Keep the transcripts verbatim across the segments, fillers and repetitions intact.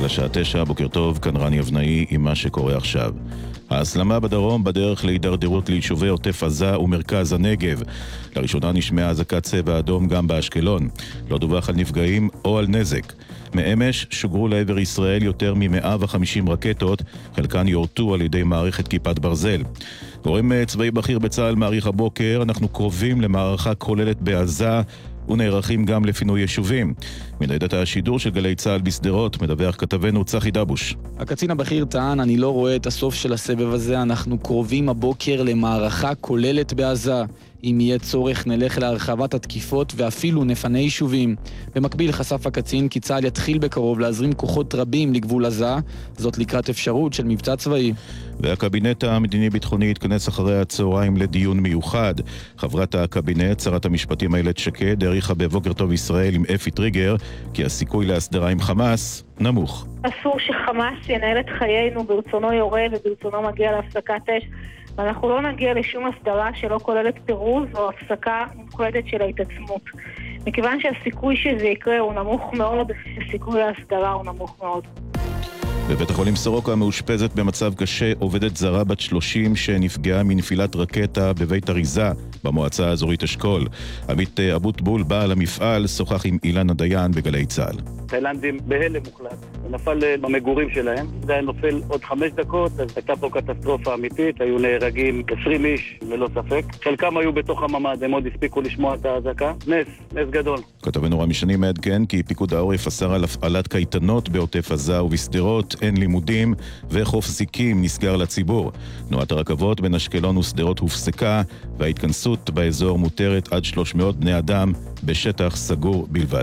השעה תשע, בוקר טוב, כאן רני אבנאי עם מה שקורה עכשיו. ההסלמה בדרום בדרך להידרדרות ליישובי עוטף עזה ומרכז הנגב. לראשונה נשמעה אזעקת צבע אדום גם באשקלון. לא דווח על נפגעים או על נזק. מאמש שוגרו לעבר ישראל יותר מ-מאה וחמישים רקטות, חלקן יורטו על ידי מערכת כיפת ברזל. גורם צבאי בכיר בצה"ל מעריך הבוקר, אנחנו קרובים למערכה כוללת בעזה ונערכים גם לפינוי יישובים. מניידת השידור של גלי צה"ל בסדרות מדווח כתבנו צחי דבוש. הקצין הבכיר טען, אני לא רואה את הסוף של הסבב הזה, אנחנו קרובים הבוקר למערכה כוללת בעזה. אם יהיה צורך נלך להרחבת התקיפות ואפילו נפנה יישובים. במקביל חשף הקצין כי צה"ל יתחיל בקרוב להזרים כוחות רבים לגבול עזה, זאת לקראת אפשרות של מבצע צבאי. והקבינט המדיני-ביטחוני התכנס אחרי הצהריים לדיון מיוחד. חברת הקבינט, שרת המשפטים איילת שקד, העריכה בבוקר טוב ישראל עם אפי טריגר כי הסיכוי להסדרה עם חמאס נמוך. אסור שחמאס ינהל את חיינו ברצונו יורה וברצונו מגיע להפסקת אש. ואנחנו לא נגיע לשום הסדרה שלא כוללת פירוז או הפסקה מוחלטת של ההתעצמות. מכיוון שהסיכוי שזה יקרה הוא נמוך מאוד, הסיכוי להסדרה הוא נמוך מאוד. בבית החולים סורוקה מאושפזת במצב קשה עובדת זרה בת שלושים שנפגעה מנפילת רקטה בבית אריזה במועצה האזורית אשכול. עמית אבוטבול, בעל המפעל, שוחח עם אילנה דיין בגלי צה"ל. תאילנדים בהלם מוחלט, נפל במגורים שלהם, זה היה נופל עוד חמש דקות, אז הייתה פה קטסטרופה אמיתית, היו נהרגים עשרים איש ללא ספק, חלקם היו בתוך הממ"ד, הם עוד הספיקו לשמוע את האזעקה, נס, נס גדול. כתבנו רמי שני מעדכן כי פיקוד העורף אסר על הפעלת קייטנות בעוטף עזה ובשדרות, אין לימודים וחוף זיקים נסגר לציבור. תנועת הרכבות בין אשקלון ושדרות הופסקה וההתכנסות באזור מותרת עד שלוש מאות בני אדם בשטח סגור בלבד.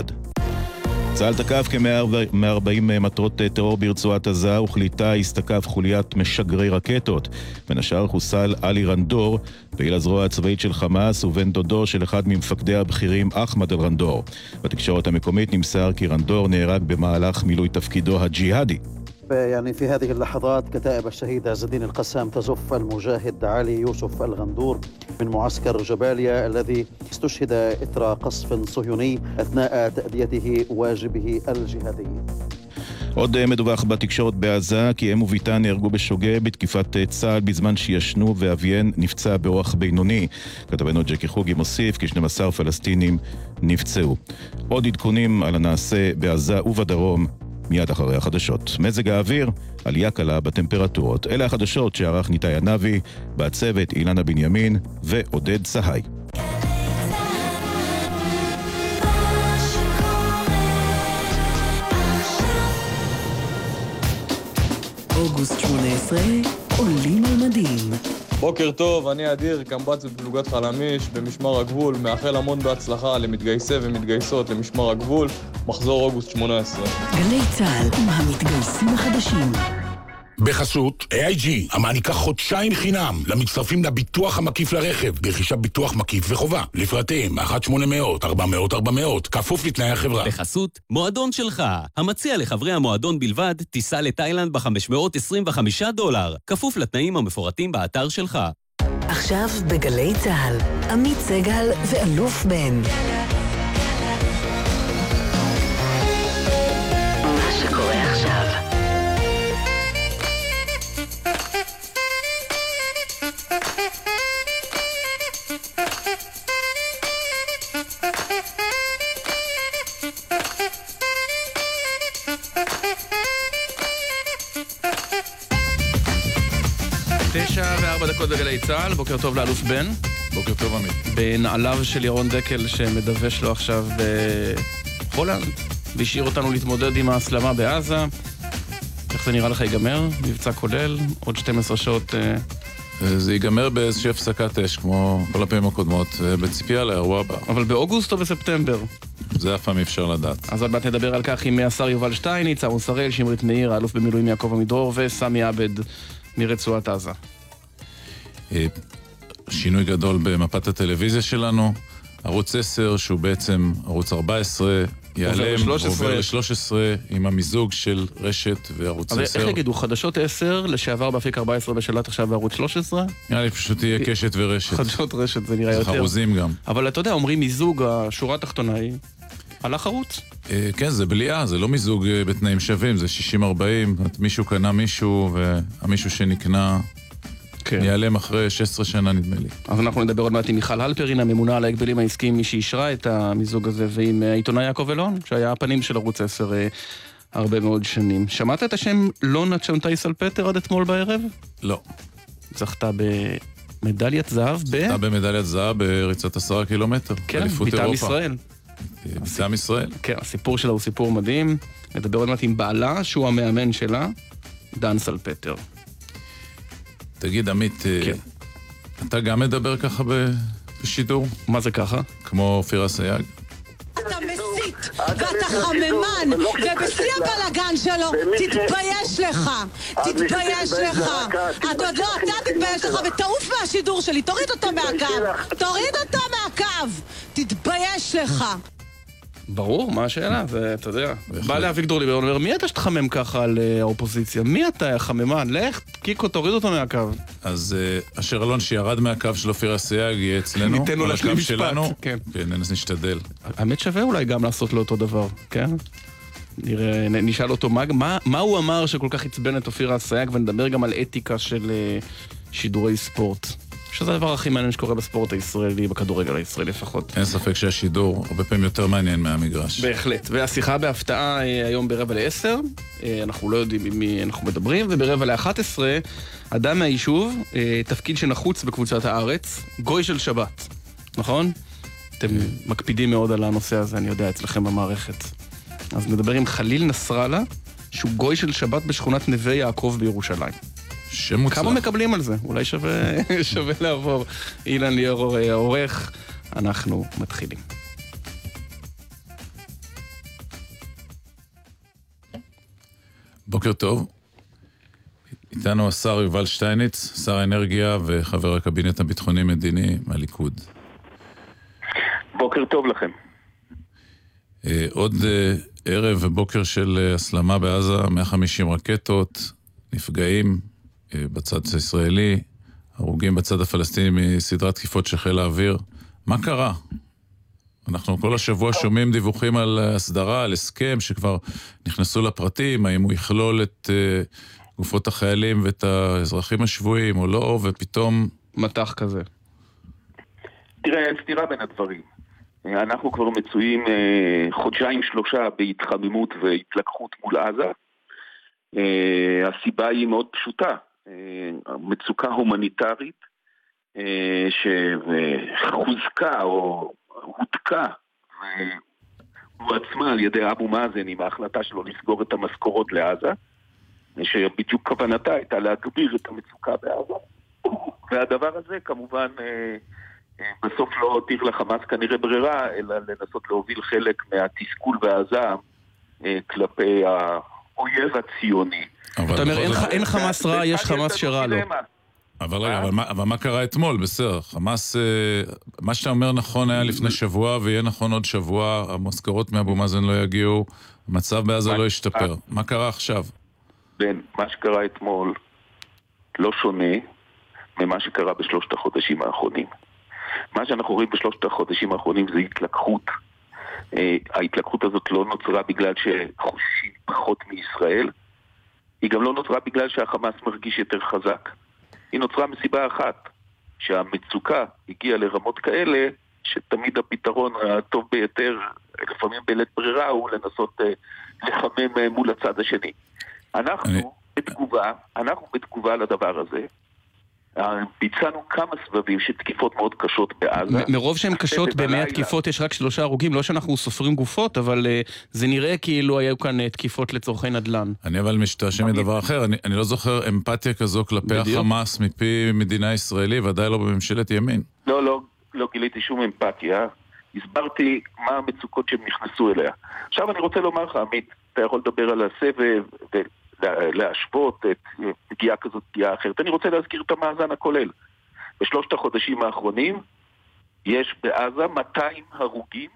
צה"ל תקף כ-מאה וארבעים מטרות טרור ברצועת עזה וחליטה הסתקף חוליית משגרי רקטות. בין השאר חוסל אלי רנדור, פעיל הזרוע הצבאית של חמאס ובן דודו של אחד ממפקדי הבכירים אחמד אל רנדור. בתקשורת המקומית נמסר כי רנדור נהרג במהלך מילוי תפקידו הג'יהאדי. يعني في هذه اللحظات كتائب الشهيد عز الدين القسام تزف المجاهد علي يوسف الغندور من معسكر جباليا الذي استشهد إثر قصف صهيوني أثناء تأديته واجبه الجهادي. עוד מדווח בתקשורת בעזה כי אם וביתה נהרגו בשוגג בתקיפת צה"ל בזמן שישנו ואביהן נפצע באורח בינוני. כתבנו ג'קי חוגי מוסיף כי שנים עשר פלסטינים נפצעו. עוד עדכונים על הנעשה בעזה ובדרום מיד אחרי החדשות. מזג האוויר, עלייה קלה בטמפרטורות. אלה החדשות שערך ניתאי ענבי, בצוות אילנה בנימין ועודד סהי. אוגוסט שמונה עשרה, עולים על מדים. בוקר טוב, אני אדיר, קמב"ץ בפלוגת חלמיש במשמר הגבול, מאחל המון בהצלחה למתגייסי ומתגייסות למשמר הגבול, מחזור אוגוסט שמונה עשרה. גלי צה"ל עם המתגייסים החדשים. בחסות איי איי ג'י, המעניקה חודשיים חינם למצטרפים לביטוח המקיף לרכב, ברכישת ביטוח מקיף וחובה, לפרטים אחת שמונה מאות ארבע מאות ארבע מאות, כפוף לתנאי החברה. בחסות מועדון שלך, המציע לחברי המועדון בלבד, טיסה לתאילנד ב-חמש מאות עשרים וחמישה דולר, כפוף לתנאים המפורטים באתר שלך. עכשיו בגלי צה"ל, עמית סגל ואלוף בן. מה שקורה עכשיו. תשע וארבע דקות בגלי צה"ל, בוקר טוב לאלוף בן. בוקר טוב עמית. בנעליו של ירון דקל שמדווש לו עכשיו בהולנד, והשאיר אותנו להתמודד עם ההסלמה בעזה. איך זה נראה לך ייגמר? מבצע כולל, עוד שתים עשרה שעות... זה ייגמר באיזושהי הפסקת אש, כמו כל הפעמים הקודמות, בציפייה לאירוע הבא. אבל באוגוסט או בספטמבר? זה אף פעם אפשר לדעת. אז עוד מעט נדבר על כך עם השר יובל שטייניץ, עמוס הראל, שמרית מאיר, האלוף במילואים יעקב עמידרור וסמי עבד מרצועת עזה. שינוי גדול במפת הטלוויזיה שלנו, ערוץ עשר, שהוא בעצם ערוץ ארבע עשרה, ייעלם, עובר ל-שלוש עשרה עם המיזוג של רשת וערוץ עשר. אבל איך יגידו, חדשות עשר, לשעבר באפיק ארבע עשרה בשלט עכשיו בערוץ שלוש עשרה? נראה לי פשוט תהיה קשת ורשת. חדשות רשת זה נראה יותר. זה חרוזים גם. אבל אתה יודע, אומרים מיזוג, השורה התחתונה היא... הלך ערוץ. כן, זה בליעה, זה לא מיזוג בתנאים שווים, זה שישים ארבעים, מישהו קנה מישהו, והמישהו שנקנה ניעלם אחרי שש עשרה שנה נדמה לי. אז אנחנו נדבר עוד מעט עם מיכל הלפרין, הממונה על ההגבלים העסקיים, מי שאישרה את המיזוג הזה, ועם העיתונאי יעקב אלון, שהיה הפנים של ערוץ עשר הרבה מאוד שנים. שמעת את השם לונה צ'אונטאי סלפטר עד אתמול בערב? לא. זכתה במדליית זהב ב... זכתה במדליית זהב בריצת עשרה קילומטר. כן, ביתם ישראל. ביתם ישראל. כן, הסיפור שלה הוא סיפור מדהים. נדבר עוד מעט עם בעלה, שהוא המאמן שלה, דן סלפטר. תגיד, עמית, כן. אתה גם מדבר ככה בשידור? מה זה ככה? כמו אופיר אסייג? אתה מסית, ואתה חממן, ובשיא הבלגן שלו, תתבייש לך, תתבייש לך. אתה עוד לא, אתה תתבייש לך, ותעוף מהשידור שלי, תוריד אותו מהקו, תוריד אותו מהקו, תתבייש לך. ברור, מה השאלה? זה, אתה יודע, בא לאביגדור ליברמן, אומר, מי אתה שתחמם ככה על האופוזיציה? מי אתה, חממן? לך, קיקו, תוריד אותו מהקו. אז אשר אלון שירד מהקו של אופיר אסייג יהיה אצלנו. ניתן לו להשלים משפט. כן. כן, נשתדל. האמת שווה אולי גם לעשות לו אותו דבר, כן? נראה, נשאל אותו, מה, מה, מה הוא אמר שכל כך הצבן את אופיר אסייג, ונדבר גם על אתיקה של שידורי ספורט. שזה הדבר הכי מעניין שקורה בספורט הישראלי, בכדורגל הישראלי לפחות. אין ספק שהשידור הרבה פעמים יותר מעניין מהמגרש. בהחלט. והשיחה בהפתעה היום ברבע לעשר, אנחנו לא יודעים עם מי אנחנו מדברים, וברבע לאחת עשרה, אדם מהיישוב, תפקיד שנחוץ בקבוצת הארץ, גוי של שבת. נכון? אתם מקפידים מאוד על הנושא הזה, אני יודע, אצלכם במערכת. אז נדבר עם חליל נסראללה, שהוא גוי של שבת בשכונת נווה יעקב בירושלים. שמוצלח. כמה מקבלים על זה? אולי שווה, שווה לעבור. אילן ליאור העורך, אנחנו מתחילים. בוקר טוב. איתנו השר יובל שטייניץ, שר האנרגיה וחבר הקבינט הביטחוני-מדיני מהליכוד. בוקר טוב לכם. עוד ערב ובוקר של הסלמה בעזה, מאה וחמישים רקטות, נפגעים בצד הישראלי, הרוגים בצד הפלסטיני מסדרת תקיפות של חיל האוויר. מה קרה? אנחנו כל השבוע שומעים דיווחים על הסדרה, על הסכם שכבר נכנסו לפרטים, האם הוא יכלול את uh, גופות החיילים ואת האזרחים השבויים או לא, ופתאום מתח כזה. תראה, אין סתירה בין הדברים. אנחנו כבר מצויים uh, חודשיים שלושה בהתחממות והתלקחות מול עזה. Uh, הסיבה היא מאוד פשוטה. מצוקה הומניטרית שחוזקה או הודקה והועצמה על ידי אבו מאזן עם ההחלטה שלו לסגור את המשכורות לעזה, שבדיוק כוונתה הייתה להגביר את המצוקה בעזה, והדבר הזה כמובן בסוף לא הותיר לחמאס כנראה ברירה, אלא לנסות להוביל חלק מהתסכול והזעם כלפי האויב הציוני. אתה אומר, אין חמאס רע, יש חמאס שרע לו. אבל רגע, אבל מה קרה אתמול? בסדר, חמאס, מה שאתה אומר נכון היה לפני שבוע, ויהיה נכון עוד שבוע, המשכורות מאבו מאזן לא יגיעו, המצב בעזה לא ישתפר. מה קרה עכשיו? בין, מה שקרה אתמול לא שונה ממה שקרה בשלושת החודשים האחרונים. מה שאנחנו רואים בשלושת החודשים האחרונים זה התלקחות. ההתלקחות הזאת לא נוצרה בגלל שחוששים פחות מישראל, היא גם לא נוצרה בגלל שהחמאס מרגיש יותר חזק. היא נוצרה מסיבה אחת, שהמצוקה הגיעה לרמות כאלה, שתמיד הפתרון הטוב ביותר, לפעמים בלית ברירה, הוא לנסות לחמם מול הצד השני. אנחנו אני... בתגובה, אנחנו בתגובה לדבר הזה, ביצענו כמה סבבים של תקיפות מאוד קשות בעזה. מרוב שהן קשות, במאה התקיפות יש רק שלושה הרוגים, לא שאנחנו סופרים גופות, אבל uh, זה נראה כאילו היו כאן uh, תקיפות לצורכי נדל"ן. אני אבל משתעשם מדבר אחר, אני, אני לא זוכר אמפתיה כזו כלפי בדיוק. החמאס מפי מדינה ישראלי, ודאי לא בממשלת ימין. לא, לא, לא גיליתי שום אמפתיה, הסברתי מה המצוקות שהם נכנסו אליה. עכשיו אני רוצה לומר לך, עמית, אתה יכול לדבר על הסבב ו... להשוות את פגיעה כזאת, פגיעה אחרת. אני רוצה להזכיר את המאזן הכולל. בשלושת החודשים האחרונים יש בעזה מאתיים הרוגים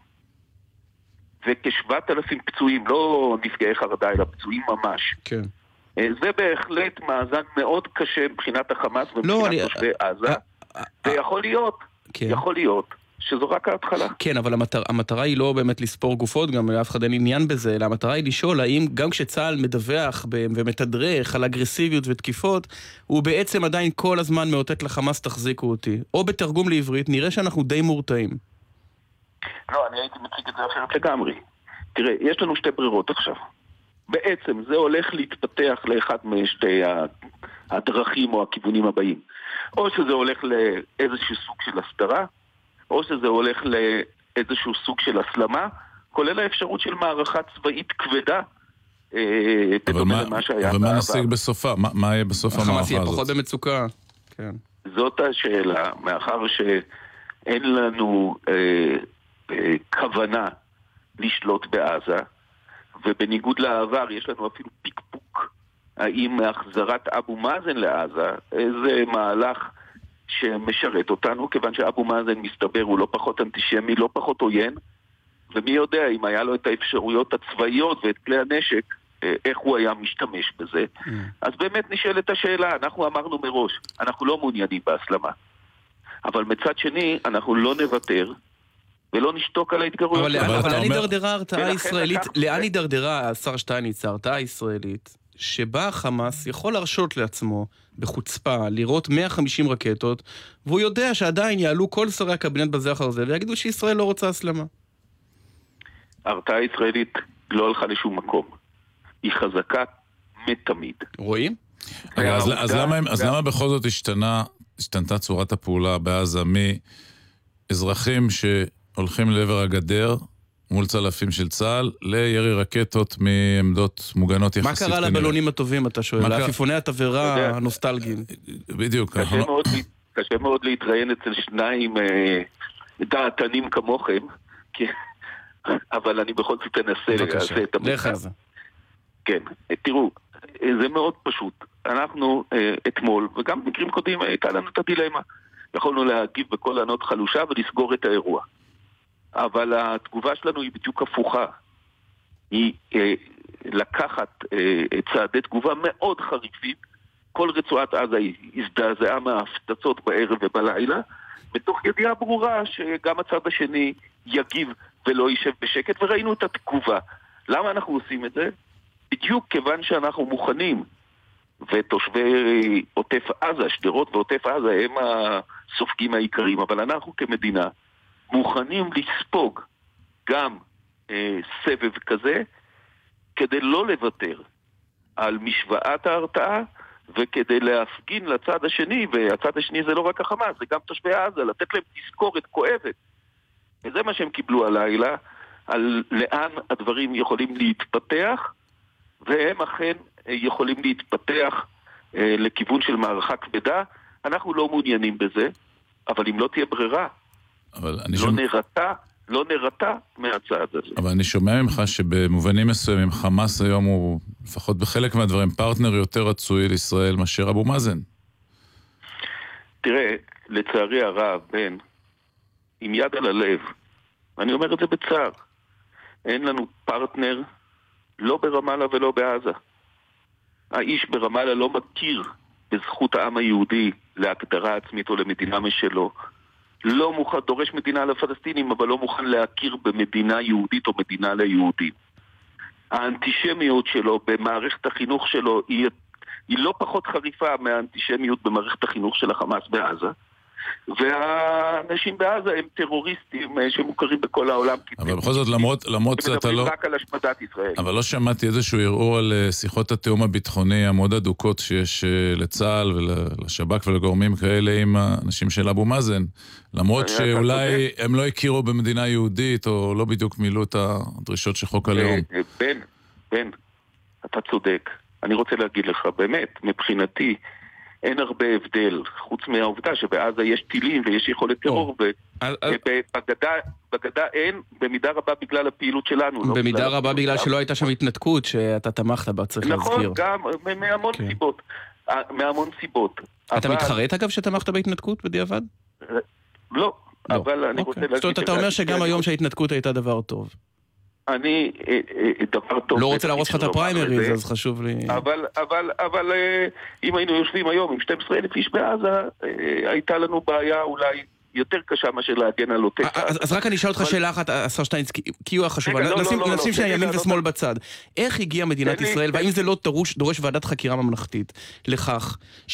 וכ-שבעת אלפים פצועים, לא נפגעי חרדה, אלא פצועים ממש. כן. זה בהחלט מאזן מאוד קשה מבחינת החמאס ומבחינת לא, תושבי אני... עזה. ויכול להיות, כן. יכול להיות שזו רק ההתחלה. כן, אבל המטר, המטרה היא לא באמת לספור גופות, גם לאף אחד אין עניין בזה, אלא המטרה היא לשאול האם גם כשצה"ל מדווח ומתדרך על אגרסיביות ותקיפות, הוא בעצם עדיין כל הזמן מאותת לחמאס תחזיקו אותי. או בתרגום לעברית, נראה שאנחנו די מורתעים. לא, אני הייתי מציג את זה אחרת לגמרי. תראה, יש לנו שתי ברירות עכשיו. בעצם זה הולך להתפתח לאחד משתי הדרכים או הכיוונים הבאים. או שזה הולך לאיזשהו סוג של הסתרה, או שזה הולך לאיזשהו סוג של הסלמה, כולל האפשרות של מערכה צבאית כבדה. אבל מה, ומה נשיג בסופה? מה, מה יהיה בסוף המערכה הזאת? החמאס יהיה פחות במצוקה. כן. זאת השאלה, מאחר שאין לנו אה, אה, כוונה לשלוט בעזה, ובניגוד לעבר יש לנו אפילו פיקפוק האם החזרת אבו מאזן לעזה איזה מהלך שמשרת אותנו, כיוון שאבו מאזן מסתבר הוא לא פחות אנטישמי, לא פחות עוין, ומי יודע אם היה לו את האפשרויות הצבאיות ואת כלי הנשק, איך הוא היה משתמש בזה. Mm. אז באמת נשאלת השאלה, אנחנו אמרנו מראש, אנחנו לא מעוניינים בהסלמה. אבל מצד שני, אנחנו לא נוותר, ולא נשתוק על ההתגרויות. אבל, אבל, אבל לאן הידרדרה ההרתעה הישראלית, לאן הידרדרה, השר שטייניץ, ההרתעה הישראלית, שבה החמאס יכול להרשות לעצמו בחוצפה לראות מאה וחמישים רקטות, והוא יודע שעדיין יעלו כל שרי הקבינט בזה אחר זה, ויגידו שישראל לא רוצה הסלמה. ההרתעה הישראלית לא הלכה לשום מקום. היא חזקה מתמיד. רואים? רגע, אז, אז, למה, אז למה בכל זאת השתנה, השתנתה צורת הפעולה בעזה מאזרחים שהולכים לעבר הגדר מול צלפים של צה"ל לירי רקטות מעמדות מוגנות יחסית? מה קרה לבלונים הטובים, אתה שואל? לעפיפוני התברה הנוסטלגיים. בדיוק. קשה, אנחנו... מאוד, קשה מאוד להתראיין אצל שניים אה, דעתנים כמוכם, כי... אבל אני בכל זאת אנסה לעשה את המחקר. כן, תראו, זה מאוד פשוט. אנחנו אה, אתמול, וגם במקרים קודמים הייתה לנו את הדילמה. יכולנו להגיב בכל ענות חלושה ולסגור את האירוע. אבל התגובה שלנו היא בדיוק הפוכה. היא אה, לקחת אה, צעדי תגובה מאוד חריפים. כל רצועת עזה היא הזדעזעה מההפצצות בערב ובלילה, בתוך ידיעה ברורה שגם הצד השני יגיב ולא יישב בשקט, וראינו את התגובה. למה אנחנו עושים את זה? בדיוק כיוון שאנחנו מוכנים, ותושבי עוטף עזה, שדרות ועוטף עזה הם הסופגים העיקריים, אבל אנחנו כמדינה מוכנים לספוג גם אה, סבב כזה, כדי לא לוותר על משוואת ההרתעה, וכדי להפגין לצד השני, והצד השני זה לא רק החמאס, זה גם תושבי עזה, לתת להם תזכורת כואבת. וזה מה שהם קיבלו הלילה, על לאן הדברים יכולים להתפתח, והם אכן יכולים להתפתח אה, לכיוון של מערכה כבדה. אנחנו לא מעוניינים בזה, אבל אם לא תהיה ברירה, אבל אני לא שומע... נראתה, לא נראתה מהצד הזה. אבל אני שומע ממך שבמובנים מסוימים חמאס היום הוא, לפחות בחלק מהדברים, פרטנר יותר רצוי לישראל מאשר אבו מאזן. תראה, לצערי הרב, בן, עם יד על הלב, אני אומר את זה בצער, אין לנו פרטנר לא ברמאללה ולא בעזה. האיש ברמאללה לא מכיר בזכות העם היהודי להגדרה עצמית או למדינה משלו. לא מוכן, דורש מדינה לפלסטינים, אבל לא מוכן להכיר במדינה יהודית או מדינה ליהודים. האנטישמיות שלו במערכת החינוך שלו היא, היא לא פחות חריפה מהאנטישמיות במערכת החינוך של החמאס בעזה. והאנשים בעזה הם טרוריסטים שמוכרים בכל העולם. אבל בכל זאת, למרות, למרות שאתה לא... רק על השמדת ישראל. אבל לא שמעתי איזשהו ערעור על שיחות התיאום הביטחוני המאוד אדוקות שיש לצה"ל ולשב"כ ולגורמים כאלה עם האנשים של אבו מאזן. למרות שאולי הם לא הכירו במדינה יהודית או לא בדיוק מילאו את הדרישות של חוק הלאום. בן, בן, אתה צודק. אני רוצה להגיד לך, באמת, מבחינתי, אין הרבה הבדל, חוץ מהעובדה שבעזה יש טילים ויש יכולת טרור, ובגדה אין, במידה רבה בגלל הפעילות שלנו. במידה רבה בגלל שלא הייתה שם התנתקות שאתה תמכת בה, צריך להזכיר. נכון, גם מהמון סיבות. מהמון סיבות. אתה מתחרט אגב שתמכת בהתנתקות בדיעבד? לא, אבל אני רוצה להגיד... זאת אומרת, אתה אומר שגם היום שההתנתקות הייתה דבר טוב. אני דבר טוב... לא רוצה להרוס לך את הפריימריז, אז חשוב לי... אבל, אבל, אבל אם היינו יושבים היום עם שנים עשר אלף איש בעזה, הייתה לנו בעיה אולי יותר קשה מאשר להגן על עוטף עזה. אז רק אני אשאל אותך שאלה אחת, השר שטיינץ, כי הוא החשובה, נשים שנייה ימין ושמאל בצד. איך הגיעה מדינת ישראל, והאם זה לא דורש ועדת חקירה ממלכתית, לכך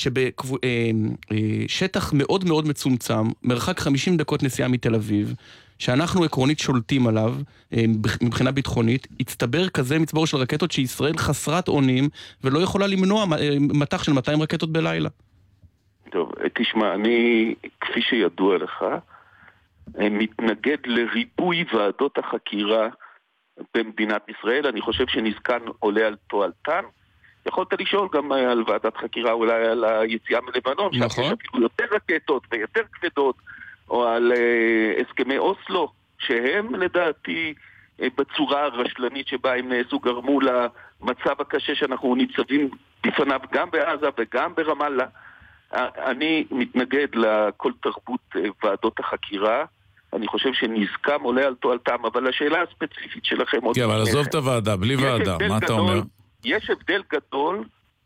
שבשטח מאוד מאוד מצומצם, מרחק חמישים דקות נסיעה מתל אביב, שאנחנו עקרונית שולטים עליו מבחינה ביטחונית, הצטבר כזה מצבור של רקטות שישראל חסרת אונים ולא יכולה למנוע מתח של מאתיים רקטות בלילה? טוב, תשמע, אני, כפי שידוע לך, מתנגד לריבוי ועדות החקירה במדינת ישראל. אני חושב שנזקן עולה על תועלתן. יכולת לשאול גם על ועדת חקירה, אולי על היציאה מלבנון, נכון. שם יש אפילו יותר רקטות ויותר כבדות, או על uh, הסכמי אוסלו, שהם לדעתי uh, בצורה הרשלנית שבה הם נעשו גרמו למצב הקשה שאנחנו ניצבים בפניו גם בעזה וגם ברמאללה. Uh, אני מתנגד לכל תרבות uh, ועדות החקירה. אני חושב שנזקם עולה על תועלתם, אבל השאלה הספציפית שלכם... כן, אבל עזוב את הוועדה, בלי ועדה, מה אתה אומר? יש הבדל גדול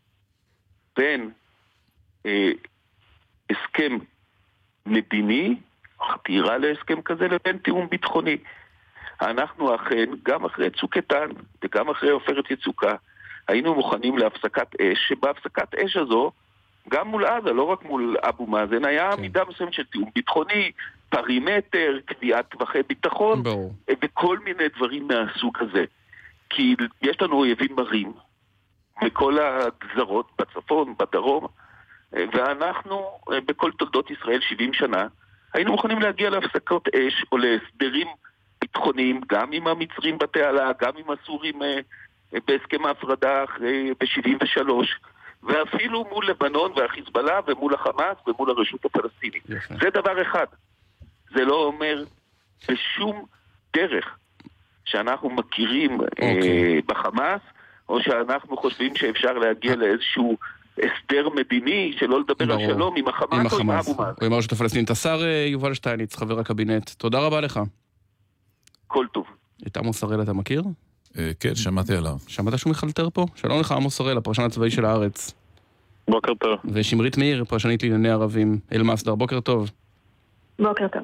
בין אה, הסכם מדיני, חתירה להסכם כזה, לבין תיאום ביטחוני. אנחנו אכן, גם אחרי צוק איתן וגם אחרי עופרת יצוקה, היינו מוכנים להפסקת אש, שבהפסקת אש הזו, גם מול עזה, לא רק מול אבו מאזן, היה כן. מידה מסוימת של תיאום ביטחוני, פרימטר, קביעת טווחי ביטחון, ברור. וכל מיני דברים מהסוג הזה. כי יש לנו אויבים מרים, מכל הגזרות בצפון, בדרום, ואנחנו בכל תולדות ישראל שבעים שנה, היינו מוכנים להגיע להפסקות אש או להסדרים ביטחוניים, גם עם המצרים בתעלה, גם עם הסורים בהסכם ההפרדה ב-שבעים ושלוש, ואפילו מול לבנון והחיזבאללה ומול החמאס ומול הרשות הפלסטינית. יפה. זה דבר אחד. זה לא אומר בשום דרך שאנחנו מכירים okay. אה, בחמאס, או שאנחנו חושבים שאפשר להגיע לאיזשהו הסדר מדיני, שלא לדבר ברור. על שלום עם החמאס, עם או עם אבו מאזן. או עם הרשות הפלסטינית. השר יובל שטייניץ, חבר הקבינט, תודה רבה לך. כל טוב. את עמוס הראל אתה מכיר? כן, שמעתי עליו. שמעת שהוא מחלטר פה? שלום לך, עמוס הראל, הפרשן הצבאי של הארץ. בוקר טוב. ושמרית מאיר, פרשנית לענייני ערבים, אל מסדר. בוקר טוב. בוקר טוב.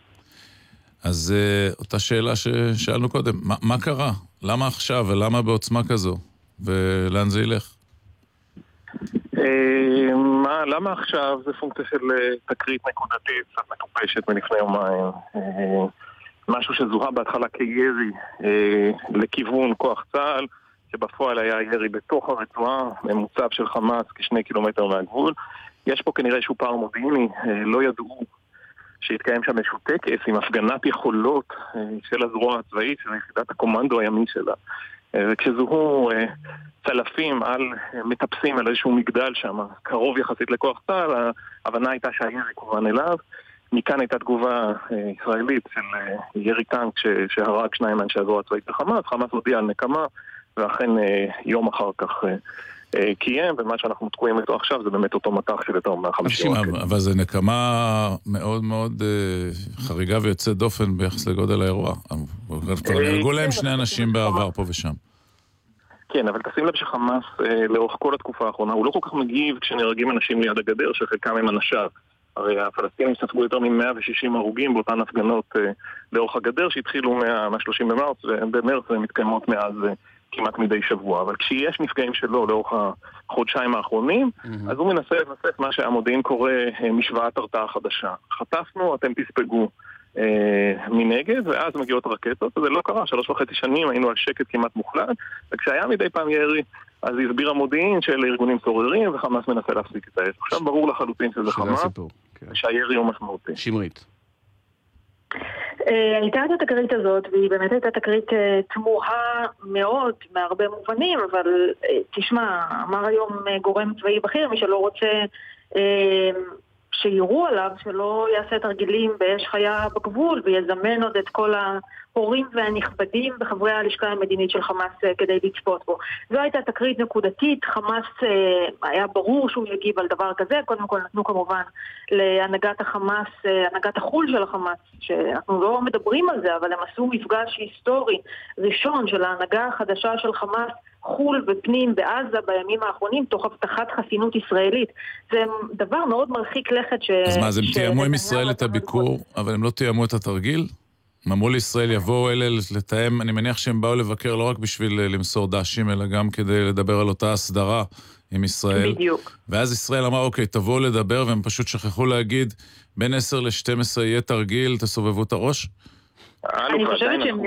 אז אותה שאלה ששאלנו קודם, מה, מה קרה? למה עכשיו ולמה בעוצמה כזו? ולאן זה ילך? מה, למה עכשיו? זה פונקציה של תקרית נקודתית, קצת מטופשת מלפני יומיים. משהו שזוהה בהתחלה כירי לכיוון כוח צה"ל, שבפועל היה ירי בתוך הרצועה, ממוצב של חמאס כשני קילומטר מהגבול. יש פה כנראה איזשהו פער מודיעיני, לא ידעו שהתקיים שם איזשהו טקס עם הפגנת יכולות של הזרוע הצבאית, של יחידת הקומנדו הימי שלה. וכשזוהו צלפים על מטפסים על איזשהו מגדל שם, קרוב יחסית לכוח צה"ל, ההבנה הייתה שהירי כוון אליו. מכאן הייתה תגובה ישראלית של ירי טנק שהרג שניים מאנשי הזרוע הצבאית בחמאס. חמאס הודיע על נקמה, ואכן יום אחר כך קיים, ומה שאנחנו תקועים איתו עכשיו זה באמת אותו מטח של יותר מאה-חמישים. אבל זה נקמה מאוד מאוד חריגה ויוצאת דופן ביחס לגודל האירוע. נהרגו להם שני אנשים בעבר פה ושם. כן, אבל תשים לב שחמאס לאורך כל התקופה האחרונה, הוא לא כל כך מגיב כשנהרגים אנשים ליד הגדר, שחלקם הם אנשיו. הרי הפלסטינים ספגו יותר מ-מאה ושישים הרוגים באותן הפגנות לאורך הגדר, שהתחילו מה-שלושים במרץ, ובמרץ הן מתקיימות מאז כמעט מדי שבוע. אבל כשיש נפגעים שלו לאורך החודשיים האחרונים, mm-hmm. אז הוא מנסה לנסף מה שהמודיעין קורא משוואת הרתעה חדשה. חטפנו, אתם תספגו אה, מנגד, ואז מגיעות רקטות, וזה לא קרה. שלוש וחצי שנים היינו על שקט כמעט מוחלט, וכשהיה מדי פעם ירי, אז הסביר המודיעין של ארגונים סוררים, וחמאס מנסה להפסיק את האש. עכשיו ברור לחלוטין שזה חמאס, שהירי הוא משמעותי. שמרית. הייתה את התקרית הזאת, והיא באמת הייתה תקרית תמוהה מאוד מהרבה מובנים, אבל תשמע, אמר היום גורם צבאי בכיר, מי שלא רוצה שיראו עליו, שלא יעשה תרגילים באש חיה בגבול, ויזמן עוד את כל ההורים והנכבדים וחברי הלשכה המדינית של חמאס כדי לצפות בו. זו הייתה תקרית נקודתית, חמאס היה ברור שהוא יגיב על דבר כזה, קודם כל נתנו כמובן להנהגת החמאס, הנהגת החול של החמאס, שאנחנו לא מדברים על זה, אבל הם עשו מפגש היסטורי ראשון של ההנהגה החדשה של חמאס חול ופנים בעזה בימים האחרונים, תוך הבטחת חסינות ישראלית. זה דבר מאוד מרחיק לכת ש... אז מה, אז הם תיאמו עם ישראל את הביקור, אבל הם לא תיאמו את התרגיל? הם אמרו לישראל יבואו אלה לתאם, אני מניח שהם באו לבקר לא רק בשביל למסור דשים, אלא גם כדי לדבר על אותה הסדרה עם ישראל. בדיוק. ואז ישראל אמר, אוקיי, תבואו לדבר, והם פשוט שכחו להגיד, בין עשר ל-שתים עשרה יהיה תרגיל, תסובבו את הראש? אני חושבת שהם...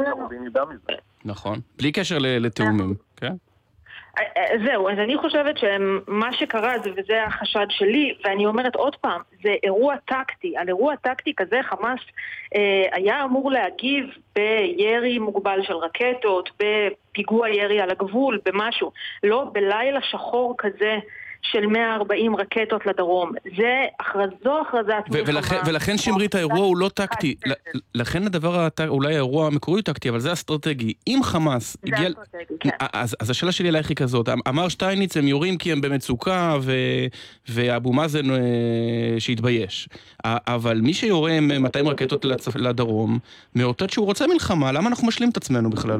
נכון. בלי קשר לתאומים, כן? זהו, אז אני חושבת שמה שקרה זה, וזה החשד שלי, ואני אומרת עוד פעם, זה אירוע טקטי. על אירוע טקטי כזה חמאס אה, היה אמור להגיב בירי מוגבל של רקטות, בפיגוע ירי על הגבול, במשהו. לא בלילה שחור כזה של מאה וארבעים רקטות לדרום. זה הכרזו הכרזת מלחמה. ולכן שמרית האירוע הוא לא טקטי. לכן הדבר, אולי האירוע המקורי הוא טקטי, אבל זה אסטרטגי. אם חמאס הגיע... אז השאלה שלי אלייך היא כזאת. אמר שטייניץ, הם יורים כי הם במצוקה, ואבו מאזן שהתבייש. אבל מי שיורה מאתיים רקטות לדרום, מאותת שהוא רוצה מלחמה, למה אנחנו משלים את עצמנו בכלל?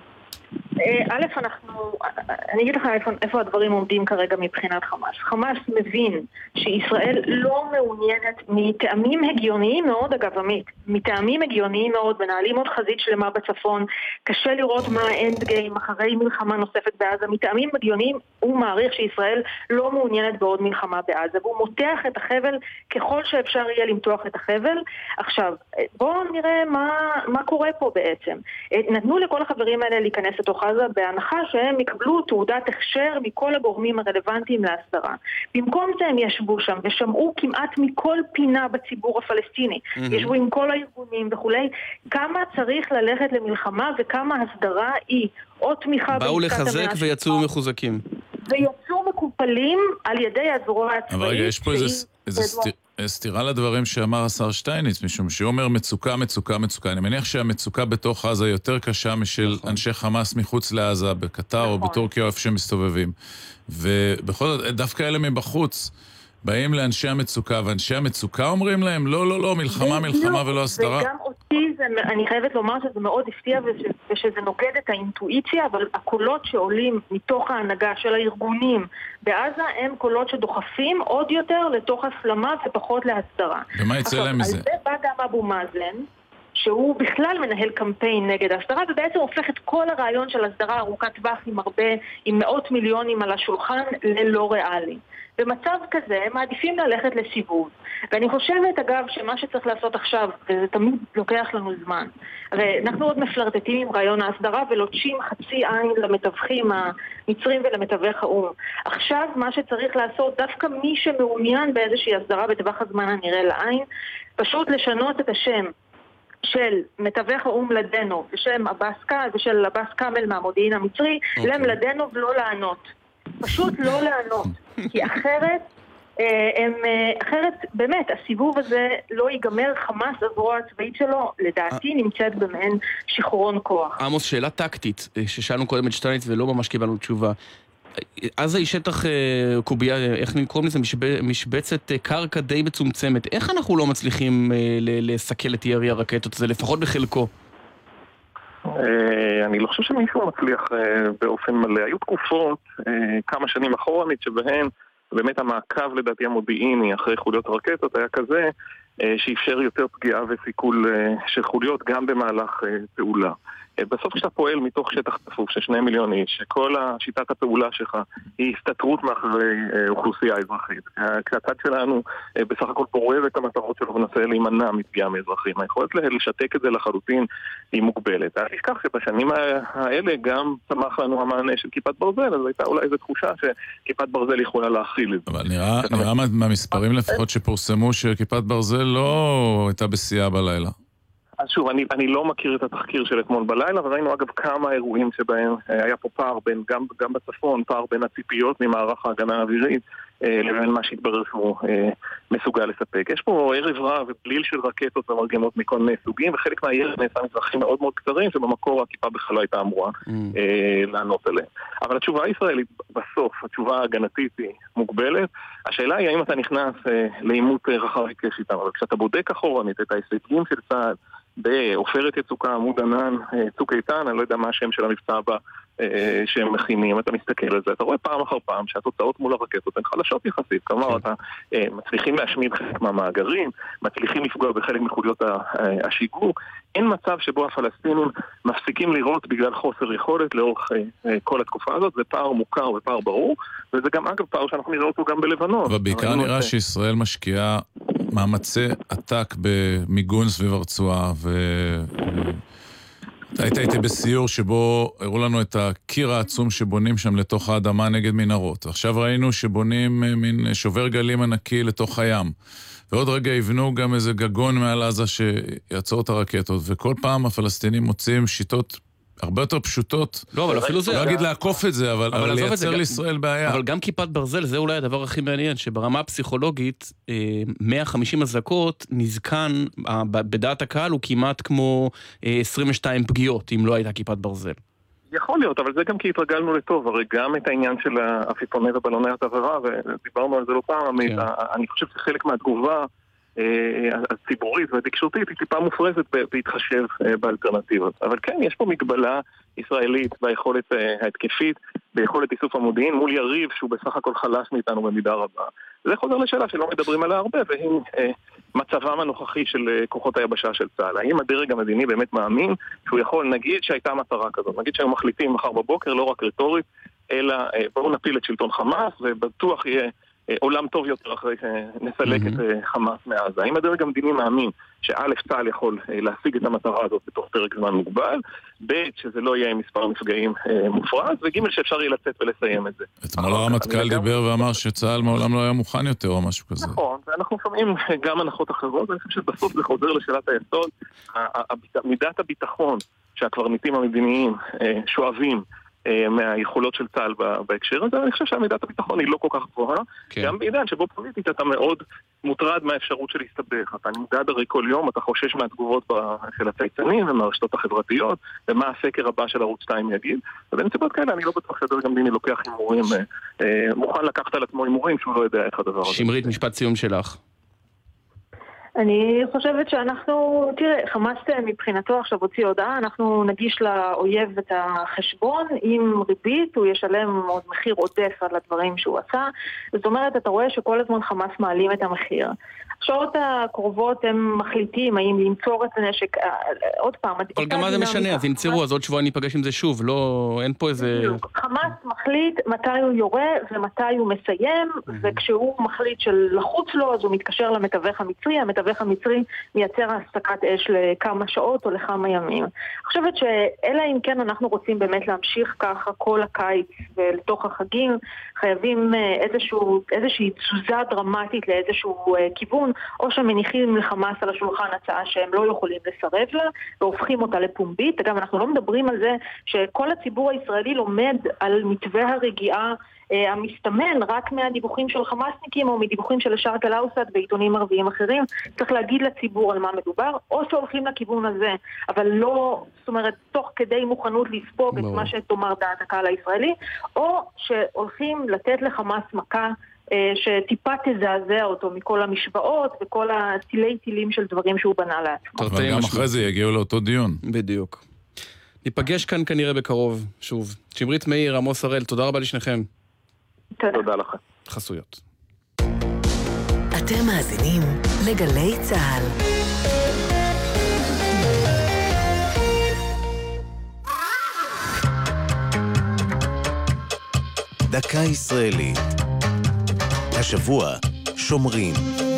א', אנחנו, אני אגיד לך איפה, איפה הדברים עומדים כרגע מבחינת חמאס. חמאס מבין שישראל לא מעוניינת מטעמים הגיוניים מאוד, אגב עמית, מטעמים הגיוניים מאוד, מנהלים עוד חזית שלמה בצפון, קשה לראות מה האנד גיים אחרי מלחמה נוספת בעזה, מטעמים הגיוניים הוא מעריך שישראל לא מעוניינת בעוד מלחמה בעזה, והוא מותח את החבל ככל שאפשר יהיה למתוח את החבל. עכשיו, בואו נראה מה, מה קורה פה בעצם. נתנו לכל החברים האלה להיכנס לתוך עזה בהנחה שהם יקבלו תעודת הכשר מכל הגורמים הרלוונטיים להסדרה. במקום זה הם ישבו שם ושמעו כמעט מכל פינה בציבור הפלסטיני. Mm-hmm. ישבו עם כל הארגונים וכולי. כמה צריך ללכת למלחמה וכמה הסדרה היא או תמיכה... באו לחזק ויצאו מחוזקים. ויצאו מקופלים על ידי הזרוע הצבאית. אבל רגע, יש פה איזה, איזה סתיר, סתירה לדברים שאמר השר שטייניץ, משום שהוא אומר מצוקה, מצוקה, מצוקה. אני מניח שהמצוקה בתוך עזה יותר קשה משל נכון. אנשי חמאס מחוץ לעזה, בקטר נכון. או בטורקיה או איפה שהם מסתובבים. ובכל זאת, דווקא אלה מבחוץ באים לאנשי המצוקה, ואנשי המצוקה אומרים להם, לא, לא, לא, מלחמה, מלחמה ולא הסדרה. וגם אותי, זה, אני חייבת לומר שזה מאוד הפתיע וש, ושזה נוגד את האינטואיציה, אבל הקולות שעולים מתוך ההנהגה של הארגונים בעזה הם קולות שדוחפים עוד יותר לתוך הסלמה ופחות להסדרה. ומה יצא להם מזה? על זה בא גם אבו מאזן, שהוא בכלל מנהל קמפיין נגד ההסדרה, ובעצם הופך את כל הרעיון של הסדרה ארוכת טווח עם הרבה, עם מאות מיליונים על השולחן ללא ריאלי. במצב כזה הם מעדיפים ללכת לסיבוב. ואני חושבת אגב שמה שצריך לעשות עכשיו, וזה תמיד לוקח לנו זמן, הרי אנחנו עוד מפלרטטים עם רעיון ההסדרה ולוטשים חצי עין למתווכים המצרים ולמתווך האום. עכשיו מה שצריך לעשות, דווקא מי שמעוניין באיזושהי הסדרה בטווח הזמן הנראה לעין, פשוט לשנות את השם של מתווך האום לדנו, ושם אבאס, ושל אבאס קאמל מהמודיעין המצרי, okay. למלדנו ולא לענות. פשוט לא לענות. כי אחרת, הם, אחרת, באמת, הסיבוב הזה לא ייגמר. חמאס, הזרוע הצבאית שלו, לדעתי, נמצאת במעין שחרון כוח. עמוס, שאלה טקטית, ששאלנו קודם את שטייניץ ולא ממש קיבלנו תשובה. עזה היא שטח קוביה, איך קוראים לזה? משבצת קרקע די מצומצמת. איך אנחנו לא מצליחים לסכל את ירי הרקטות הזה, לפחות בחלקו? אני לא חושב שמישהו מצליח באופן מלא. היו תקופות, כמה שנים אחורנית, שבהן באמת המעקב לדעתי המודיעיני אחרי חוליות הרקטות היה כזה שאפשר יותר פגיעה וסיכול של חוליות גם במהלך פעולה. בסוף כשאתה פועל מתוך שטח צפוף של שני מיליון איש, שכל השיטת הפעולה שלך היא הסתתרות מאחורי אוכלוסייה אזרחית. כשהצד שלנו בסך הכל פורר את המטרות שלו ונסה להימנע מפגיעה מאזרחים. היכולת לשתק את זה לחלוטין היא מוגבלת. אני אשכח שבשנים האלה גם צמח לנו המענה של כיפת ברזל, אז הייתה אולי איזו תחושה שכיפת ברזל יכולה להכיל את זה. אבל נראה, נראה מהמספרים לפחות שפורסמו שכיפת ברזל לא הייתה בשיאה בלילה. אז שוב, אני, אני לא מכיר את התחקיר של אתמול בלילה, וראינו אגב כמה אירועים שבהם היה פה פער בין, גם, גם בצפון, פער בין הציפיות ממערך ההגנה האווירית לבין מה שהתברר שהוא מסוגל לספק. יש פה ערב רב ובליל של רקטות ומרגמות מכל מיני סוגים, וחלק מהירד נעשה מזרחים מאוד מאוד קצרים, שבמקור הכיפה בכלל לא הייתה אמורה לענות עליהם. אבל התשובה הישראלית בסוף, התשובה ההגנתית היא מוגבלת. השאלה היא האם אתה נכנס לעימות רחב היקש איתם, אבל כשאתה בודק אחורנית את ההישגים של צה"ל, בעופרת יצוקה, עמוד ענן, צוק איתן, אני לא יודע מה השם של המבצע הבא שהם מכינים, אתה מסתכל על זה, אתה רואה פעם אחר פעם שהתוצאות מול הרקטות הן חלשות יחסית, כלומר אתה מצליחים להשמיד חלק מהמאגרים, מצליחים לפגוע בחלק מחוליות השיגור, אין מצב שבו הפלסטינים מפסיקים לראות בגלל חוסר יכולת לאורך כל התקופה הזאת, זה פער מוכר ופער ברור, וזה גם אגב פער שאנחנו נראה אותו גם בלבנון. אבל בעיקר נראה שישראל משקיעה מאמצי עתק במיגון סביב הרצועה, ו... היית הייתי בסיור שבו הראו לנו את הקיר העצום שבונים שם לתוך האדמה נגד מנהרות. עכשיו ראינו שבונים מין שובר גלים ענקי לתוך הים. ועוד רגע יבנו גם איזה גגון מעל עזה שיעצור את הרקטות. וכל פעם הפלסטינים מוצאים שיטות הרבה יותר פשוטות. לא, אבל אפילו זה... לא אגיד לעקוף את זה, אבל, אבל, אבל לייצר לישראל בעיה. אבל גם כיפת ברזל, זה אולי הדבר הכי מעניין, שברמה הפסיכולוגית, מאה וחמישים אזעקות נזקן, בדעת הקהל הוא כמעט כמו עשרים ושתיים פגיעות, אם לא הייתה כיפת ברזל. יכול להיות, אבל זה גם כי התרגלנו לטוב, הרי גם את העניין של האפיפוני ובלוני התבערה, ודיברנו על זה לא פעם, כן. אני חושב שחלק מהתגובה, הציבורית והתקשורתית היא טיפה מופרזת בהתחשב באלטרנטיבות. אבל כן, יש פה מגבלה ישראלית ביכולת ההתקפית, ביכולת איסוף המודיעין, מול יריב שהוא בסך הכל חלש מאיתנו במידה רבה. זה חוזר לשאלה שלא מדברים עליה הרבה, והיא מצבם הנוכחי של כוחות היבשה של צה"ל. האם הדרג המדיני באמת מאמין שהוא יכול, נגיד שהייתה מטרה כזאת, נגיד שהיו מחליטים מחר בבוקר, לא רק רטורית, אלא בואו נפיל את שלטון חמאס, ובטוח יהיה עולם טוב יותר אחרי שנסלק את חמאס מעזה. האם הדרג המדיני מאמין שא' צה"ל יכול להשיג את המטרה הזאת בתוך פרק זמן מוגבל, ב' שזה לא יהיה עם מספר נפגעים מופרז, וג' שאפשר יהיה לצאת ולסיים את זה. אתמול הרמטכ"ל דיבר ואמר שצה"ל מעולם לא היה מוכן יותר או משהו כזה. נכון, ואנחנו שומעים גם הנחות אחרות, ואני חושב שבסוף זה חוזר לשאלת היסוד, מידת הביטחון שהקברניטים המדיניים שואבים מהיכולות של צה"ל בהקשר הזה, אני חושב שהמידת הביטחון היא לא כל כך גבוהה, גם בעידן שבו פוליטית אתה מאוד מוטרד מהאפשרות של להסתבך. אתה נמדד הרי כל יום, אתה חושש מהתגובות של הצייצנים ומהרשתות החברתיות, ומה הסקר הבא של ערוץ שתיים יגיד, ובנסיבות כאלה אני לא בטוח שהדרג המדיני לוקח הימורים, מוכן לקחת על עצמו הימורים שהוא לא יודע איך הדבר הזה. שמרית, משפט סיום שלך. אני חושבת שאנחנו, תראה, חמאס מבחינתו עכשיו הוציא הודעה, אנחנו נגיש לאויב את החשבון עם ריבית, הוא ישלם עוד מחיר עודף על הדברים שהוא עשה, זאת אומרת, אתה רואה שכל הזמן חמאס מעלים את המחיר. השעות הקרובות הם מחליטים האם למצור את הנשק, עוד פעם. אבל גם מה זה משנה, אז ימצרו, אז עוד שבוע אני אפגש עם זה שוב, לא, אין פה איזה... חמאס מחליט מתי הוא יורה ומתי הוא מסיים, וכשהוא מחליט שלחוץ לו, אז הוא מתקשר למתווך המצרי, המתווך המצרי מייצר הפסקת אש לכמה שעות או לכמה ימים. אני חושבת שאלה אם כן אנחנו רוצים באמת להמשיך ככה כל הקיץ ולתוך החגים, חייבים איזשהו, איזושהי תזוזה דרמטית לאיזשהו כיוון, או שמניחים לחמאס על השולחן הצעה שהם לא יכולים לסרב לה, והופכים אותה לפומבית. אגב, אנחנו לא מדברים על זה שכל הציבור הישראלי לומד על מתווה הרגיעה אה, המסתמן רק מהדיווחים של חמאסניקים או מדיווחים של שארק אל-אוסד בעיתונים ערביים אחרים. צריך להגיד לציבור על מה מדובר, או שהולכים לכיוון הזה, אבל לא, זאת אומרת, תוך כדי מוכנות לספוג את מה שתאמר דעת הקהל הישראלי, או שהולכים לתת לחמאס מכה שטיפה תזעזע אותו מכל המשוואות וכל הטילי טילים של דברים שהוא בנה לעצמו. אבל גם אחרי זה יגיעו לאותו דיון. בדיוק. ניפגש כאן כנראה בקרוב, שוב. שמרית מאיר, עמוס הראל, תודה רבה לשניכם. תודה לך. חסויות. אתם מאזינים לגלי צה"ל. דקה ישראלית. השבוע שומרים.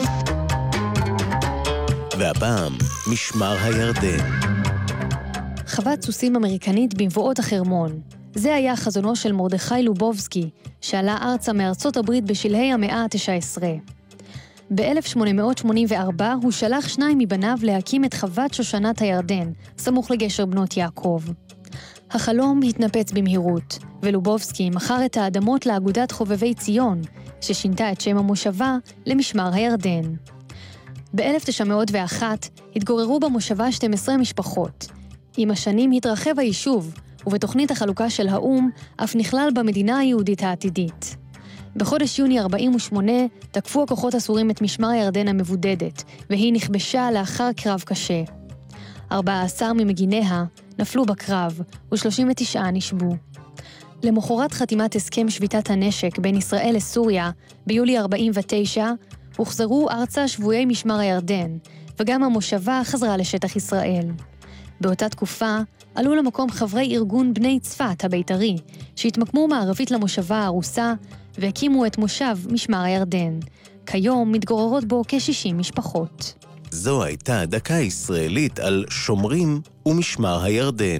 והפעם משמר הירדן. חוות סוסים אמריקנית במבואות החרמון. זה היה חזונו של מרדכי לובובסקי, שעלה ארצה מארצות הברית בשלהי המאה ה-תשע עשרה. ב-אלף שמונה מאות שמונים וארבע הוא שלח שניים מבניו להקים את חוות שושנת הירדן, סמוך לגשר בנות יעקב. החלום התנפץ במהירות, ולובובסקי מכר את האדמות לאגודת חובבי ציון, ששינתה את שם המושבה למשמר הירדן. ב-אלף תשע מאות ואחת התגוררו במושבה שתים עשרה משפחות. עם השנים התרחב היישוב, ובתוכנית החלוקה של האום אף נכלל במדינה היהודית העתידית. בחודש יוני ארבעים ושמונה תקפו הכוחות הסורים את משמר הירדן המבודדת, והיא נכבשה לאחר קרב קשה. ארבעה עשר ממגיניה נפלו בקרב ו-שלושים ותשע נשבו. למחרת חתימת הסכם שביתת הנשק בין ישראל לסוריה ביולי ארבעים ותשע, הוחזרו ארצה שבויי משמר הירדן, וגם המושבה חזרה לשטח ישראל. באותה תקופה עלו למקום חברי ארגון בני צפת הבית"רי, שהתמקמו מערבית למושבה הרוסה, והקימו את מושב משמר הירדן. כיום מתגוררות בו כ-שישים משפחות. זו הייתה דקה ישראלית על שומרים ומשמר הירדן.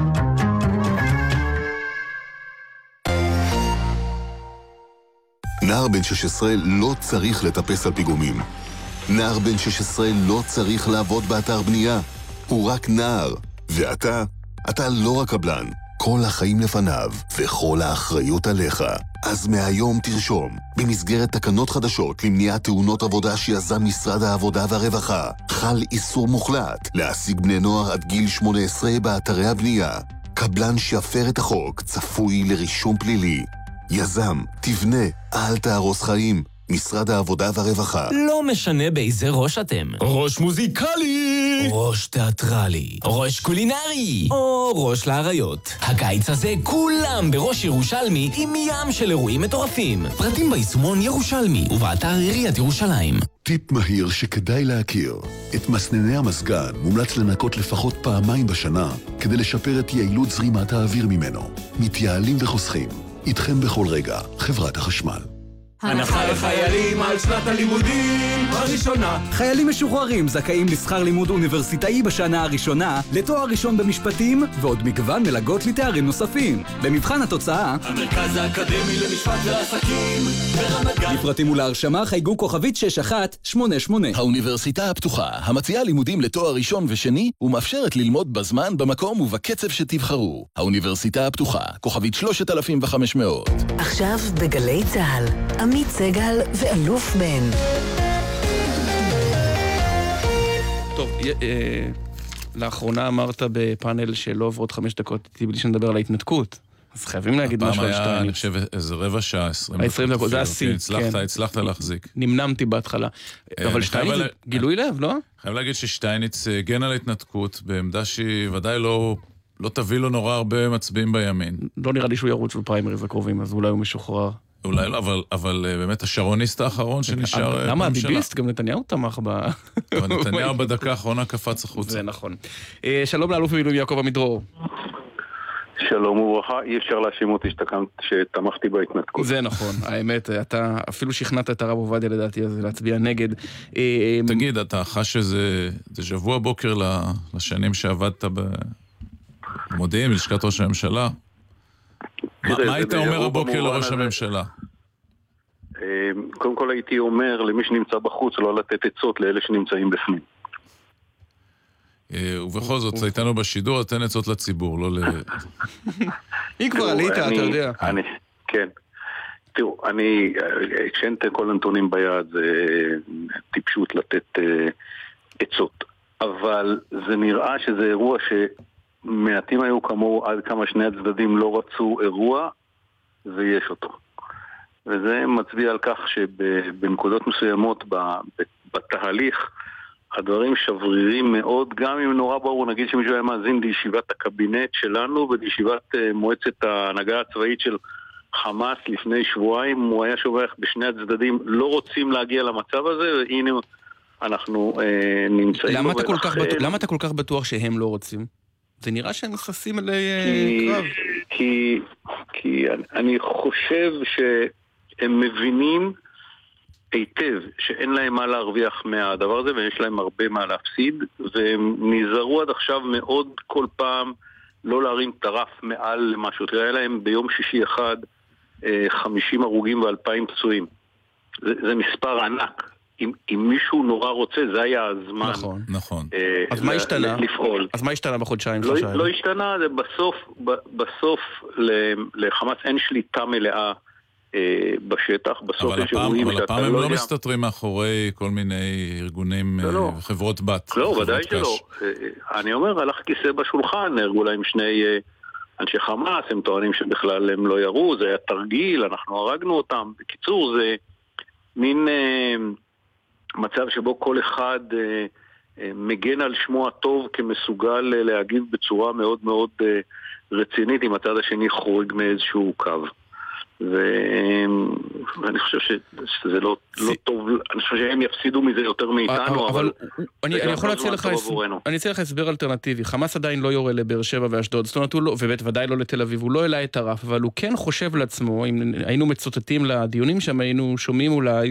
נער בן שש עשרה לא צריך לטפס על פיגומים. נער בן שש עשרה לא צריך לעבוד באתר בנייה. הוא רק נער. ואתה? אתה לא רק קבלן. כל החיים לפניו, וכל האחריות עליך. אז מהיום תרשום, במסגרת תקנות חדשות למניעת תאונות עבודה שיזם משרד העבודה והרווחה, חל איסור מוחלט להשיג בני נוער עד גיל שמונה עשרה באתרי הבנייה. קבלן שיפר את החוק צפוי לרישום פלילי. יזם, תבנה, אל תהרוס חיים. משרד העבודה והרווחה. לא משנה באיזה ראש אתם. ראש מוזיקלי, ראש תיאטרלי, ראש קולינרי, או ראש לאריות. הקיץ הזה כולם בראש ירושלמי עם ים של אירועים מטורפים. פרטים ביישומון ירושלמי ובאתר עיריית ירושלים. טיפ מהיר שכדאי להכיר. את מסנני המזגן מומלץ לנקות לפחות פעמיים בשנה כדי לשפר את יעילות זרימת האוויר ממנו. מתייעלים וחוסכים. איתכם בכל רגע, חברת החשמל. הנחה לחיילים על שנת הלימודים הראשונה. חיילים משוחררים זכאים לשכר לימוד אוניברסיטאי בשנה הראשונה, לתואר ראשון במשפטים ועוד מגוון מלגות לתארים נוספים. במבחן התוצאה, המרכז האקדמי למשפט ועסקים ברמת גן. לפרטים ולהרשמה חייגו כוכבית שש אחת שמונה שמונה. האוניברסיטה הפתוחה, המציעה לימודים לתואר ראשון ושני ומאפשרת ללמוד בזמן, במקום ובקצב שתבחרו. האוניברסיטה הפתוחה, כוכבית שלושת אלפים וחמש מאות. עכשיו בגלי צהל, עמית סגל ואלוף בן. טוב, לאחרונה אמרת בפאנל שלא עוברות חמש דקות בלי שנדבר על ההתנתקות. אז חייבים להגיד משהו על שטייניץ. הפעם היה, אני חושב, איזה רבע שעה, עשרים דקות, זה השיא. הצלחת, הצלחת להחזיק. נמנמתי בהתחלה. אבל שטייניץ זה גילוי לב, לא? חייב להגיד ששטייניץ הגן על ההתנתקות בעמדה שהיא ודאי לא... לא תביא לו נורא הרבה מצביעים בימין. לא נראה לי שהוא ירוץ בפריימריז הקרובים, אז אולי הוא משוחרר. אולי לא, אבל, אבל באמת השרוניסט האחרון שנשאר... למה הביביסט? גם נתניהו תמך ב... אבל נתניהו בדקה האחרונה קפץ החוצה. זה נכון. שלום לאלוף במילואים יעקב עמידרור. שלום וברכה, אי אפשר להאשים אותי שתמכתי בהתנתקות. זה נכון, האמת, אתה אפילו שכנעת את הרב עובדיה לדעתי אז להצביע נגד. תגיד, אתה חש שזה שבוע בוקר לשנים שעבדת במודיעין, בלשכת ראש הממשלה? מה היית אומר הבוקר לראש הממשלה? קודם כל הייתי אומר למי שנמצא בחוץ לא לתת עצות לאלה שנמצאים בפנים. ובכל זאת, איתנו בשידור, תן עצות לציבור, לא ל... אם כבר עלית, אתה יודע. כן. תראו, אני, כשאין כל הנתונים ביד, זה טיפשות לתת עצות. אבל זה נראה שזה אירוע ש... מעטים היו כמוהו עד כמה שני הצדדים לא רצו אירוע ויש אותו. וזה מצביע על כך שבנקודות מסוימות בתהליך הדברים שברירים מאוד, גם אם נורא ברור, נגיד שמישהו היה מאזין לישיבת הקבינט שלנו ולישיבת מועצת ההנהגה הצבאית של חמאס לפני שבועיים, הוא היה שובח בשני הצדדים לא רוצים להגיע למצב הזה, והנה אנחנו אה, נמצאים. למה אתה, כל כך בטוח, למה אתה כל כך בטוח שהם לא רוצים? זה נראה שהם נססים אלי כי, קרב. כי, כי אני חושב שהם מבינים היטב שאין להם מה להרוויח מהדבר הזה ויש להם הרבה מה להפסיד, והם נזהרו עד עכשיו מאוד כל פעם לא להרים טרף מעל למשהו. תראה להם ביום שישי אחד חמישים הרוגים ואלפיים פצועים. זה, זה מספר ענק. אם, אם מישהו נורא רוצה, זה היה הזמן. נכון, נכון. אה, אז מה השתנה? לפעול. אז מה השתנה בחודשיים? לא, לא השתנה, זה בסוף, ב, בסוף לחמאס אין שליטה מלאה אה, בשטח. בסוף אבל יש הפעם, אירועים אבל הפעם הם לא לא יודע... מסתתרים מאחורי כל מיני ארגונים לא, וחברות בת. לא, ודאי שלא. אני אומר, הלך כיסא בשולחן, נהרגו להם שני אנשי חמאס, הם טוענים שבכלל הם לא ירו, זה היה תרגיל, אנחנו הרגנו אותם. בקיצור, זה מין... מצב שבו כל אחד אה, מגן על שמו הטוב כמסוגל להגיב בצורה מאוד מאוד רצינית אם הצד השני חורג מאיזשהו קו. ואני חושב שזה לא טוב, אני חושב שהם יפסידו מזה יותר מאיתנו, אבל אני יכול להציע לך אני אציע לך הסבר אלטרנטיבי. חמאס עדיין לא יורה לבאר שבע ואשדוד, זאת אומרת, ובוודאי לא לתל אביב, הוא לא העלה את הרף, אבל הוא כן חושב לעצמו, אם היינו מצוטטים לדיונים שם, היינו שומעים אולי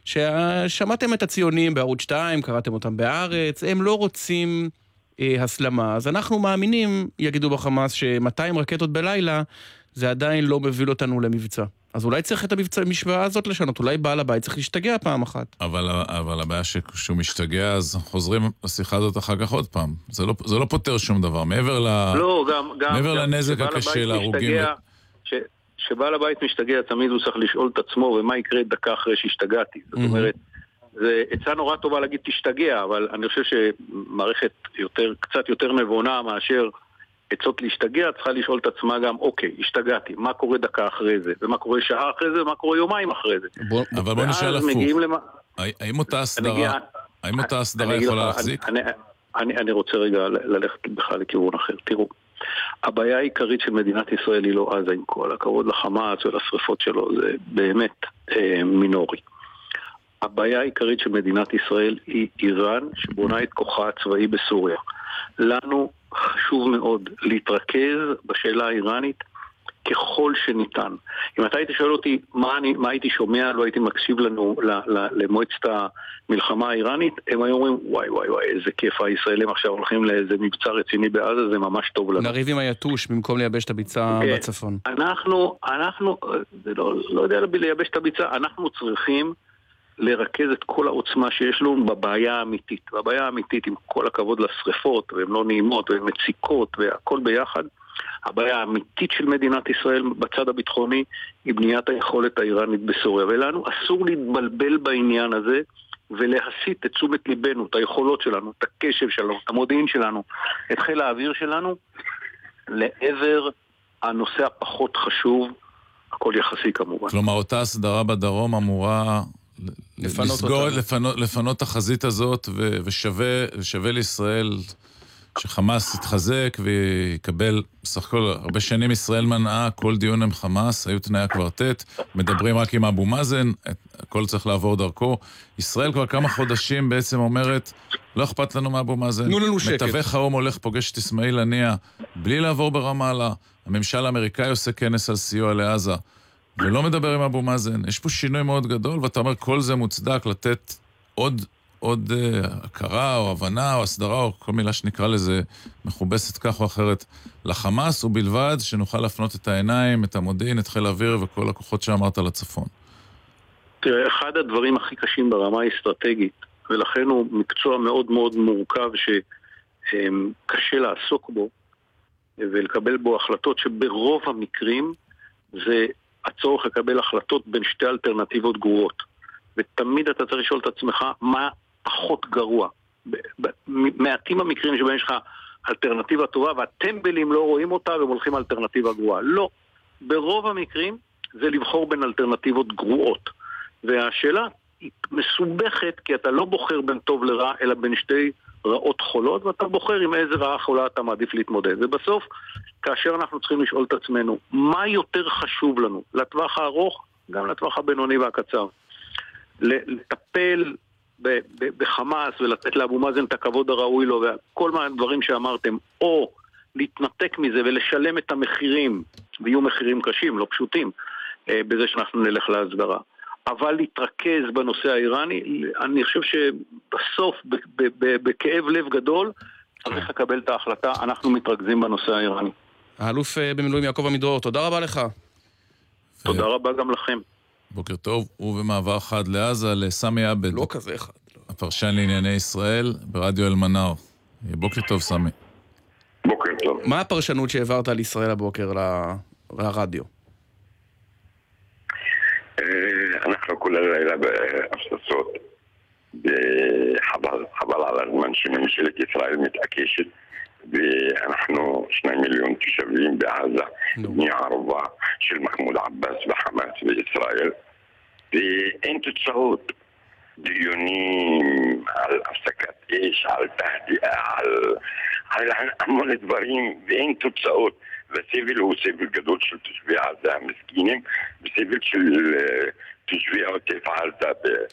ששמעתם את הציונים בערוץ שתיים, קראתם אותם בארץ, הם לא רוצים הסלמה, אז אנחנו מאמינים, יגידו בחמאס, ש-מאתיים רקטות בלילה זה עדיין לא מוביל אותנו למבצע. אז אולי צריך את המבצע המשוואה הזאת לשנות, אולי בעל הבית צריך להשתגע פעם אחת. אבל, אבל הבעיה שכשהוא משתגע, אז חוזרים לשיחה הזאת אחר כך עוד פעם. זה לא, זה לא פותר שום דבר. מעבר, ל... לא, גם, גם, מעבר גם, לנזק הקשה להרוגים. ש... שבעל הבית משתגע, תמיד הוא צריך לשאול את עצמו, ומה יקרה דקה אחרי שהשתגעתי. זאת אומרת, זה עצה נורא טובה להגיד תשתגע, אבל אני חושב שמערכת יותר, קצת יותר נבונה מאשר עצות להשתגע, צריכה לשאול את עצמה גם, אוקיי, השתגעתי, מה קורה דקה אחרי זה, ומה קורה שעה אחרי זה, ומה קורה יומיים אחרי זה. אבל בוא נשאל הפוך. האם אותה הסדרה, האם אותה הסדרה יכולה להחזיק? אני רוצה רגע ללכת בכלל לכיוון אחר. תראו, הבעיה העיקרית של מדינת ישראל היא לא עזה, עם כל הכבוד לחמאס ולשריפות שלו, זה באמת מינורי. הבעיה העיקרית של מדינת ישראל היא איראן, שבונה את כוחה הצבאי בסוריה. לנו חשוב מאוד להתרכז בשאלה האיראנית ככל שניתן. אם אתה היית שואל אותי מה, אני, מה הייתי שומע, לא הייתי מקשיב לנו למועצת המלחמה האיראנית, הם היו אומרים, וואי וואי וואי, איזה כיף, הישראלים עכשיו הולכים לאיזה מבצע רציני בעזה, זה ממש טוב לנו. נריב עם היתוש במקום לייבש את הביצה okay. בצפון. אנחנו, אנחנו, זה לא, לא יודע לייבש את הביצה, אנחנו צריכים לרכז את כל העוצמה שיש לנו בבעיה האמיתית. בבעיה האמיתית, עם כל הכבוד לשריפות, והן לא נעימות, והן מציקות, והכל ביחד, הבעיה האמיתית של מדינת ישראל בצד הביטחוני היא בניית היכולת האיראנית בסוריה. ולנו אסור להתבלבל בעניין הזה ולהסיט את תשומת ליבנו, את היכולות שלנו, את הקשב שלנו, את המודיעין שלנו, את חיל האוויר שלנו, לעבר הנושא הפחות חשוב, הכל יחסי כמובן. כלומר, אותה הסדרה בדרום אמורה לסגור, לפנות, לפנות החזית הזאת, ו- ושווה, ושווה לישראל שחמאס יתחזק ויקבל, בסך הכל, הרבה שנים ישראל מנעה כל דיון עם חמאס, היו תנאי הקוורטט, מדברים רק עם אבו מאזן, הכל צריך לעבור דרכו. ישראל כבר כמה חודשים בעצם אומרת, לא אכפת לנו מאבו מאזן, מתווך האום הולך פוגש את אסמאעיל הנייה, בלי לעבור ברמאללה, הממשל האמריקאי עושה כנס על סיוע לעזה, ולא מדבר עם אבו מאזן. יש פה שינוי מאוד גדול, ואתה אומר, כל זה מוצדק לתת עוד, עוד uh, הכרה או הבנה או הסדרה או כל מילה שנקרא לזה מכובסת כך או אחרת לחמאס, ובלבד שנוכל להפנות את העיניים, את המודיעין, את חיל האוויר וכל הכוחות שאמרת לצפון. תראה, אחד הדברים הכי קשים ברמה האסטרטגית, ולכן הוא מקצוע מאוד מאוד מורכב שקשה לעסוק בו ולקבל בו החלטות שברוב המקרים זה הצורך לקבל החלטות בין שתי אלטרנטיבות גרועות. ותמיד אתה צריך לשאול את עצמך מה פחות גרוע. מעטים המקרים שבהם יש לך אלטרנטיבה טובה והטמבלים לא רואים אותה והם הולכים אלטרנטיבה גרועה. לא. ברוב המקרים זה לבחור בין אלטרנטיבות גרועות. והשאלה היא מסובכת כי אתה לא בוחר בין טוב לרע אלא בין שתי רעות חולות, ואתה בוחר עם איזה רעה חולה אתה מעדיף להתמודד. ובסוף, כאשר אנחנו צריכים לשאול את עצמנו, מה יותר חשוב לנו, לטווח הארוך, גם לטווח הבינוני והקצר, לטפל בחמאס ולתת לאבו מאזן את הכבוד הראוי לו, וכל מה הדברים שאמרתם, או להתנתק מזה ולשלם את המחירים, ויהיו מחירים קשים, לא פשוטים, בזה שאנחנו נלך להסדרה. אבל להתרכז בנושא האיראני, אני חושב שבסוף, בכאב לב גדול, צריך לקבל את ההחלטה, אנחנו מתרכזים בנושא האיראני. האלוף במילואים יעקב עמידרור, תודה רבה לך. תודה רבה גם לכם. בוקר טוב, ובמעבר חד לעזה, לסמי עבד. לא כזה אחד. הפרשן לענייני ישראל, ברדיו אלמנאר. בוקר טוב, סמי. בוקר טוב. מה הפרשנות שהעברת על ישראל הבוקר לרדיו? אנחנו כל הלילה בהפססות חבל על הזמן שממשלת ישראל מתעקשת ואנחנו שני מיליון תושבים בעזה, בני ערבה של מחמוד עבאס וחמאס בישראל ואין תוצאות. דיונים על הפסקת אש, על תהדיאה, על, על המון דברים, ואין תוצאות. והסבל הוא סבל גדול של תושבי עזה המסכינים, וסבל של uh, תושבי עוטף עזה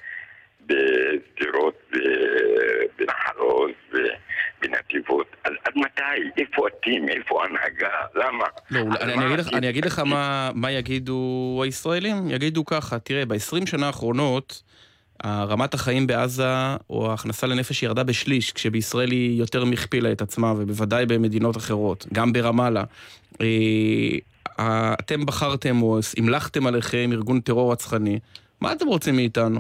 בסדרות, בנחל עוז, בנתיבות. אז עד מתי? איפה אתם? איפה ההנהגה? למה? לא, אני, אני, אגיד לך, אני אגיד לך מה, מה יגידו הישראלים. יגידו ככה, תראה, ב-עשרים שנה האחרונות, רמת החיים בעזה, או ההכנסה לנפש ירדה בשליש, כשבישראל היא יותר מכפילה את עצמה, ובוודאי במדינות אחרות, גם ברמאללה. אתם בחרתם, או המלכתם עליכם ארגון טרור רצחני. מה אתם רוצים מאיתנו?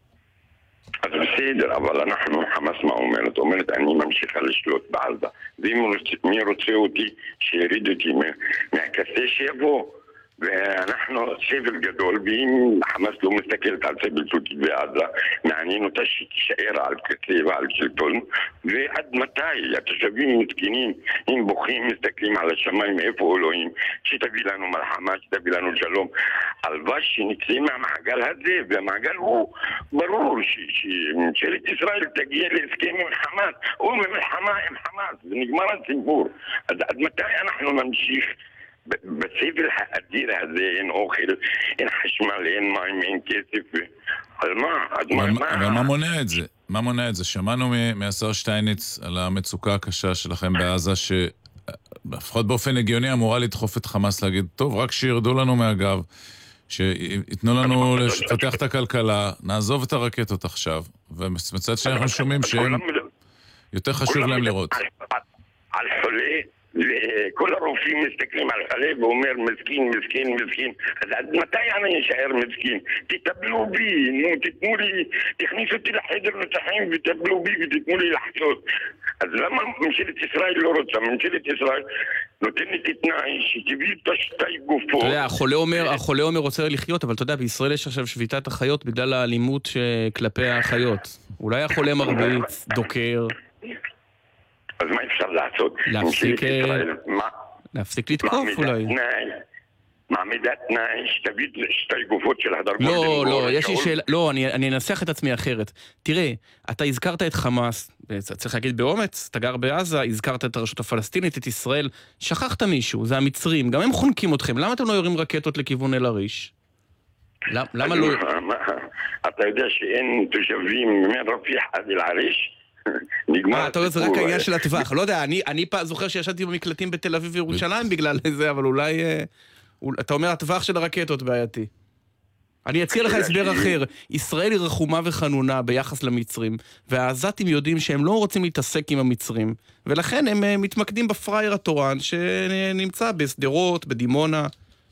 אז בסדר, אבל אנחנו, חמאס מה אומרת? אומרת, אני ממשיכה לשלוט בעזה. ומי רוצה אותי, שיריד אותי מהקצה שיבוא. ואנחנו סבל גדול, ואם חמאס לא מסתכלת על סבל של תושבי עזה, מעניין אותה שתישאר על קצה ועל שלטון. ועד מתי? התושבים מסכנים, הם בוכים, מסתכלים על השמיים, איפה אלוהים, שתביא לנו מלחמה, שתביא לנו שלום. הלוואי שנצא מהמעגל הזה, והמעגל הוא ברור שממשלת ישראל תגיע להסכם עם חמאס, או ממלחמה עם חמאס, ונגמר הסיפור. אז עד מתי אנחנו נמשיך? בסבל האדיר הזה אין אוכל, אין חשמל, אין מים, אין כסף. על מה? אבל מה מונע את זה? מה מונע את זה? שמענו מהשר שטייניץ על המצוקה הקשה שלכם בעזה, שלפחות באופן הגיוני אמורה לדחוף את חמאס להגיד, טוב, רק שירדו לנו מהגב, שיתנו לנו לפתח את הכלכלה, נעזוב את הרקטות עכשיו, ומצד שאנחנו שומעים שהם יותר חשוב להם לראות. על חולה, וכל הרופאים מסתכלים על חולה ואומר מסכין, מסכין, מסכין. אז עד מתי אני אשאר מסכין? תטפלו בי, נו, תתנו לי, תכניסו אותי לחדר נצחים ותטפלו בי ותתנו לי לחצות. אז למה ממשלת ישראל לא רוצה? ממשלת ישראל נותנת תנאי שתביא את השתי גופות. אתה יודע, החולה אומר, החולה אומר רוצה לחיות, אבל אתה יודע, בישראל יש עכשיו שביתת החיות בגלל האלימות כלפי החיות. אולי החולה מרביץ, דוקר. אז מה אפשר לעשות? להפסיק, להפסיק לתקוף אולי. מעמידת תנאי שתביא שתי גופות של הדרגות. לא, לא, יש לי שאלה, לא, אני, אני אנסח את עצמי אחרת. תראה, אתה הזכרת את חמאס, צריך להגיד באומץ, אתה גר בעזה, הזכרת את הרשות הפלסטינית, את ישראל, שכחת מישהו, זה המצרים, גם הם חונקים אתכם, למה אתם לא יורים רקטות לכיוון אל עריש? למה לא... אתה יודע שאין תושבים מרפיח עד אל עריש? נגמר. אתה יודע, זה רק העניין של הטווח. לא יודע, אני זוכר שישבתי במקלטים בתל אביב וירושלים בגלל זה, אבל אולי... אתה אומר, הטווח של הרקטות בעייתי. אני אציע לך הסבר אחר. ישראל היא רחומה וחנונה ביחס למצרים, והעזתים יודעים שהם לא רוצים להתעסק עם המצרים, ולכן הם מתמקדים בפרייר התורן שנמצא בסדרות, בדימונה.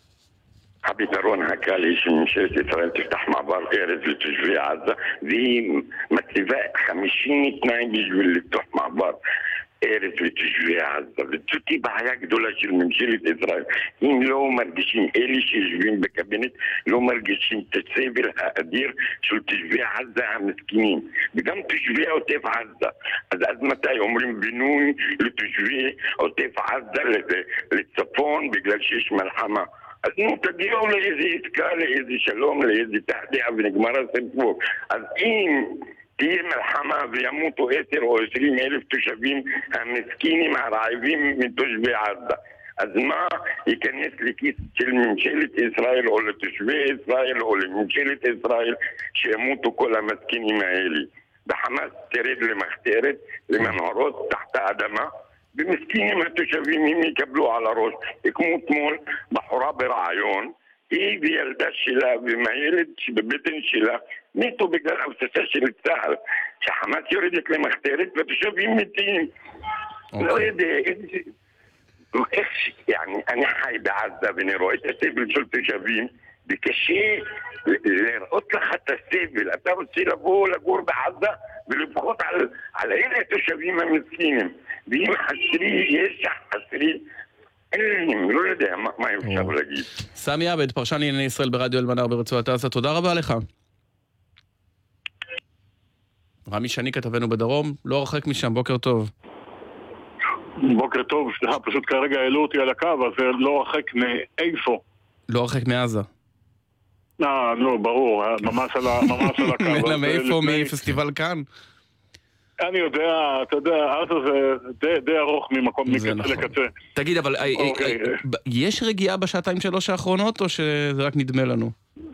הפתרון הקל היא שממשלת ישראל תפתח מעבר ארץ לתושבי עזה, והיא מציבה חמישים תנאים בשביל לפתוח מעבר ארץ לתושבי עזה. וזאתי בעיה גדולה של ממשלת ישראל. אם לא מרגישים, אלה שיושבים בקבינט לא מרגישים את הסבל האדיר של תושבי עזה המסכנים, וגם תושבי עוטף עזה. אז עד מתי אומרים בינוי לתושבי עוטף עזה לצפון בגלל שיש מלחמה? אז נו, תגיעו לאיזה עסקה, לאיזה שלום, לאיזה תחדיה, ונגמר הסיפור. אז אם תהיה מלחמה וימותו עשר או עשרים אלף תושבים המסכינים הרעבים מתושבי עזה, אז מה ייכנס לכיס של ממשלת ישראל או לתושבי ישראל או לממשלת ישראל שימותו כל המסכינים האלה? בחמאס תרד למחתרת, למנהרות תחת האדמה, ומסכינים התושבים הם יקבלו על הראש. כמו אתמול בחורה ברעיון, היא וילדה שלה ומהילד שבבטן שלה מתו בגלל הבססה של צה"ל, שחמאס יורדת למחתרת והתושבים מתים. לא יודע, איך ש... אני חי בעזה ואני רואה את הסבל של תושבים, וקשה לראות לך את הסבל. אתה רוצה לבוא לגור בעזה ולפחות על, על אלה התושבים המסכינים. ואם חסרי, יש חסרי, אין, לא יודע מה, מה אפשר להגיד. סמי עבד, פרשן לענייני ישראל ברדיו אלמנר ברצועת עזה, תודה רבה לך. רמי שני כתבנו בדרום, לא הרחק משם, בוקר טוב. בוקר טוב, סליחה, פשוט כרגע העלו אותי על הקו, אז זה לא הרחק מאיפה? לא הרחק מעזה. אה, נו, ברור, ממש על הקו. מאיפה? מפסטיבל כאן? אני יודע, אתה יודע, אז זה די ארוך ממקום מקצה לקצה. תגיד, אבל יש רגיעה בשעתיים שלוש האחרונות, או שזה רק נדמה לנו?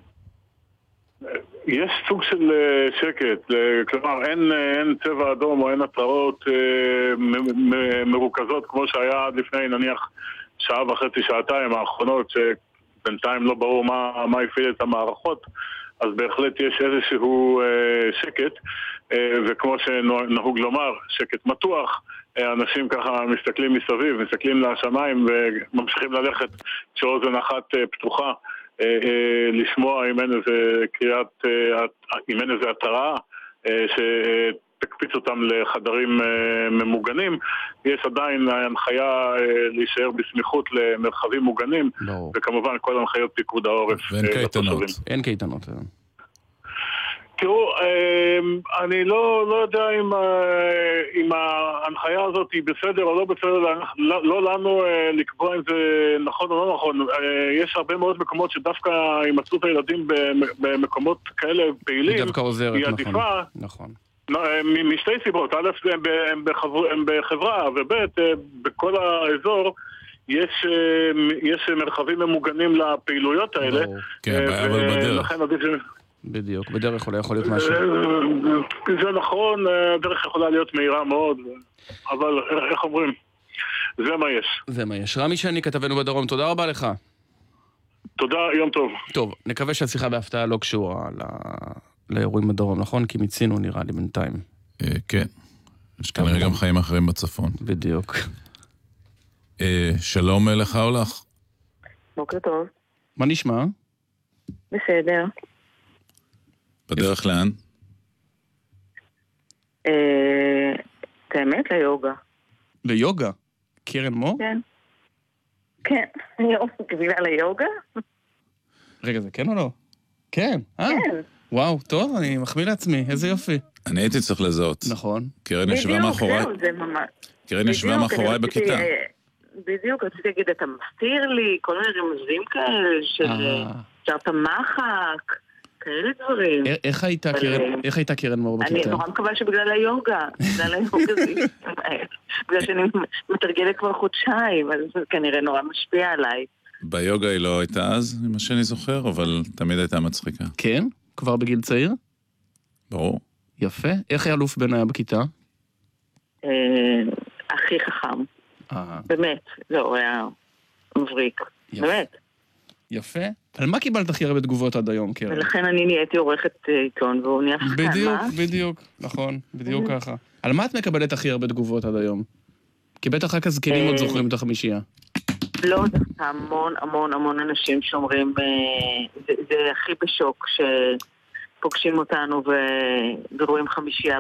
יש סוג של שקט, כלומר אין, אין צבע אדום או אין התראות מרוכזות כמו שהיה עד לפני נניח שעה וחצי, שעתיים האחרונות, שבינתיים לא ברור מה, מה הפעיל את המערכות, אז בהחלט יש איזשהו שקט, וכמו שנהוג לומר, שקט מתוח, אנשים ככה מסתכלים מסביב, מסתכלים לשמיים וממשיכים ללכת כשאוזן אחת פתוחה, לשמוע אם אין איזה קריאת, אם אין איזה התראה שתקפיץ אותם לחדרים ממוגנים. יש עדיין הנחיה להישאר בסמיכות למרחבים מוגנים, וכמובן כל הנחיות פיקוד העורף. ואין קייטנות. אין קייטנות. תראו, אני לא, לא יודע אם, אם ההנחיה הזאת היא בסדר או לא בסדר, לא, לא לנו לקבוע אם זה נכון או לא נכון. יש הרבה מאוד מקומות שדווקא הימצאות הילדים במקומות כאלה פעילים, היא דווקא עוזרת, היא עדיפה. נכון. משתי סיבות, א', הם בחברה, הם בחברה וב', בכל האזור יש, יש מרחבים ממוגנים לפעילויות האלה. כן, אבל בדרך. ולכן עדיף... בדיוק, בדרך אולי יכול להיות משהו. זה נכון, הדרך יכולה להיות מהירה מאוד, אבל איך אומרים? זה מה יש. זה מה יש. רמי שני, כתבנו בדרום, תודה רבה לך. תודה, יום טוב. טוב, נקווה שהשיחה בהפתעה לא קשורה לאירועים בדרום, נכון? כי מיצינו נראה לי בינתיים. כן. יש כנראה גם חיים אחרים בצפון. בדיוק. שלום לך או לך? בוקר טוב. מה נשמע? בסדר. בדרך לאן? את האמת, ליוגה. ליוגה? קרן מו? כן. כן, יופי, בגלל היוגה. רגע, זה כן או לא? כן. כן. וואו, טוב, אני מחמיא לעצמי, איזה יופי. אני הייתי צריך לזהות. נכון. קרן ישבה מאחוריי. בדיוק, זהו, זה ממש. קרן ישבה מאחוריי בכיתה. בדיוק, רציתי להגיד, אתה מסתיר לי, כל מיני רמזים כאלה של שרת המחק. כאלה דברים. איך הייתה קרן, איך הייתה קרן מור בכיתה? אני נורא מקווה שבגלל היוגה, בגלל היוגה זה, בגלל שאני מתרגלת כבר חודשיים, אז זה כנראה נורא משפיע עליי. ביוגה היא לא הייתה אז, ממה שאני זוכר, אבל תמיד הייתה מצחיקה. כן? כבר בגיל צעיר? ברור. יפה. איך היה אלוף בן היה בכיתה? הכי חכם. באמת. לא, הוא היה מבריק. באמת. יפה. על מה קיבלת הכי הרבה תגובות עד היום, קרן? ולכן אני נהייתי עורכת עיתון, והוא נהיה שחקן, מה? בדיוק, בדיוק, נכון, בדיוק ככה. על מה את מקבלת הכי הרבה תגובות עד היום? כי בטח רק הזקנים עוד זוכרים את החמישייה. לא, זה המון המון המון אנשים שאומרים, זה הכי בשוק שפוגשים אותנו ורואים חמישייה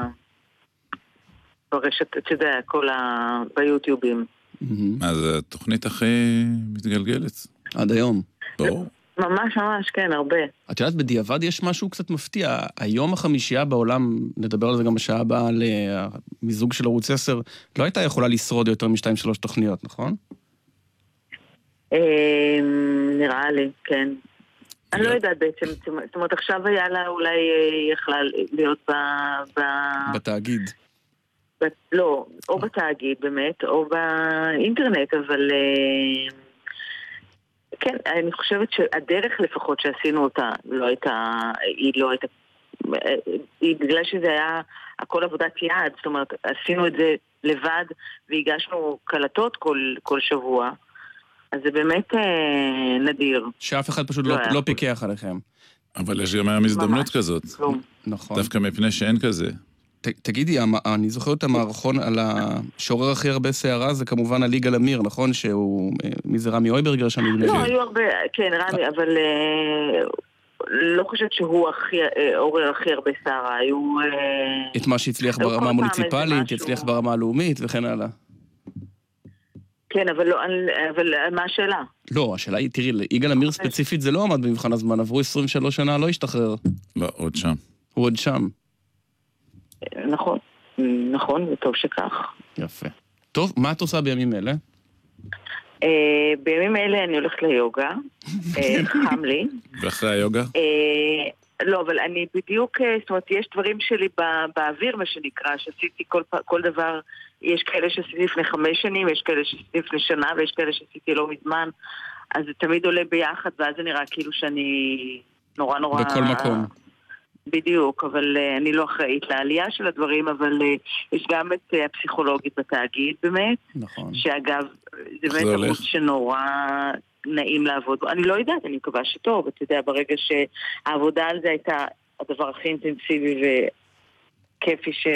ברשת, אתה יודע, כל ה... ביוטיובים. מה, זו התוכנית הכי מתגלגלת? עד היום. ברור. ממש ממש, כן, הרבה. את יודעת, בדיעבד יש משהו קצת מפתיע. היום החמישייה בעולם, נדבר על זה גם בשעה הבאה, למיזוג של ערוץ עשר, לא הייתה יכולה לשרוד יותר משתיים שלוש תוכניות, נכון? נראה לי, כן. אני לא יודעת בעצם, זאת אומרת, עכשיו היה לה אולי יכלה להיות ב... בתאגיד. לא, או בתאגיד באמת, או באינטרנט, אבל... כן, אני חושבת שהדרך לפחות שעשינו אותה לא הייתה, היא לא הייתה, היא בגלל שזה היה הכל עבודת יד, זאת אומרת, עשינו את זה לבד והגשנו קלטות כל, כל שבוע, אז זה באמת אה, נדיר. שאף אחד פשוט לא, לא פיקח עליכם. אבל יש גם היום הזדמנות כזאת. נכון. דווקא מפני שאין כזה. ת, תגידי, אני זוכר את המערכון על השורר הכי הרבה שערה, זה כמובן על יגאל עמיר, נכון? שהוא, מי זה רמי אויברגר שאני מבין? לא, היו הרבה, כן, רמי, אבל לא חושבת שהוא עורר הכי הרבה שערה, היו... את מה שהצליח ברמה המוניציפלית, הצליח ברמה הלאומית וכן הלאה. כן, אבל לא, אבל מה השאלה? לא, השאלה היא, תראי, יגאל עמיר ספציפית זה לא עמד במבחן הזמן, עברו עשרים ושלוש שנה, לא השתחרר. לא, עוד שם. הוא עוד שם. נכון, נכון, וטוב שכך. יפה. טוב, מה את עושה בימים אלה? בימים אלה אני הולכת ליוגה, חם לי. ואחרי היוגה? לא, אבל אני בדיוק, זאת אומרת, יש דברים שלי באוויר, מה שנקרא, שעשיתי כל, כל דבר, יש כאלה שעשיתי לפני חמש שנים, יש כאלה שעשיתי לפני שנה, ויש כאלה שעשיתי לא מזמן, אז זה תמיד עולה ביחד, ואז זה נראה כאילו שאני נורא נורא... בכל מקום. בדיוק, אבל uh, אני לא אחראית לעלייה של הדברים, אבל uh, יש גם את uh, הפסיכולוגית בתאגיד באמת, נכון. שאגב, זה באמת ערוץ שנורא נעים לעבוד. אני לא יודעת, אני מקווה שטוב, אתה יודע, ברגע שהעבודה על זה הייתה הדבר הכי אינטנסיבי וכיפי ש...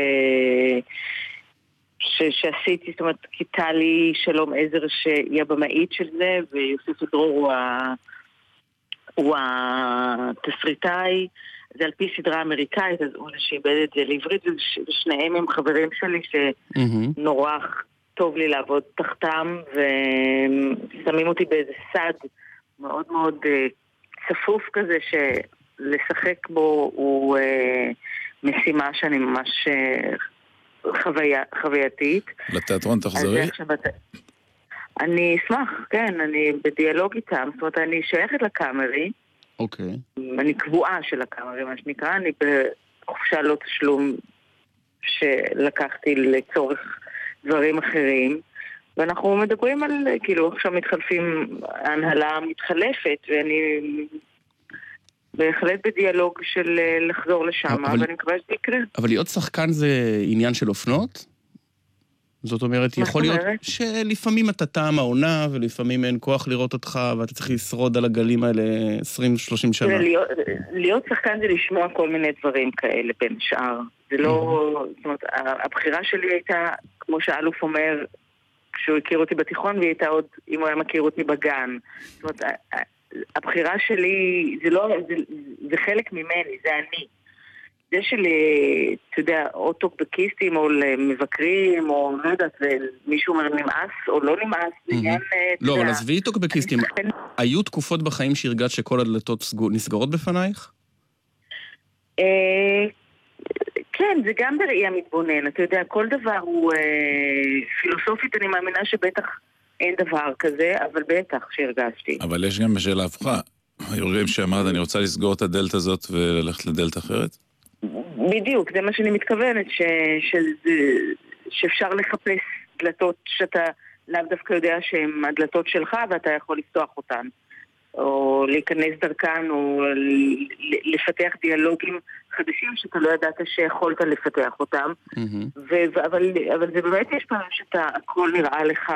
ש... שעשיתי, זאת אומרת, כיתה לי שלום עזר שהיא הבמאית של זה, ויוסף דרור הוא, ה... הוא התסריטאי, זה על פי סדרה אמריקאית, אז הוא שאיבד את זה לעברית, ושניהם הם חברים שלי שנורא טוב לי לעבוד תחתם, ושמים אותי באיזה סד מאוד מאוד צפוף כזה, שלשחק בו הוא משימה שאני ממש חוויה, חווייתית. לתיאטרון תחזרי? אני אשמח, כן, אני בדיאלוג איתם, זאת אומרת, אני שייכת לקאמרי, אוקיי. אני קבועה של הקאמרי, מה שנקרא, אני בחופשה לא תשלום שלקחתי לצורך דברים אחרים, ואנחנו מדברים על, כאילו, עכשיו מתחלפים, ההנהלה מתחלפת, ואני בהחלט בדיאלוג של לחזור לשם, אבל אני מקווה שזה יקרה. אבל להיות שחקן זה עניין של אופנות? זאת אומרת, יכול להיות שלפעמים אתה טעם העונה, ולפעמים אין כוח לראות אותך, ואתה צריך לשרוד על הגלים האלה עשרים שלושים שנה. להיות שחקן זה לשמוע כל מיני דברים כאלה בין שאר. זה לא... זאת אומרת, הבחירה שלי הייתה, כמו שאלוף אומר, כשהוא הכיר אותי בתיכון, והיא הייתה עוד, אם הוא היה מכיר אותי בגן. זאת אומרת, הבחירה שלי, זה לא... זה חלק ממני, זה אני. זה של, אתה יודע, או טוקבקיסטים, או מבקרים, או לא יודעת, ומישהו אומר נמאס, או לא נמאס, זה עניין... לא, אבל עזבי טוקבקיסטים, היו תקופות בחיים שהרגעת שכל הדלתות נסגרות בפנייך? כן, זה גם בראייה מתבונן, אתה יודע, כל דבר הוא... פילוסופית אני מאמינה שבטח אין דבר כזה, אבל בטח שהרגשתי. אבל יש גם בשאלה הפוכה. היו רגעים שאמרת, אני רוצה לסגור את הדלת הזאת וללכת לדלת אחרת? בדיוק, זה מה שאני מתכוונת, ש, ש, שאפשר לחפש דלתות שאתה לאו דווקא יודע שהן הדלתות שלך ואתה יכול לפתוח אותן, או להיכנס דרכן, או לפתח דיאלוגים חדשים שאתה לא ידעת שיכולת לפתח אותם. Mm-hmm. ו- אבל, אבל זה באמת יש פעמים שאתה, הכל נראה לך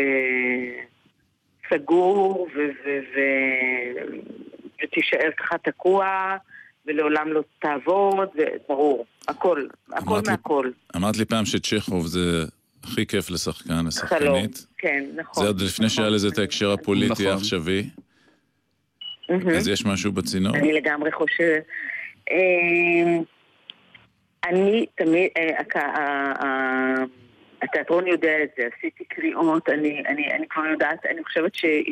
שסגור ו- ו- ו- ותישאר ככה תקוע, ולעולם לא תעבוד, ברור, הכל, הכל מהכל. אמרת לי פעם שצ'כוב זה הכי כיף לשחקן, לשחקנית. חלום, כן, נכון. זה עוד לפני שהיה לזה את ההקשר הפוליטי העכשווי. אז יש משהו בצינור? אני לגמרי חושב... אני תמיד... התיאטרון יודע את זה, עשיתי קריאות, אני כבר יודעת, אני חושבת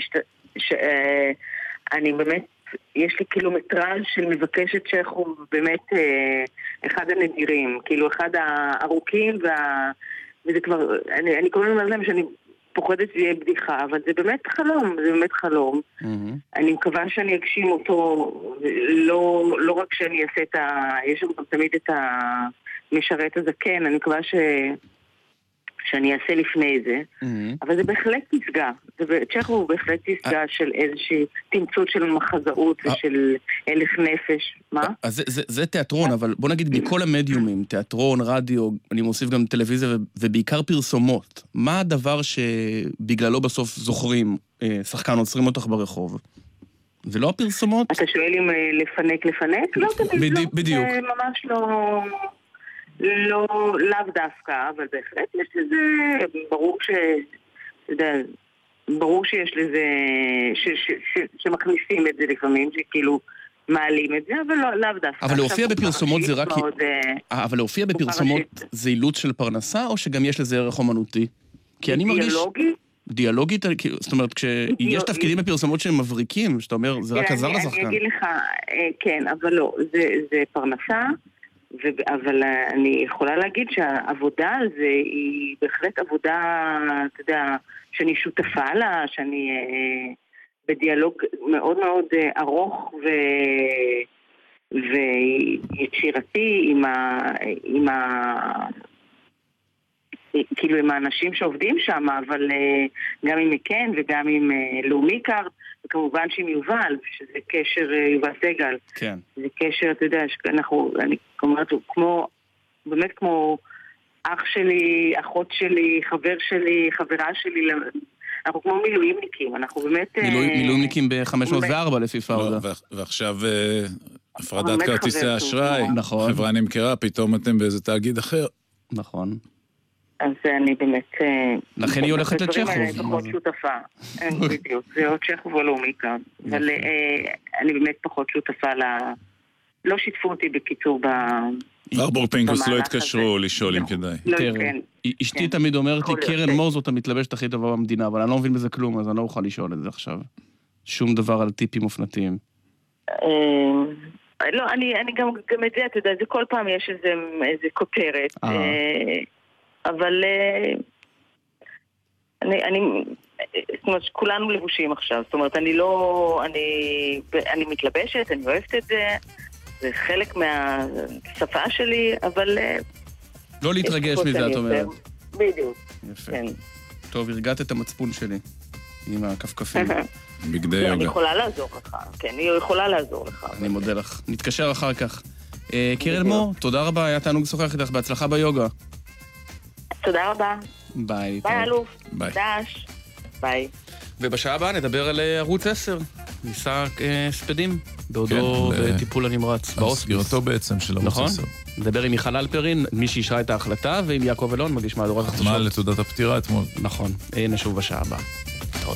שאני באמת... יש לי קילומטרז' של מבקשת צ'כוב באמת אה, אחד הנדירים, כאילו אחד הארוכים, וה... וזה כבר, אני, אני כל הזמן אומר להם שאני פוחדת שזה יהיה בדיחה, אבל זה באמת חלום, זה באמת חלום. Mm-hmm. אני מקווה שאני אגשים אותו, לא, לא רק שאני אעשה את ה... יש גם תמיד את המשרת הזקן, אני מקווה ש... שאני אעשה לפני זה, mm-hmm. אבל זה בהחלט פסגה. צ'כוב הוא בהחלט פסגה של איזושהי תמצות של מחזאות ושל אלף נפש. מה? אז זה, זה, זה תיאטרון, אבל בוא נגיד מכל המדיומים, תיאטרון, רדיו, אני מוסיף גם טלוויזיה ובעיקר פרסומות. מה הדבר שבגללו בסוף זוכרים, שחקן עוצרים אותך ברחוב? זה לא הפרסומות? אתה שואל אם לפנק לפנק? לא תמיד, לא. בדיוק. זה ממש לא... לא, לאו דווקא, אבל בהחלט יש לזה, ברור ש... אתה יודע, ברור שיש לזה, ש, ש, ש, שמכניסים את זה לפעמים, שכאילו מעלים את זה, אבל לא, לאו דווקא. אבל להופיע בפרסומות זה רק... מאוד, אבל להופיע בפרסומות זה אילוץ של פרנסה, או שגם יש לזה ערך אומנותי? כי אני מרגיש... דיאלוגי? דיאלוגית, זאת אומרת, כשיש תפקידים בפרסומות שהם מבריקים, שאתה אומר, זה רק עזר לשחקן. אני אגיד לך, כן, אבל לא, זה פרנסה, אבל אני יכולה להגיד שהעבודה הזו היא בהחלט עבודה, אתה יודע, שאני שותפה לה, שאני בדיאלוג מאוד מאוד ארוך ו... ויצירתי עם ה... עם ה... כאילו עם האנשים שעובדים שם, אבל גם עם מקן וגם עם לאומי קארד, וכמובן שעם יובל, שזה קשר יובל סגל. כן. זה קשר, אתה יודע, אנחנו, אני אומרת, כמו, באמת כמו אח שלי, אחות שלי, חבר שלי, חברה שלי, אנחנו כמו מילואימניקים, אנחנו באמת... מילואימניקים ב-חמש מאות וארבע לפי פאודה. ועכשיו הפרדת כרטיסי אשראי, חברה נמכרה, פתאום אתם באיזה תאגיד אחר. נכון. אז אני באמת... לכן היא הולכת לצ'כוב. אני פחות שותפה. בדיוק, זה עוד צ'כוב או לאומי כאן. אבל אני באמת פחות שותפה ל... לא שיתפו אותי בקיצור ב... ארבור פינקוס לא התקשרו לשאול אם כדאי. אשתי תמיד אומרת לי, קרן מור זאת המתלבשת הכי טובה במדינה, אבל אני לא מבין בזה כלום, אז אני לא אוכל לשאול את זה עכשיו. שום דבר על טיפים אופנתיים. לא, אני גם את זה, אתה יודע, זה כל פעם יש איזה כותרת. אבל אני, אני, זאת אומרת, כולנו לבושים עכשיו, זאת אומרת, אני לא, אני, אני מתלבשת, אני אוהבת את זה, זה חלק מהשפה שלי, אבל... לא להתרגש מזה, את אומרת. בדיוק. יפה. כן. טוב, הרגעת את המצפון שלי, עם הכפכפים. בגדי יוגה. אני יכולה לעזור לך, כן, אני יכולה לעזור לך. אני מודה לך. נתקשר אחר כך. קרן מור, תודה רבה, היה תענוג לשוחח איתך, בהצלחה ביוגה. תודה רבה. ביי. ביי אלוף. ביי. דש. ביי. ובשעה הבאה נדבר על ערוץ עשר. ניסה ספדים, בעודו בטיפול הנמרץ. סגירתו בעצם של ערוץ עשר. נכון. נדבר עם מיכל אלפרין, מי שאישרה את ההחלטה, ועם יעקב אלון, מגיש מהדורת החדשות. חתמה לתעודת הפטירה אתמול. נכון. נשוב בשעה הבאה. תודה.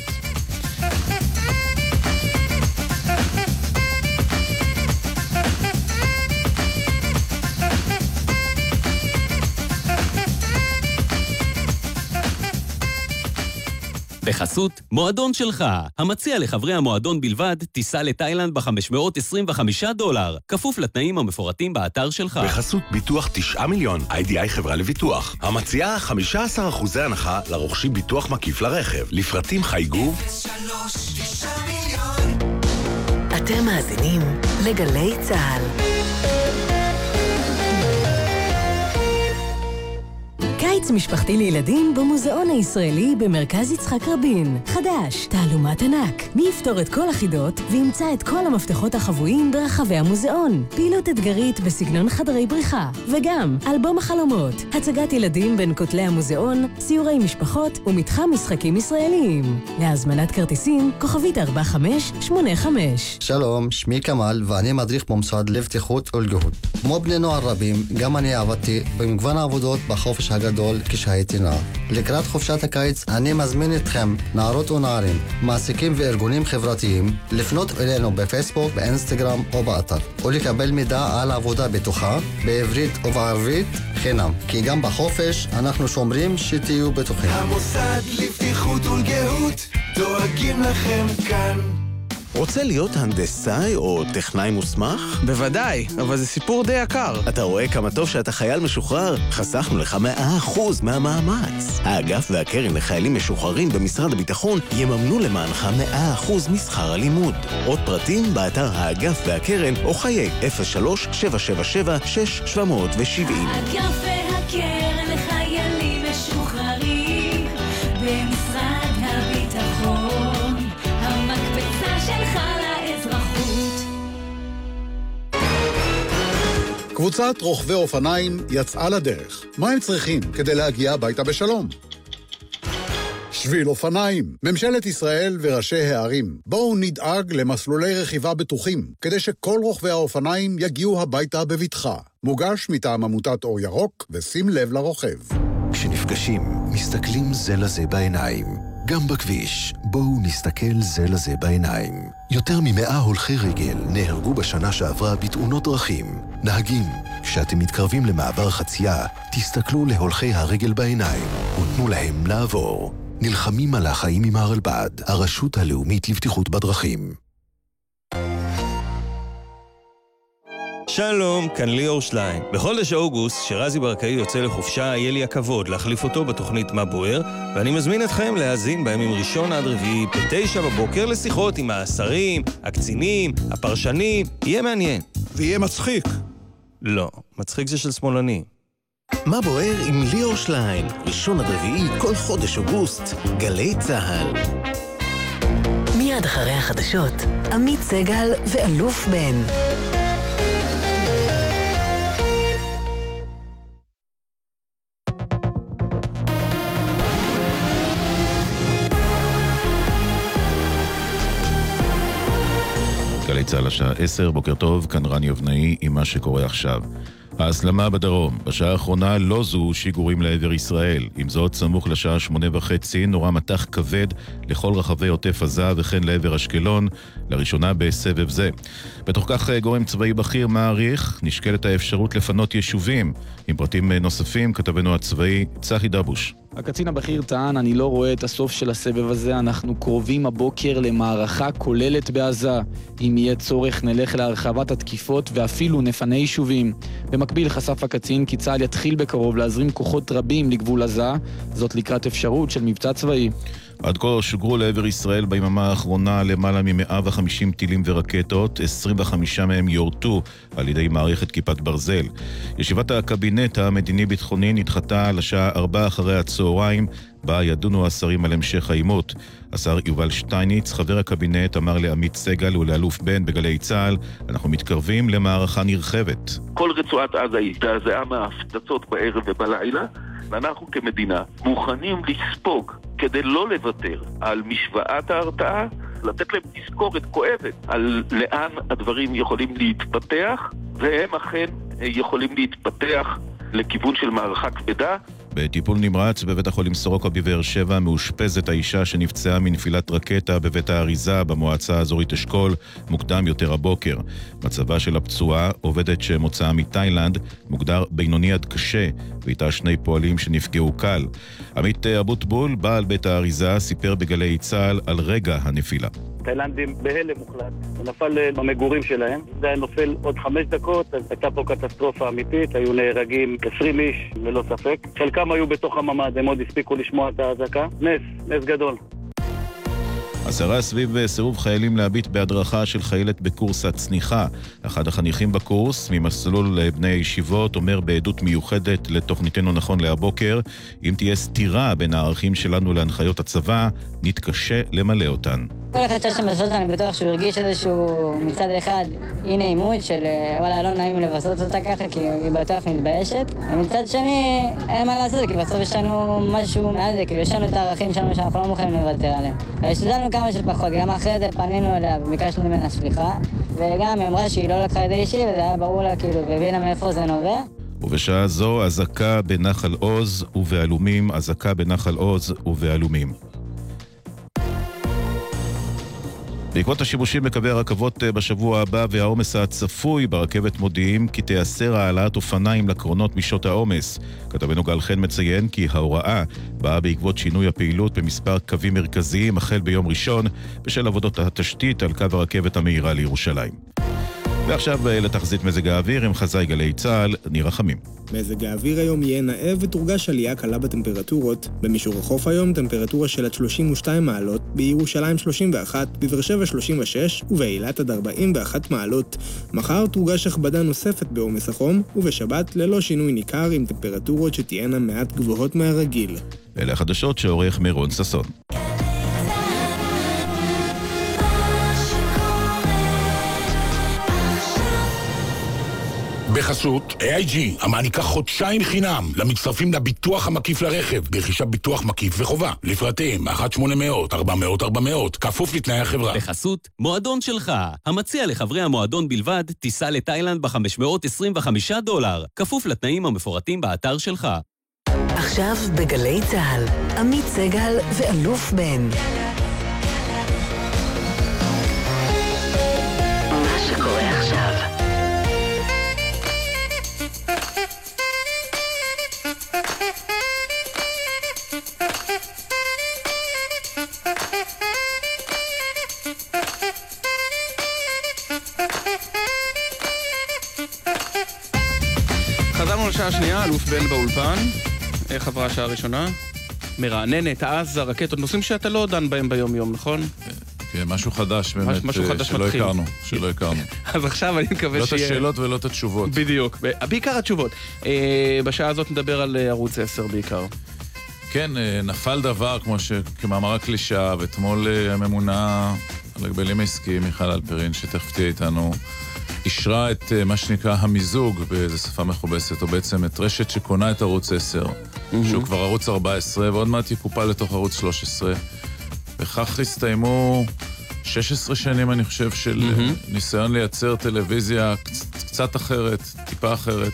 בחסות, מועדון שלך, המציע לחברי המועדון בלבד, טיסה לתאילנד ב-חמש מאות עשרים וחמישה דולר, כפוף לתנאים המפורטים באתר שלך. בחסות ביטוח תשעה מיליון, איי די איי חברה לביטוח, המציעה חמישה עשר אחוזי הנחה לרוכשים ביטוח מקיף לרכב. לפרטים חייגו אפס שלוש תשעה מיליון. אתם מאזינים לגלי צהל. קיץ משפחתי לילדים במוזיאון הישראלי במרכז יצחק רבין. חדש, תעלומת ענק. מי יפתור את כל החידות וימצא את כל המפתחות החבויים ברחבי המוזיאון. פעילות אתגרית בסגנון חדרי בריחה. וגם אלבום החלומות. הצגת ילדים בין כותלי המוזיאון, סיורי משפחות ומתחם משחקים ישראליים. להזמנת כרטיסים, כוכבית ארבע חמש שמונה חמש. שלום, שמי כמל ואני מדריך במוסד לבטיחות ולגהות. כמו בני נוער רבים, גם אני עבדתי במגוון העבודות בחופש הגדול כשהייתי נער. לקראת חופשת הקיץ אני מזמין אתכם, נערות ונערים, מעסיקים וארגונים חברתיים, לפנות אלינו בפייסבוק, באינסטגרם או באתר, ולקבל מידע על עבודה בטוחה, בעברית ובערבית, חינם. כי גם בחופש אנחנו שומרים שתהיו בטוחים. המוסד לבטיחות ולגהות, דואגים לכם כאן. רוצה להיות הנדסאי או טכנאי מוסמך? בוודאי, אבל זה סיפור די יקר. אתה רואה כמה טוב שאתה חייל משוחרר? חסכנו לך מאה אחוז מהמאמץ. האגף והקרן לחיילים משוחררים במשרד הביטחון יממנו למענך מאה אחוז משכר הלימוד. עוד פרטים באתר האגף והקרן או חייג אפס שלוש שבע שבע שבע שש שבע שבע שבע. האגף והקרן לחיילים משוחררים במשרד הביטחון. המקפצה שלך לאזרחות. קבוצת רוכבי אופניים יצאה לדרך. מה הם צריכים כדי להגיע הביתה בשלום? שביל אופניים. ממשלת ישראל וראשי הערים, בואו נדאג למסלולי רכיבה בטוחים, כדי שכל רוכבי האופניים יגיעו הביתה בבטחה. מוגש מטעם עמותת אור ירוק, ושים לב לרוכב. כשנפגשים, מסתכלים זה לזה בעיניים. גם בכביש, בואו נסתכל זה לזה בעיניים. יותר ממאה הולכי רגל נהרגו בשנה שעברה בתאונות דרכים. נהגים, כשאתם מתקרבים למעבר חצייה, תסתכלו להולכי הרגל בעיניים ותנו להם לעבור. נלחמים על החיים עם הרלב"ד, הרשות הלאומית לבטיחות בדרכים. שלום, כאן ליאור שליין. בחודש אוגוסט, שרזי ברקאי יוצא לחופשה, יהיה לי הכבוד להחליף אותו בתוכנית מה בוער, ואני מזמין אתכם להאזין בימים ראשון עד רביעי בתשע בבוקר לשיחות עם השרים, הקצינים, הפרשנים. יהיה מעניין. ויהיה מצחיק. לא, מצחיק זה של שמאלני. מה בוער עם ליאור שליין, ראשון עד רביעי כל חודש אוגוסט, גלי צהל. מיד אחרי החדשות, עמית סגל ואלוף בן. גלי צהל השעה עשר, בוקר טוב, כאן רני אבנאי עם מה שקורה עכשיו. ההסלמה בדרום, בשעה האחרונה לא זו שיגורים לעבר ישראל. עם זאת, סמוך לשעה שמונה וחצי, נורא מתח כבד לכל רחבי עוטף עזה וכן לעבר אשקלון, לראשונה בסבב זה. בתוך כך גורם צבאי בכיר מעריך, נשקלת האפשרות לפנות יישובים. עם פרטים נוספים, כתבנו הצבאי צחי דבוש. הקצין הבכיר טען, אני לא רואה את הסוף של הסבב הזה, אנחנו קרובים הבוקר למערכה כוללת בעזה. אם יהיה צורך נלך להרחבת התקיפות ואפילו נפנה יישובים. במקביל חשף הקצין כי צה"ל יתחיל בקרוב להזרים כוחות רבים לגבול עזה, זאת לקראת אפשרות של מבצע צבאי. עד כה שוגרו לעבר ישראל ביממה האחרונה למעלה מ-מאה וחמישים טילים ורקטות, עשרים וחמישה מהם יורטו על ידי מערכת כיפת ברזל. ישיבת הקבינט המדיני-ביטחוני נדחתה לשעה ארבע אחרי הצהריים, בה ידונו השרים על המשך העימות. השר יובל שטייניץ, חבר הקבינט, אמר לעמית סגל ולאלוף בן בגלי צהל, אנחנו מתקרבים למערכה נרחבת. כל רצועת עזה הזדעזעה מההפצצות בערב ובלילה, ואנחנו כמדינה מוכנים לספוג כדי לא לוותר על משוואת ההרתעה, לתת להם תזכורת כואבת על לאן הדברים יכולים להתפתח, והם אכן יכולים להתפתח לכיוון של מערכה כבדה. בטיפול נמרץ בבית החולים סורוקה בבאר שבע מאושפזת האישה שנפצעה מנפילת רקטה בבית האריזה במועצה האזורית אשכול מוקדם יותר הבוקר. מצבה של הפצועה, עובדת שמוצאה מתאילנד, מוגדר בינוני עד קשה, ואיתה שני פועלים שנפגעו קל. עמית אבוטבול, בעל בית האריזה, סיפר בגלי צהל על רגע הנפילה. תאילנדים בהלם מוחלט, הוא נפל במגורים שלהם, זה היה נופל עוד חמש דקות, אז הייתה פה קטסטרופה אמיתית, היו נהרגים עשרים איש ללא ספק, חלקם היו בתוך הממ"ד, הם עוד הספיקו לשמוע את האזעקה, נס, נס גדול. הסערה סביב סירוב חיילים להביט בהדרכה של חיילת בקורס הצניחה. אחד החניכים בקורס, ממסלול בני הישיבות, אומר בעדות מיוחדת לתוכניתנו נכון להבוקר, אם תהיה סתירה בין הערכים שלנו להנחיות הצבא, נתקשה למלא אותן. כל אחד שיש שם בסוף, אני בטוח שהוא הרגיש איזשהו מצד אחד, הנה אימות של וואלה, לא נעים לבסות אותה ככה, כי היא בטוח מתביישת. ומצד שני, אין מה לעשות, כי בסוף יש לנו משהו מעל זה, כאילו יש לנו את הערכים שלנו שאנחנו לא מוכנים לוותר עליהם. השתדלנו כמה שפחות, גם אחרי זה פנינו אליה וביקשנו ממנה סליחה, וגם היא אמרה שהיא לא לקחה את האישי, וזה היה ברור לה כאילו, והבינה מאיפה זה נובע. ובשעה זו, אזעקה בנחל עוז ובעלומים, אזעקה בנחל עוז ובעלומים. בעקבות השיבושים בקווי הרכבות בשבוע הבא והעומס הצפוי ברכבת מודיעים כי תיאסר העלאת אופניים לקרונות משעות העומס. כתבנו גל חן מציין כי ההוראה באה בעקבות שינוי הפעילות במספר קווים מרכזיים החל ביום ראשון בשל עבודות התשתית על קו הרכבת המהירה לירושלים. ועכשיו לתחזית מזג האוויר עם חזאי גלי צהל, ניר רחמים. מזג האוויר היום יהיה נאה ותורגש עלייה קלה בטמפרטורות. במישור החוף היום טמפרטורה של עד שלושים ושתיים מעלות, בירושלים שלושים ואחת, בבאר שבע שלושים ושש ובאילת עד ארבעים ואחת מעלות. מחר תורגש הכבדה נוספת בעומס החום, ובשבת ללא שינוי ניכר עם טמפרטורות שתהיינה מעט גבוהות מהרגיל. אלה החדשות שעורך מירון ססון. בחסות איי איי ג'י, המעניקה חודשיים חינם למצטרפים לביטוח המקיף לרכב, ברכישת ביטוח מקיף וחובה. לפרטים אחת שמונה אפס אפס ארבע מאות ארבע מאות, כפוף לתנאי החברה. בחסות מועדון שלך, המציע לחברי המועדון בלבד, טיסה לתאילנד ב-חמש מאות עשרים וחמישה דולר, כפוף לתנאים המפורטים באתר שלך. עכשיו בגלי צהל, עמית סגל ואלוף בן. מה שקורה עכשיו. השעה השנייה, אלוף בן באולפן. איך עברה השעה הראשונה? מרעננת, עזה, רקטות, נושאים שאתה לא דן בהם ביום יום, נכון? כן, משהו חדש באמת, משהו חדש שלא מתחיל. הכרנו, שלא הכרנו. אז עכשיו אני מקווה לא שיהיה... לא את השאלות ולא את התשובות. בדיוק, בעיקר התשובות. בשעה הזאת נדבר על ערוץ עשר בעיקר. כן, נפל דבר, כמו שכמאמר הקלישה, ואתמול הממונה על הגבלים העסקיים, מיכל אלפרין, שתכף תהיה איתנו, אישרה את מה שנקרא המיזוג, באיזו שפה מכובסת, או בעצם את רשת שקונה את ערוץ עשר, שהוא כבר ערוץ ארבע עשרה, ועוד מעט יקופל לתוך ערוץ שלוש עשרה. וכך הסתיימו שש עשרה שנים, אני חושב, של ניסיון לייצר טלוויזיה קצת אחרת, טיפה אחרת.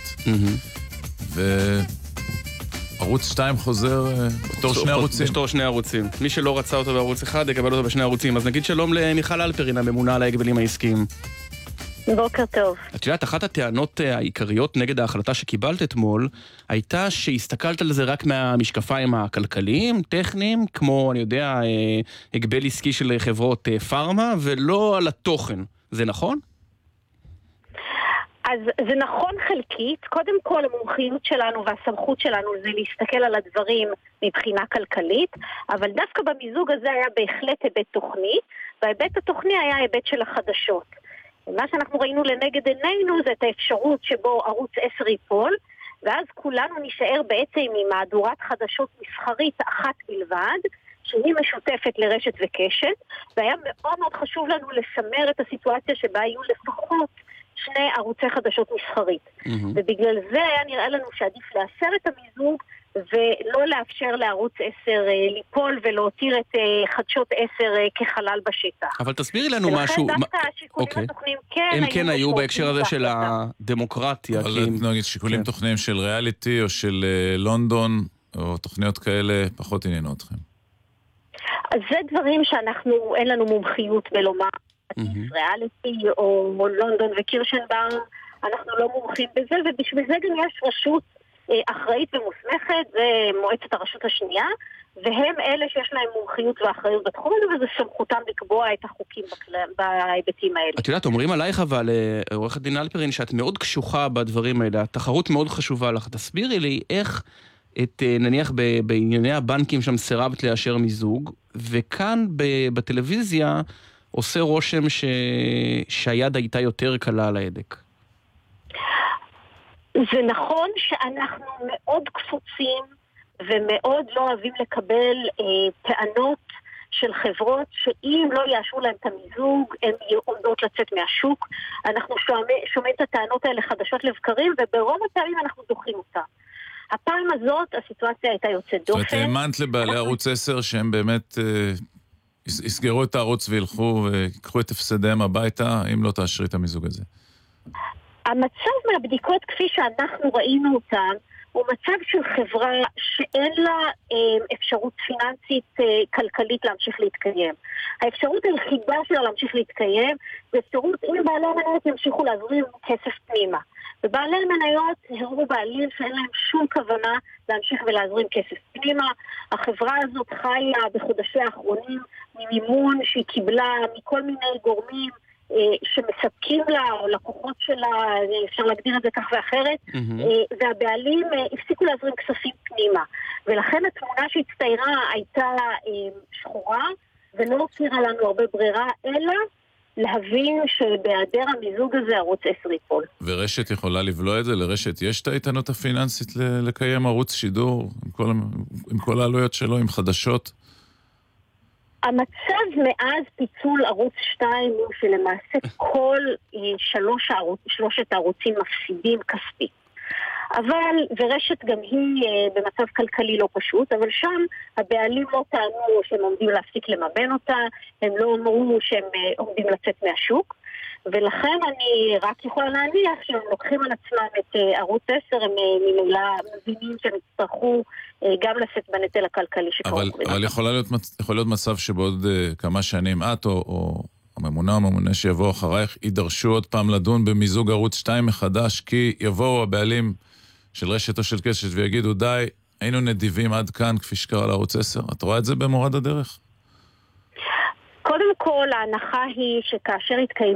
וערוץ שתיים חוזר בתור שני ערוצים. בתור שני ערוצים. מי שלא רצה אותו בערוץ אחד, יקבל אותו בשני ערוצים. אז נגיד שלום למיכל אלפרין, הממונה על ההגבלים העסקיים. בוקר טוב. את יודעת, אחת הטענות העיקריות נגד ההחלטה שקיבלת אתמול, הייתה שהסתכלת על זה רק מהמשקפיים הכלכליים, טכניים, כמו, אני יודע, הגבל עסקי של חברות פארמה, ולא על התוכן. זה נכון? אז זה נכון חלקית. קודם כל, המומחיות שלנו והסמכות שלנו זה להסתכל על הדברים מבחינה כלכלית, אבל דווקא במיזוג הזה היה בהחלט היבט תוכני, וההיבט התוכני היה היבט של החדשות. מה שאנחנו ראינו לנגד עינינו זה את האפשרות שבו ערוץ עשר ייפול, ואז כולנו נשאר בעצם עם מהדורת חדשות מסחרית אחת בלבד, שהיא משותפת לרשת וקשת, והיה מאוד מאוד חשוב לנו לשמר את הסיטואציה שבה היו לפחות שני ערוצי חדשות מסחרית. Mm-hmm. ובגלל זה היה נראה לנו שעדיף לאשר את המיזוג, ולא לאפשר לערוץ עשר ליפול ולהותיר את חדשות עשר כחלל בשטח. אבל תסבירי לנו משהו. ולכן דווקא השיקולים התוכניים כן הם כן היו בהקשר הזה של הדמוקרטיה. אבל נגיד שיקולים תוכניים של ריאליטי או של לונדון, או תוכניות כאלה, פחות עניינו אתכם. אז זה דברים שאנחנו, אין לנו מומחיות בלומר. ריאליטי או לונדון וקירשנבאום, אנחנו לא מומחים בזה, ובשביל זה גם יש רשות אחראית ומוסמכת, זה מועצת הרשות השנייה, והם אלה שיש להם מומחיות ואחריות בתחום הזה, וזה סמכותם לקבוע את החוקים בהיבטים האלה. את יודעת, אומרים עלייך אבל, עורכת דין אלפרין, שאת מאוד קשוחה בדברים האלה, התחרות מאוד חשובה לך. תסבירי לי איך, את, נניח בענייני הבנקים שם סירבת לאשר מיזוג, וכאן בטלוויזיה עושה רושם ש... שהיד הייתה יותר קלה על ההדק. זה נכון שאנחנו מאוד קפוצים ומאוד לא אוהבים לקבל אה, טענות של חברות שאם לא יאשרו להם את המיזוג הן עומדות לצאת מהשוק. אנחנו שומעים, שומעים את הטענות האלה חדשות לבקרים, וברוב הפעמים אנחנו דוחים אותה. הפעם הזאת הסיטואציה הייתה יוצאת דופן. זאת אומרת, האמנת לבעלי ערוץ עשר שהם באמת אה, יסגרו את הערוץ וילכו ויקחו את הפסדיהם הביתה, אם לא תאשרי את המיזוג הזה. המצב מהבדיקות כפי שאנחנו ראינו אותם הוא מצב של חברה שאין לה אה, אפשרות פיננסית אה, כלכלית להמשיך להתקיים. האפשרות היחידה שלה להמשיך להתקיים זה אפשרות אם בעלי המניות ימשיכו להזרים כסף פנימה. ובעלי המניות הראו בעלים שאין להם שום כוונה להמשיך ולהזרים כסף פנימה. החברה הזאת חיה בחודשי האחרונים ממימון שהיא קיבלה מכל מיני גורמים שמספקים לה, או לקוחות שלה, אפשר להגדיר את זה כך ואחרת, mm-hmm. והבעלים הפסיקו להזרים כספים פנימה. ולכן התמונה שהצטיירה הייתה שחורה, ולא הותירה לנו הרבה ברירה, אלא להבין שבהיעדר המיזוג הזה ערוץ עשר ייפול. ורשת יכולה לבלוע את זה? לרשת יש את האיתנות הפיננסית לקיים ערוץ שידור, עם כל, עם כל העלויות שלו, עם חדשות? המצב מאז פיצול ערוץ שתיים הוא שלמעשה כל שלוש הערוץ, שלושת הערוצים מפסידים כספי. אבל, ורשת גם היא במצב כלכלי לא פשוט, אבל שם הבעלים לא טענו שהם עומדים להפסיק לממן אותה, הם לא אמרו שהם עומדים לצאת מהשוק, ולכן אני רק יכולה להניח שהם לוקחים על עצמם את ערוץ עשר, הם ממילא מבינים שהם יצטרכו גם לשאת בנטל הכלכלי שקרוב. אבל, אבל יכולה להיות, יכול להיות מצב שבעוד uh, כמה שנים את או, או הממונה או הממונה שיבוא אחרייך יידרשו עוד פעם לדון במיזוג ערוץ שתיים מחדש, כי יבואו הבעלים של רשת או של קשת ויגידו די, היינו נדיבים עד כאן כפי שקרה לערוץ עשר. את רואה את זה במורד הדרך? קודם כל, ההנחה היא שכאשר יתקיימו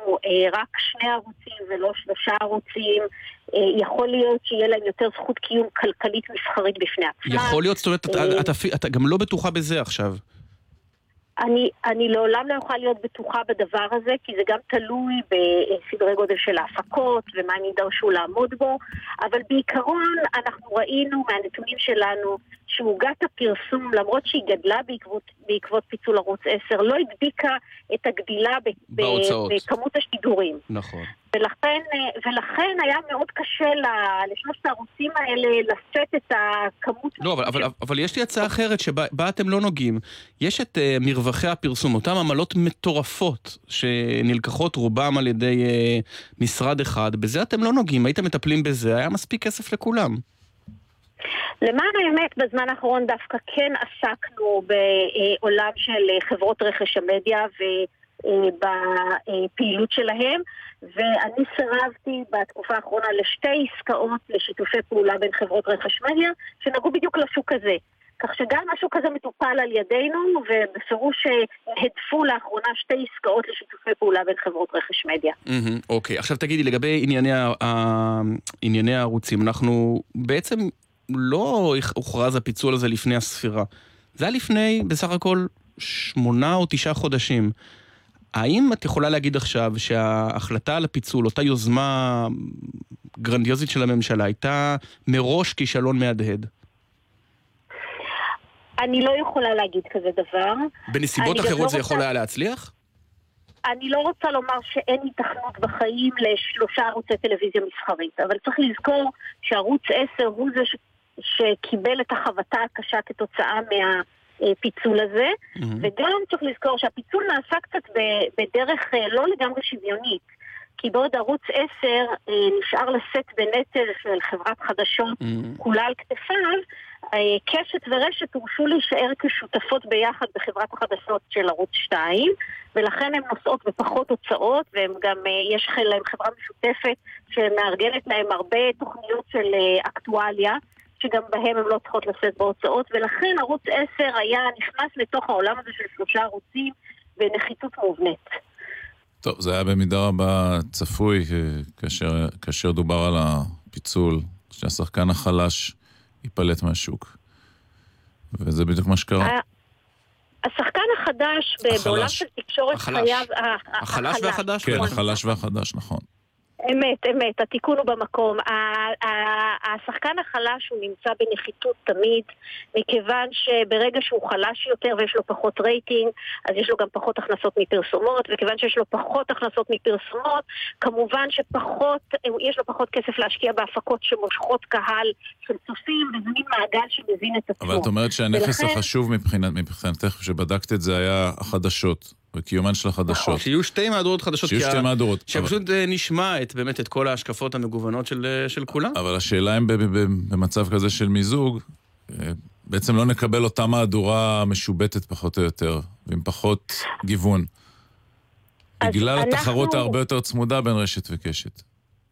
רק שני ערוצים ולא שלושה ערוצים, יכול להיות שיהיה להם יותר זכות קיום כלכלית מסחרית בפני עצמם. יכול להיות, זאת אומרת, אתה, אתה, אתה גם לא בטוחה בזה עכשיו. אני, אני לעולם לא יכולה להיות בטוחה בדבר הזה, כי זה גם תלוי בסדרי גודל של ההפקות ומה הם ידרשו לעמוד בו, אבל בעיקרון אנחנו ראינו מהנתונים שלנו שהוגת הפרסום, למרות שהיא גדלה בעקבות, בעקבות פיצול ערוץ עשר, לא הדביקה את הגדילה ב, בכמות השידורים. נכון. ולכן, ולכן היה מאוד קשה לשלושת הערוצים האלה לשאת את הכמות... לא, אבל, אבל, אבל יש לי הצעה אחרת שבה אתם לא נוגעים. יש את uh, מרווחי הפרסום, אותם עמלות מטורפות שנלקחות רובם על ידי uh, משרד אחד. בזה אתם לא נוגעים, הייתם מטפלים בזה, היה מספיק כסף לכולם. למען האמת, בזמן האחרון דווקא כן עסקנו בעולם של חברות רכש המדיה ו... בפעילות שלהם, ואני סירבתי בתקופה האחרונה לשתי עסקאות לשיתופי פעולה בין חברות רכש מדיה שנגעו בדיוק לשוק הזה, כך שגם השוק הזה מטופל על ידינו, ובפירוש הדפו לאחרונה שתי עסקאות לשיתופי פעולה בין חברות רכש מדיה. אוקיי, עכשיו תגידי, לגבי ענייני הערוצים, אנחנו בעצם לא הוכרז הפיצול הזה לפני הספירה, זה היה לפני בסך הכל שמונה או תשעה חודשים. האם את יכולה להגיד עכשיו שההחלטה על הפיצול, אותה יוזמה גרנדיוזית של הממשלה, הייתה מראש כישלון מהדהד? אני לא יכולה להגיד כזה דבר. בנסיבות אחרות לא זה רוצה... יכול היה להצליח? אני לא רוצה לומר שאין התכנות בחיים לשלושה ערוצי טלוויזיה מסחרית, אבל צריך לזכור שערוץ עשר הוא זה ש... שקיבל את החבטה הקשה כתוצאה מה... פיצול הזה, mm-hmm. וגם צריך לזכור שהפיצול נעשה קצת בדרך לא לגמרי שוויונית, כי בעוד ערוץ עשר נשאר לשאת בנטל של חברת חדשות mm-hmm. כולה על כתפיו, קשת ורשת הורשו להישאר כשותפות ביחד בחברת החדשות של ערוץ שתיים, ולכן הן נושאות בפחות הוצאות, והם גם, יש להם חברה משותפת שמארגנת להם הרבה תוכניות של אקטואליה, שגם בהם הם לא צריכות לשאת בהוצאות, ולכן ערוץ עשר היה נכנס לתוך העולם הזה של שלושה ערוצים בנחיתות מובנית. טוב, זה היה במידה רבה צפוי, כאשר, כאשר דובר על הפיצול, שהשחקן החלש ייפלט מהשוק. וזה בדיוק מה שקרה. השחקן החדש בעולם של תקשורת חייב... החלש והחדש? כן, החלש והחדש, נכון. אמת, אמת, התיקון הוא במקום. השחקן החלש הוא נמצא בנחיתות תמיד, מכיוון שברגע שהוא חלש יותר ויש לו פחות רייטינג, אז יש לו גם פחות הכנסות מפרסומות, וכיוון שיש לו פחות הכנסות מפרסומות, כמובן שפחות, יש לו פחות כסף להשקיע בהפקות שמושכות קהל של צופים, וזה מין מעגל שמזין את עצמו. אבל את אומרת שהנכס ולכן... החשוב מבחינת, מבחינתך, שבדקת את זה היה החדשות. וקיומן של החדשות. שיהיו שתי מהדורות חדשות. שיהיו שתי מהדורות. שפשוט נשמע את, באמת, את כל ההשקפות המגוונות של, של כולם. אבל השאלה אם במצב כזה של מיזוג, בעצם לא נקבל אותה מהדורה משובטת פחות או יותר, ועם פחות גיוון. בגלל התחרות הרבה יותר צמודה בין רשת וקשת.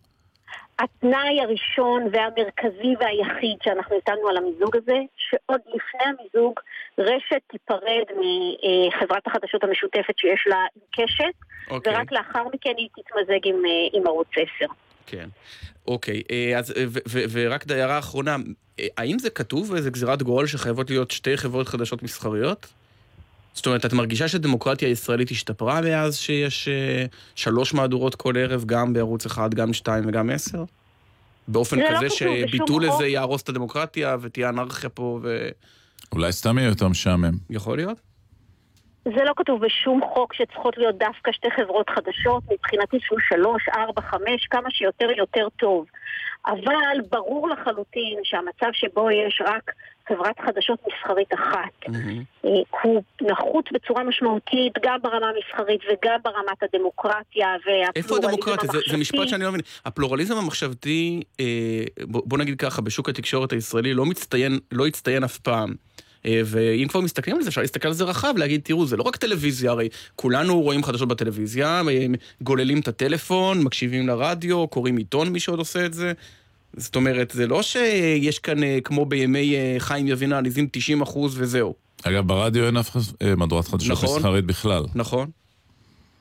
התנאי הראשון והמרכזי והיחיד שאנחנו איתנו על המיזוג הזה, שעוד לפני המיזוג רשת תיפרד מחברת החדשות המשותפת שיש לה קשת, okay. ורק לאחר מכן היא תתמזג עם, עם ערוץ עשר. כן, אוקיי. אז, ו- ו- ורק דיירה האחרונה, האם זה כתוב באיזה גזירת גורל שחייבות להיות שתי חברות חדשות מסחריות? זאת אומרת, את מרגישה שדמוקרטיה הישראלית השתפרה מאז שיש שלוש מהדורות כל ערב, גם בערוץ אחד, גם שתיים וגם עשר? באופן כזה לא שביטול לזה יהרוס את הדמוקרטיה ותהיה אנרכיה פה ו... אולי סתם יהיה יותר משעמם. יכול להיות? זה לא כתוב בשום חוק שצריכות להיות דווקא שתי חברות חדשות, מבחינתי שהוא שלוש, ארבע, חמש, כמה שיותר יותר טוב. אבל ברור לחלוטין שהמצב שבו יש רק חברת חדשות מסחרית אחת, mm-hmm. הוא נחות בצורה משמעותית גם ברמה המסחרית וגם ברמת הדמוקרטיה והפלורליזם איפה הדמוקרטיה? זה, זה משפט שאני לא מבין. הפלורליזם המחשבתי, בוא, בוא נגיד ככה, בשוק התקשורת הישראלי לא מצטיין, לא הצטיין אף פעם. ואם כבר מסתכלים על זה, אפשר להסתכל על זה רחב, להגיד, תראו, זה לא רק טלוויזיה, הרי כולנו רואים חדשות בטלוויזיה, גוללים את הטלפון, מקשיבים לרדיו, קוראים עיתון, מי שעוד עושה את זה. זאת אומרת, זה לא שיש כאן, כמו בימי חיים יבינה, ניזים תשעים אחוז וזהו. אגב, ברדיו אין אף מהדורת חדשות מסחרית בכלל. נכון.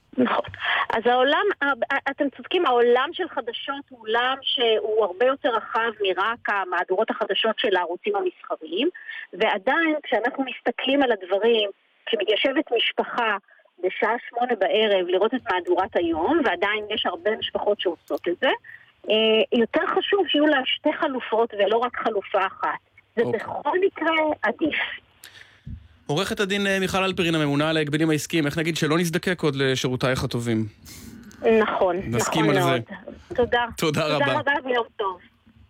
נכון. אז העולם, אתם צודקים, העולם של חדשות הוא עולם שהוא הרבה יותר רחב מרק המהדורות החדשות של הערוצים המסחריים, ועדיין כשאנחנו מסתכלים על הדברים, כשמתיישבת משפחה בשעה שמונה בערב לראות את מהדורת היום, ועדיין יש הרבה משפחות שעושות את זה, יותר חשוב שיהיו לה שתי חלופות ולא רק חלופה אחת. זה בכל מקרה עדיף. עורכת הדין מיכל אלפרין, הממונה על ההגבלים העסקיים, איך נגיד שלא נזדקק עוד לשירותייך הטובים? נכון, נכון מאוד. תודה. תודה רבה. תודה רבה ויום טוב.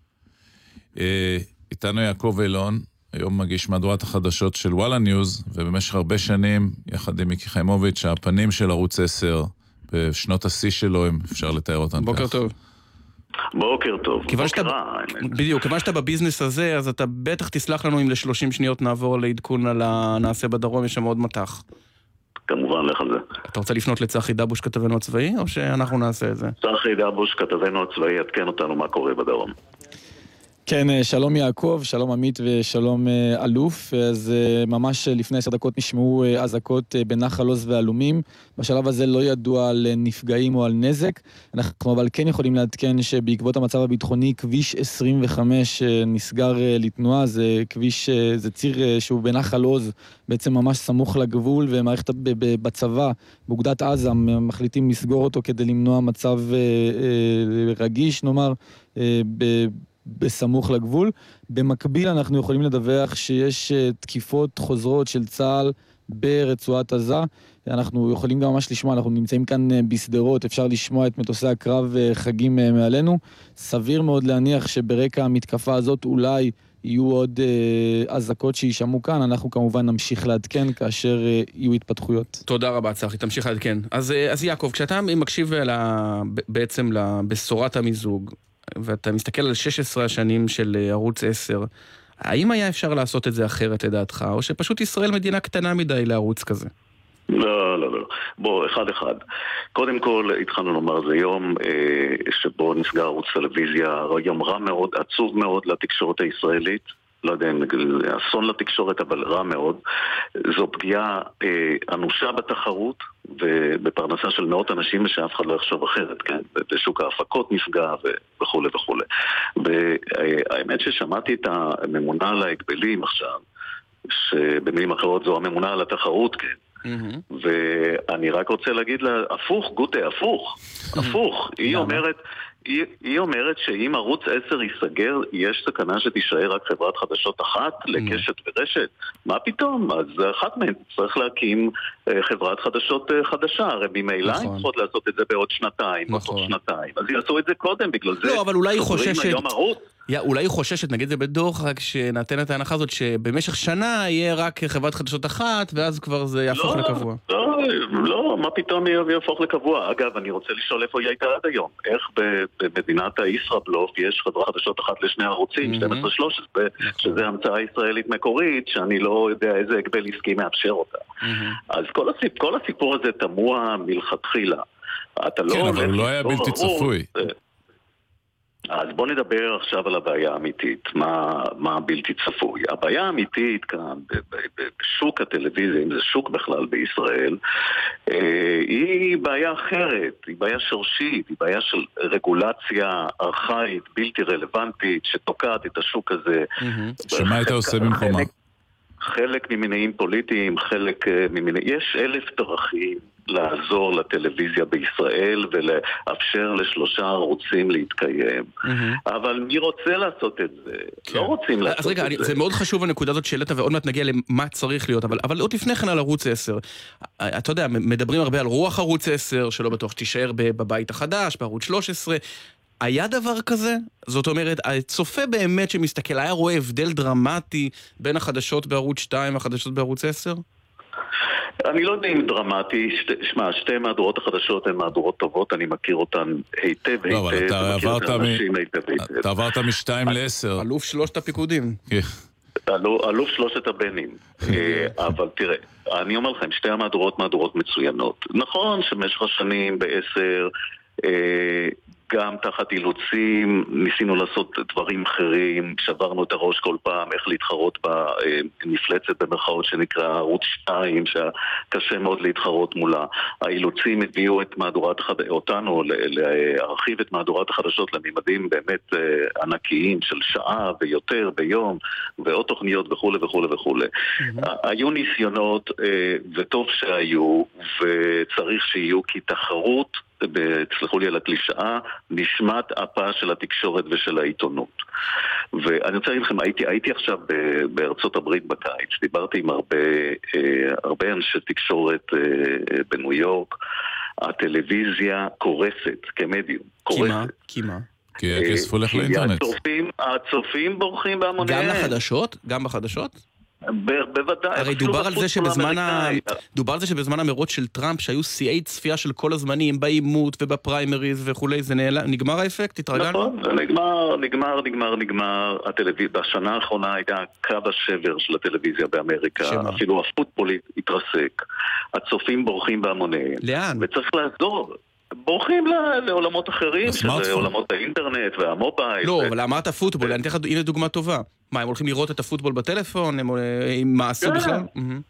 איתנו יעקב אילון, היום מגיש מהדורת החדשות של וואלה ניוז, ובמשך הרבה שנים, יחד עם מיקי חיימוביץ', הפנים של ערוץ עשר, בשנות השיא שלו, אם אפשר לתאר אותם. בוקר טוב. בוקר טוב. בדיוק, כיוון שאתה בביזנס הזה, אז אתה בטח תסלח לנו אם ל-שלושים שניות נעבור לעדכון על הנעשה בדרום, יש שם עוד מתח. כמובן, לך על זה. אתה רוצה לפנות לצחי דבוש כתבנו הצבאי, או שאנחנו נעשה את זה? צחי דבוש כתבנו הצבאי, יתקן אותנו מה קורה בדרום. כן, שלום יעקב, שלום עמית ושלום אלוף. אז ממש לפני עשר דקות נשמעו אזעקות בנחל עוז ואלומים. בשלב הזה לא ידוע על נפגעים או על נזק. אנחנו אבל כן יכולים לעדכן שבעקבות המצב הביטחוני, כביש עשרים וחמש נסגר לתנועה. זה כביש, זה ציר שהוא בנחל עוז, בעצם ממש סמוך לגבול, ומערכת בצבא, באוגדת עזה, מחליטים לסגור אותו כדי למנוע מצב רגיש, נאמר, ב... בסמוך לגבול. במקביל אנחנו יכולים לדווח שיש תקיפות חוזרות של צה"ל ברצועת עזה. אנחנו יכולים גם ממש לשמוע, אנחנו נמצאים כאן בסדרות, אפשר לשמוע את מטוסי הקרב חגים מעלינו. סביר מאוד להניח שברקע המתקפה הזאת אולי יהיו עוד אזעקות שישמעו כאן. אנחנו כמובן נמשיך לעדכן כאשר יהיו התפתחויות. תודה רבה צחי, תמשיך לעדכן. אז, אז יעקב, כשאתה מקשיב לה, בעצם לבשורת המיזוג, ואתה מסתכל על שש עשרה השנים של ערוץ עשר, האם היה אפשר לעשות את זה אחרת לדעתך, או שפשוט ישראל מדינה קטנה מדי לערוץ כזה? לא, לא, לא. בוא, אחד אחד. קודם כל, התחלנו לומר, זה יום אה, שבו נסגר ערוץ טלוויזיה, יום רע מאוד, עצוב מאוד לתקשורת הישראלית. לא יודע אם זה אסון לתקשורת, אבל רע מאוד. זו פגיעה אה, אנושה בתחרות ובפרנסה של מאות אנשים ושאף אחד לא יחשוב אחרת, כן? בשוק ההפקות נפגע וכו' וכו'. והאמת ששמעתי את הממונה על ההגבלים עכשיו, שבמילים אחרות זו הממונה על התחרות, כן? Mm-hmm. ואני רק רוצה להגיד לה, הפוך, גוטה, הפוך, הפוך. היא אומרת... היא, היא אומרת שאם ערוץ עשר ייסגר, יש סכנה שתישאר רק חברת חדשות אחת לקשת ורשת. מה פתאום? אז אחת מהן צריך להקים חברת חדשות חדשה. הרי ממילא הם צריכות לעשות את זה בעוד שנתיים, או עוד שנתיים. אז יעשו את זה קודם, בגלל זה... לא, אבל אולי היא חוששת... אולי היא חוששת, נגיד זה בדוח, רק שנתן את ההנחה הזאת, שבמשך שנה יהיה רק חברת חדשות אחת, ואז כבר זה יהפוך לקבוע. לא, לא, מה פתאום יהפוך לקבוע? אגב, אני רוצה לשאול איפה היא הייתה עד היום. איך במדינת הישראבלוף יש חברת חדשות אחת לשני ערוצים, שתים עשרה שלוש עשרה, שזה המצאה ישראלית מקורית, שאני לא יודע איזה הגבל עסקי מאפשר אותה. אז כל הסיפור הזה תמוה מלכתחילה. כן, אבל הוא לא היה בלתי צפוי. אז בוא נדבר עכשיו על הבעיה האמיתית, מה, מה בלתי צפוי. הבעיה האמיתית כאן, בשוק הטלוויזיה, אם זה שוק בכלל בישראל, היא בעיה אחרת, היא בעיה שורשית, היא בעיה של רגולציה ארכאית, בלתי רלוונטית, שתוקעת את השוק הזה. שמה היית עושה במקומה? חלק ממניעים פוליטיים, חלק ממניעים... יש אלף דרכים לעזור לטלוויזיה בישראל ולאפשר לשלושה ערוצים להתקיים. אבל מי רוצה לעשות את זה? לא רוצים לעשות את זה. אז רגע, זה מאוד חשוב הנקודה הזאת שאלת, ועוד מעט נגיע למה צריך להיות, אבל עוד לפני כן על ערוץ עשר. אתה יודע, מדברים הרבה על רוח ערוץ עשר, שלא בטוח תישאר בבית החדש, בערוץ שלוש עשרה. היה דבר כזה? זאת אומרת, הצופה באמת שמסתכל, היה רואה הבדל דרמטי בין החדשות בערוץ שתיים והחדשות בערוץ עשר? אני לא יודע אם דרמטי, שמה, שתי מהדורות החדשות הן מהדורות טובות, אני מכיר אותן היטב היטב. לא, אבל אתה עברת משתיים לעשר. אלוף שלושת הפיקודים. אלוף שלושת הבנים. אבל תראה, אני אומר לכם, שתי המהדורות מהדורות מצוינות. נכון שמשך השנים בעשר... גם תחת אילוצים, ניסינו לעשות דברים אחרים, שברנו את הראש כל פעם, איך להתחרות במפלצת במרכאות שנקרא ערוץ שתיים, שקשה מאוד להתחרות מולה. האילוצים הביאו את מהדורת החד... אותנו להרחיב את מהדורת החדשות לממדים באמת ענקיים של שעה ויותר ביום, ועוד תוכניות וכו' וכו' וכו'. היו ניסיונות, וטוב שהיו, וצריך שיהיו, כי תחרות, תסלחו לי על הקלישאה, נשמת אפה של התקשורת ושל העיתונות. ואני רוצה להגיד לכם, הייתי, הייתי עכשיו בארצות הברית בקיץ, דיברתי עם הרבה, הרבה אנשי תקשורת בניו יורק. הטלוויזיה קורסת כמדיום, קורסת. כי מה? כי מה? כי הכסף הולך לאינטרנט. הצופים, הצופים בורחים בהמוניהם. גם לחדשות? גם בחדשות? בוודאי. הרי דובר על זה שבזמן ה... דובר על זה שבזמן המרוץ של טראמפ, שהיו שיאי צפייה של כל הזמנים, בעימות ובפריימריז וכולי, זה נגמר האפקט? התרגלנו? נכון, זה נגמר, נגמר, נגמר, נגמר. בשנה האחרונה הייתה קו השבר של הטלוויזיה באמריקה. אפילו הפוטבול התרסק. הצופים בורחים בהמוניהם. לאן? וצריך לעזור. בורחים לעולמות אחרים, של עולמות האינטרנט והמובייל. לא, אבל אמרת פוטבול, אני אתן לך, הנה דוגמה טובה. מה, הם הולכים לראות את הפוטבול בטלפון? עם מעשו בכלל?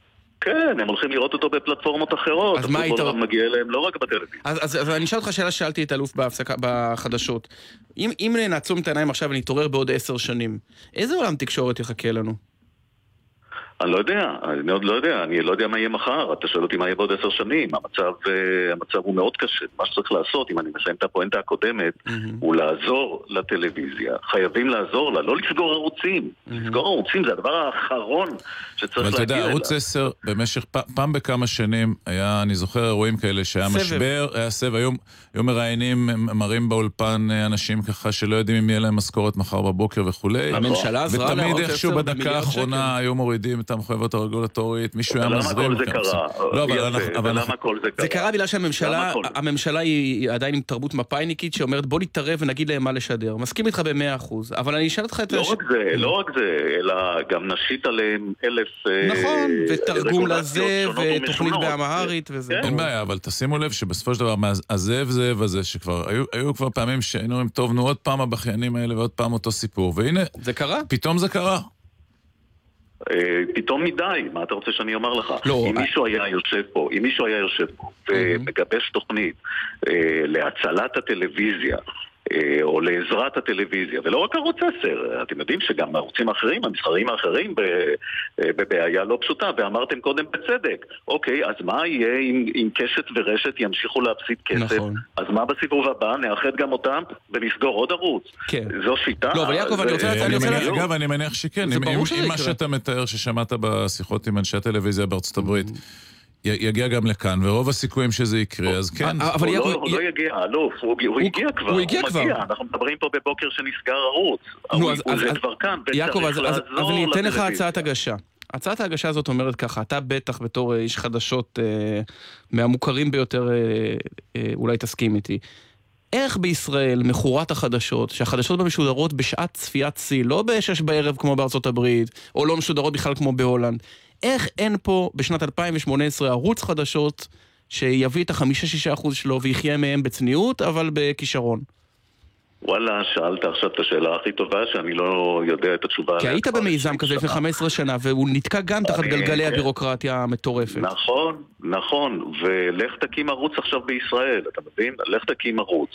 כן, הם הולכים לראות אותו בפלטפורמות אחרות. אז מה היית... הפוטבול מגיע אליהם לא רק בטלוויזיה. אז אני אשאל אותך שאלה ששאלתי את אלוף בחדשות. אם נעצום את העיניים עכשיו ונתעורר בעוד עשר שנים, איזה עולם תקשורת יחכה לנו? אני לא יודע, אני עוד לא יודע, אני לא יודע מה יהיה מחר, אתה שואל אותי מה יהיה בעוד עשר שנים, המצב, המצב הוא מאוד קשה, מה שצריך לעשות, אם אני מסיים את הפואנטה הקודמת, הוא לעזור לטלוויזיה, חייבים לעזור לה, לא לסגור ערוצים, לסגור ערוצים זה הדבר האחרון שצריך להגיע אליו. אבל אתה יודע, ערוץ עשר, במשך פעם בכמה שנים, היה, אני זוכר אירועים כאלה, שהיה משבר, היה סבב, היום מראיינים, מראים באולפן אנשים ככה שלא יודעים אם יהיה להם משכורת מחר בבוקר וכולי, ותמיד איכשהו בדקה האחרונה היו מורידים את המחויבות הרגולטורית, מישהו היה מזרים. למה כל זה קרה? לא, ולמה כל זה קרה? זה קרה בגלל שהממשלה, הממשלה היא עדיין עם תרבות מפאיניקית שאומרת בוא נתערב ונגיד להם מה לשדר. מסכים איתך ב-מאה אחוז, אבל אני אשאל אותך את... לא רק זה, לא רק זה, אלא גם נשית עליהם אלף... נכון, ותרגום לזה, ותוכנית באמהרית וזה. אין בעיה, אבל תשימו לב שבסופו של דבר, הזאב זאב הזה, שכבר, היו כבר פעמים שהיינו אומרים, טוב, נו עוד פעם הבחיינים האלה ועוד פעם אותו סיפור, והנה, זה קרה? פתאום זה קרה. פתאום מדי, מה אתה רוצה שאני אומר לך? לא, אם מישהו היה יושב פה, אם מישהו היה יושב פה ומגבש תוכנית להצלת הטלוויזיה או לעזרת הטלוויזיה, ולא רק ערוץ עשר, אתם יודעים שגם ערוצים אחרים, המסחריים האחרים בבעיה לא פשוטה, ואמרתם קודם בצדק, אוקיי, אז מה יהיה אם, אם קשת ורשת ימשיכו להפסיד כסף? נכון. אז מה בסיבוב הבא? נאחד גם אותם ונסגור עוד ערוץ. כן. זו שיטה. לא, אבל יעקב, אני רוצה... אגב, אני מניח שכן, אם מה שאתה מתאר ששמעת בשיחות עם אנשי הטלוויזיה בארצות הברית, יגיע גם לכאן, ורוב הסיכויים שזה יקרה, אז כן. הוא לא יגיע, אלוף, הוא הגיע כבר. הוא הגיע כבר. אנחנו מדברים פה בבוקר שנסגר ערוץ. זה כבר כאן, יעקב, אז אני אתן לך הצעת הגשה. הצעת ההגשה הזאת אומרת ככה, אתה בטח בתור איש חדשות מהמוכרים ביותר, אולי תסכים איתי. איך בישראל מחורת החדשות, שהחדשות במשודרות בשעת צפיית צי, לא בשש בערב כמו בארצות הברית, או לא משודרות בכלל כמו בהולנד, איך אין פה בשנת אלפיים שמונה עשרה ערוץ חדשות שיביא את ה-חמישה עד שישה אחוז שלו ויחיה מהם בצניעות, אבל בכישרון? וואלה, שאלת עכשיו את השאלה הכי טובה שאני לא יודע את התשובה. כי היית במיזם כזה לפני חמש עשרה שנה, והוא נתקע גם תחת גלגלי הבירוקרטיה המטורפת. נכון, נכון, ולך תקים ערוץ עכשיו בישראל, אתה מבין? לך תקים ערוץ.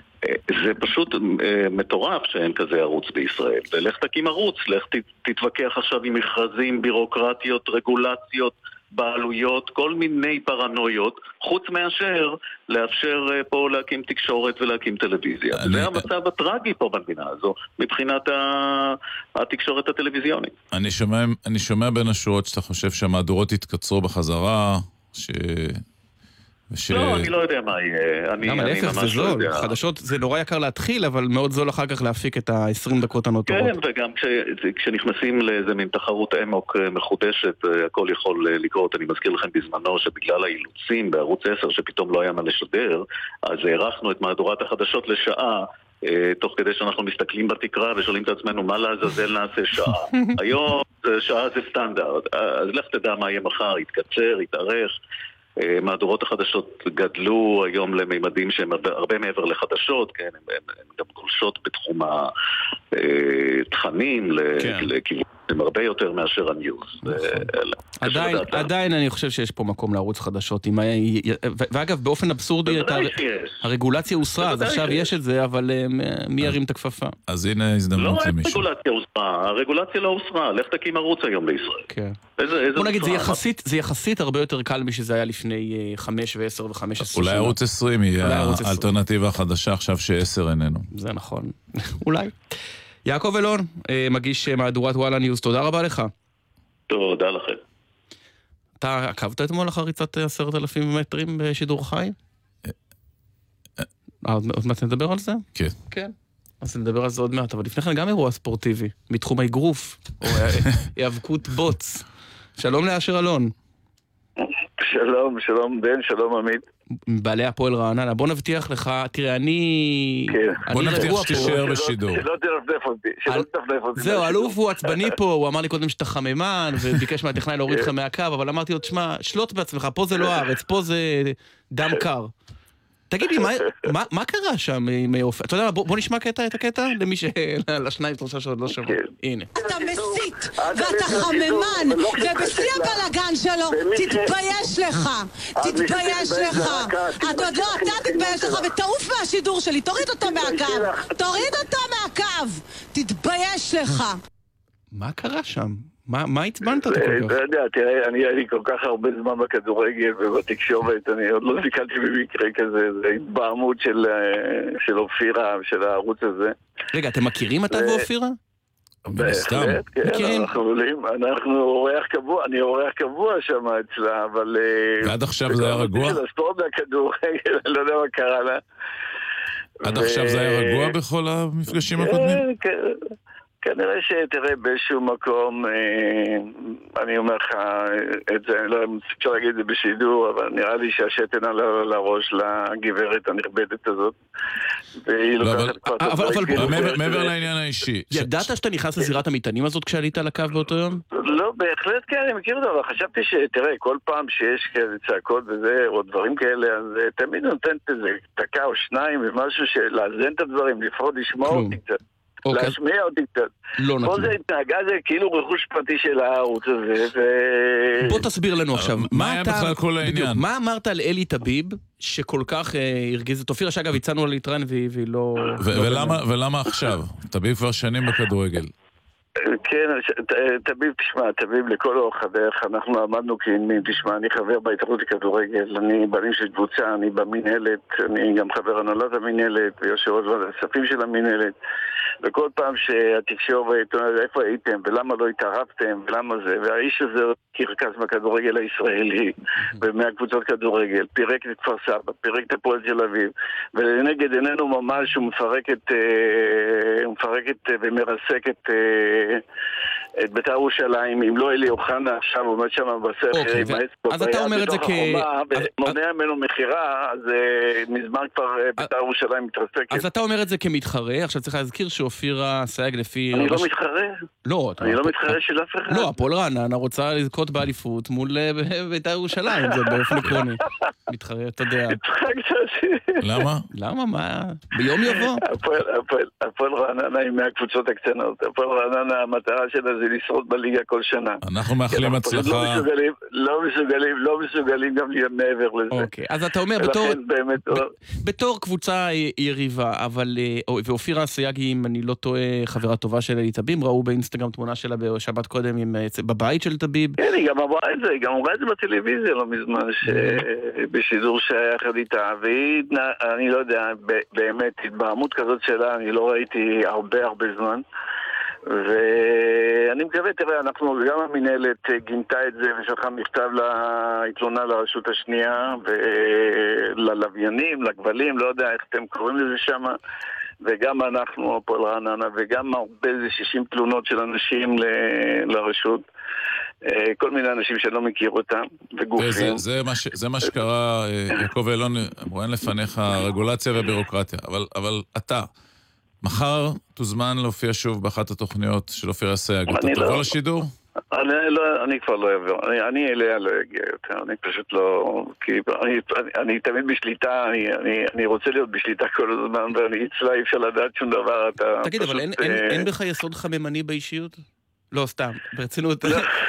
זה פשוט מטורף שאין כזה ערוץ בישראל. ולך תקים ערוץ, לך תתווכח עכשיו עם מכרזים, בירוקרטיות, רגולציות, בעלויות, כל מיני פרנויות, חוץ מאשר לאפשר פה להקים תקשורת ולהקים טלוויזיה. אני... זה המצב הטרגי פה במדינה הזו, מבחינת התקשורת הטלוויזיונית. אני שומע, אני שומע בין השורות שאתה חושב שהמהדורות יתקצרו בחזרה, ש... וש... לא, אני לא יודע מה יהיה. למה, להפך, זה זול. חדשות זה נורא יקר להתחיל, אבל מאוד זול אחר כך להפיק את ה-עשרים דקות הנותרות. כן, וגם כש... כשנכנסים לאיזה מין תחרות אמוק מחודשת, הכל יכול לקרות. אני מזכיר לכם בזמנו שבגלל האילוצים בערוץ עשר, שפתאום לא היה מה לשדר, אז הערכנו את מהדורת החדשות לשעה, תוך כדי שאנחנו מסתכלים בתקרה ושואלים את עצמנו מה לעזאזל נעשה שעה. היום שעה זה סטנדרט, אז לך תדע מה יהיה מחר, יתקצר, יתארך. מהדורות החדשות גדלו היום לממדים שהם הרבה מעבר לחדשות, כן, הן גם גולשות בתחום התכנים לכיוון. הם הרבה יותר מאשר הניוז. עדיין, עדיין אני חושב שיש פה מקום לערוץ חדשות. ואגב, באופן אבסורדי, הרגולציה הוסרה, אז עכשיו יש את זה, אבל מי ירים את הכפפה? אז הנה הזדמנות למישהו. לא, הרגולציה הוסרה, הרגולציה לא הוסרה, לך תקים ערוץ היום בישראל. כן. בוא נגיד, זה יחסית הרבה יותר קל משזה היה לפני חמש ועשר וחמש עשרה. אולי ערוץ עשרים יהיה האלטרנטיבה החדשה, עכשיו שעשר איננו. זה נכון. אולי. יעקב אלון, מגיש מהדורת וואלה ניוז, תודה רבה לך. תודה לכם. אתה עקבת אתמול אחר ריצת עשרת אלפים מטרים בשידור חי? עוד מעט נדבר על זה? כן. כן. אז נדבר על זה עוד מעט, אבל לפני כן גם אירוע ספורטיבי, מתחום האגרוף, או היאבקות בוץ. שלום לאשר אלון. שלום, שלום בן, שלום עמית. בעלי הפועל רעננה, בוא נבטיח לך, תראה, אני... בוא נבטיח שתישאר בשידור. שלא תנפנף אותי, שלא תנפנף אותי. זהו, אלוף הוא עצבני פה, הוא אמר לי קודם שאתה חממן, וביקש מהטכנאי להוריד לך מהקו, אבל אמרתי לו, תשמע, שלוט בעצמך, פה זה לא הארץ, פה זה דם קר. תגיד לי, מה קרה שם עם אופי? אתה יודע, בוא נשמע את הקטע למי ש... לשניים, שלושה שעוד לא שמע. הנה. אתה מסית, ואתה חממן, ובשיא הבלגן שלו, תתבייש לך, תתבייש לך. אתה עוד לא, אתה תתבייש לך, ותעוף מהשידור שלי, תוריד אותו מהקו, תוריד אותו מהקו, תתבייש לך. מה קרה שם? מה הצבנת אותו כל כך? לא יודע, תראה, אני היה לי כל כך הרבה זמן בכדורגל ובתקשורת, אני עוד לא זיקלתי במקרה כזה, זה התבעמות של אופירה, של הערוץ הזה. רגע, אתם מכירים אתה ואופירה? בהחלט, כן, אנחנו עולים, אנחנו אורח קבוע, אני אורח קבוע שם אצלה, אבל... ועד עכשיו זה היה רגוע? של הספורט והכדורגל, אני לא יודע מה קרה לה. עד עכשיו זה היה רגוע בכל המפגשים הקודמים? כן, כנראה שתראה באיזשהו מקום, אני אומר לך את זה, לא אפשר להגיד את זה בשידור, אבל נראה לי שהשתן על הראש לגברת הנכבדת הזאת. אבל מעבר לעניין האישי. ידעת שאתה נכנס לזירת המטענים הזאת כשעלית על הקו באותו יום? לא, בהחלט כן, אני מכיר את זה, אבל חשבתי שתראה, כל פעם שיש כאלה צעקות וזה, או דברים כאלה, אז תמיד נותנת איזה דקה או שניים ומשהו שלאזן את הדברים, לפחות לשמוע אותי קצת. להשמיע אותי קצת. כל זה התנהגה זה כאילו רכוש פרטי של הערוץ הזה. בוא תסביר לנו עכשיו. מה היה בכלל כל העניין? מה אמרת על אלי טביב שכל כך הרגיז את אופירה, שאגב הצענו לה להתראיין והיא לא... ולמה עכשיו? טביב כבר שנים בכדורגל. כן, טביב, תשמע, טביב לכל אורך הדרך, אנחנו עמדנו כעלמים, תשמע, אני חבר בהתאחדות לכדורגל, אני בעלים של קבוצה, אני במנהלת, אני גם חבר הנהלת המנהלת, ויושב ראש ועדת הכספים של המנהלת, וכל פעם שהתקשורת, איפה הייתם, ולמה לא התערבתם, ולמה זה, והאיש הזה כרכז מהכדורגל הישראלי, ומהקבוצות כדורגל, פירק את כפר סבא, פירק את הפועל תל אביב, ולנגד עינינו ממש הוא מפרק את, הוא מפרק את ומרסק את את בית"ר ירושלים, אם לא אלי אוחנה עכשיו עומד שם בסכר עם האצבע אז אתה אומר את זה כ... ומונע ממנו מחירה, אז מזמן כבר בית"ר ירושלים מתרסקת. אז אתה אומר את זה כמתחרה, עכשיו צריך להזכיר שאופירה סייג לפי... אני לא מתחרה. לא, אני לא מתחרה של אף אחד. לא, הפועל רעננה רוצה לזכות באליפות מול בית"ר ירושלים, זה באופן עקרוני. מתחרה, אתה יודע. למה? למה? מה? ביום יבוא. הפועל רעננה היא מהקבוצות הקטנות. הפועל רעננה, המטרה שלה זה לשרוד בליגה כל שנה. אנחנו מאחלים הצלחה. לא מסוגלים, לא מסוגלים גם להיות מעבר לזה. אוקיי, אז אתה אומר, בתור קבוצה יריבה, אבל, ואופירה סייגי, אם אני לא טועה, חברה טובה של אלי טביב, ראו באינסטגרם תמונה שלה בשבת קודם בבית של טביב. כן, היא גם אמרה את זה, היא גם אמרה את זה בטלוויזיה לא מזמן, בשידור שהיה יחד איתה, והיא, אני לא יודע, באמת, התבעמות כזאת שלה, אני לא ראיתי הרבה הרבה זמן. ואני מקווה, תראה, אנחנו גם המנהלת גינתה את זה ושלחה מכתב להתלונה לרשות השנייה וללוויינים, לגבלים, לא יודע איך אתם קוראים לזה שם, וגם אנחנו, הפועל רעננה, וגם הרבה איזה שישים תלונות של אנשים ל... לרשות, כל מיני אנשים שלא מכיר אותם, וגופים. זה, זה, מה, ש... זה מה שקרה, יעקב אלון, רואים לפניך רגולציה ובירוקרטיה, אבל, אבל אתה... מחר תוזמן להופיע שוב באחת התוכניות של אופירה סייג. אתה תבוא לשידור? אני, לא, אני כבר לא אעבור, אני, אני אליה לא אגיע יותר, אני פשוט לא, כי אני, אני, אני תמיד בשליטה, אני, אני, אני רוצה להיות בשליטה כל הזמן, ואני אצלה, אי אפשר לדעת שום דבר, אתה תגיד, פשוט, אבל אין, אה... אין, אין בך יסוד חממני באישיות? לא, סתם, ברצינות,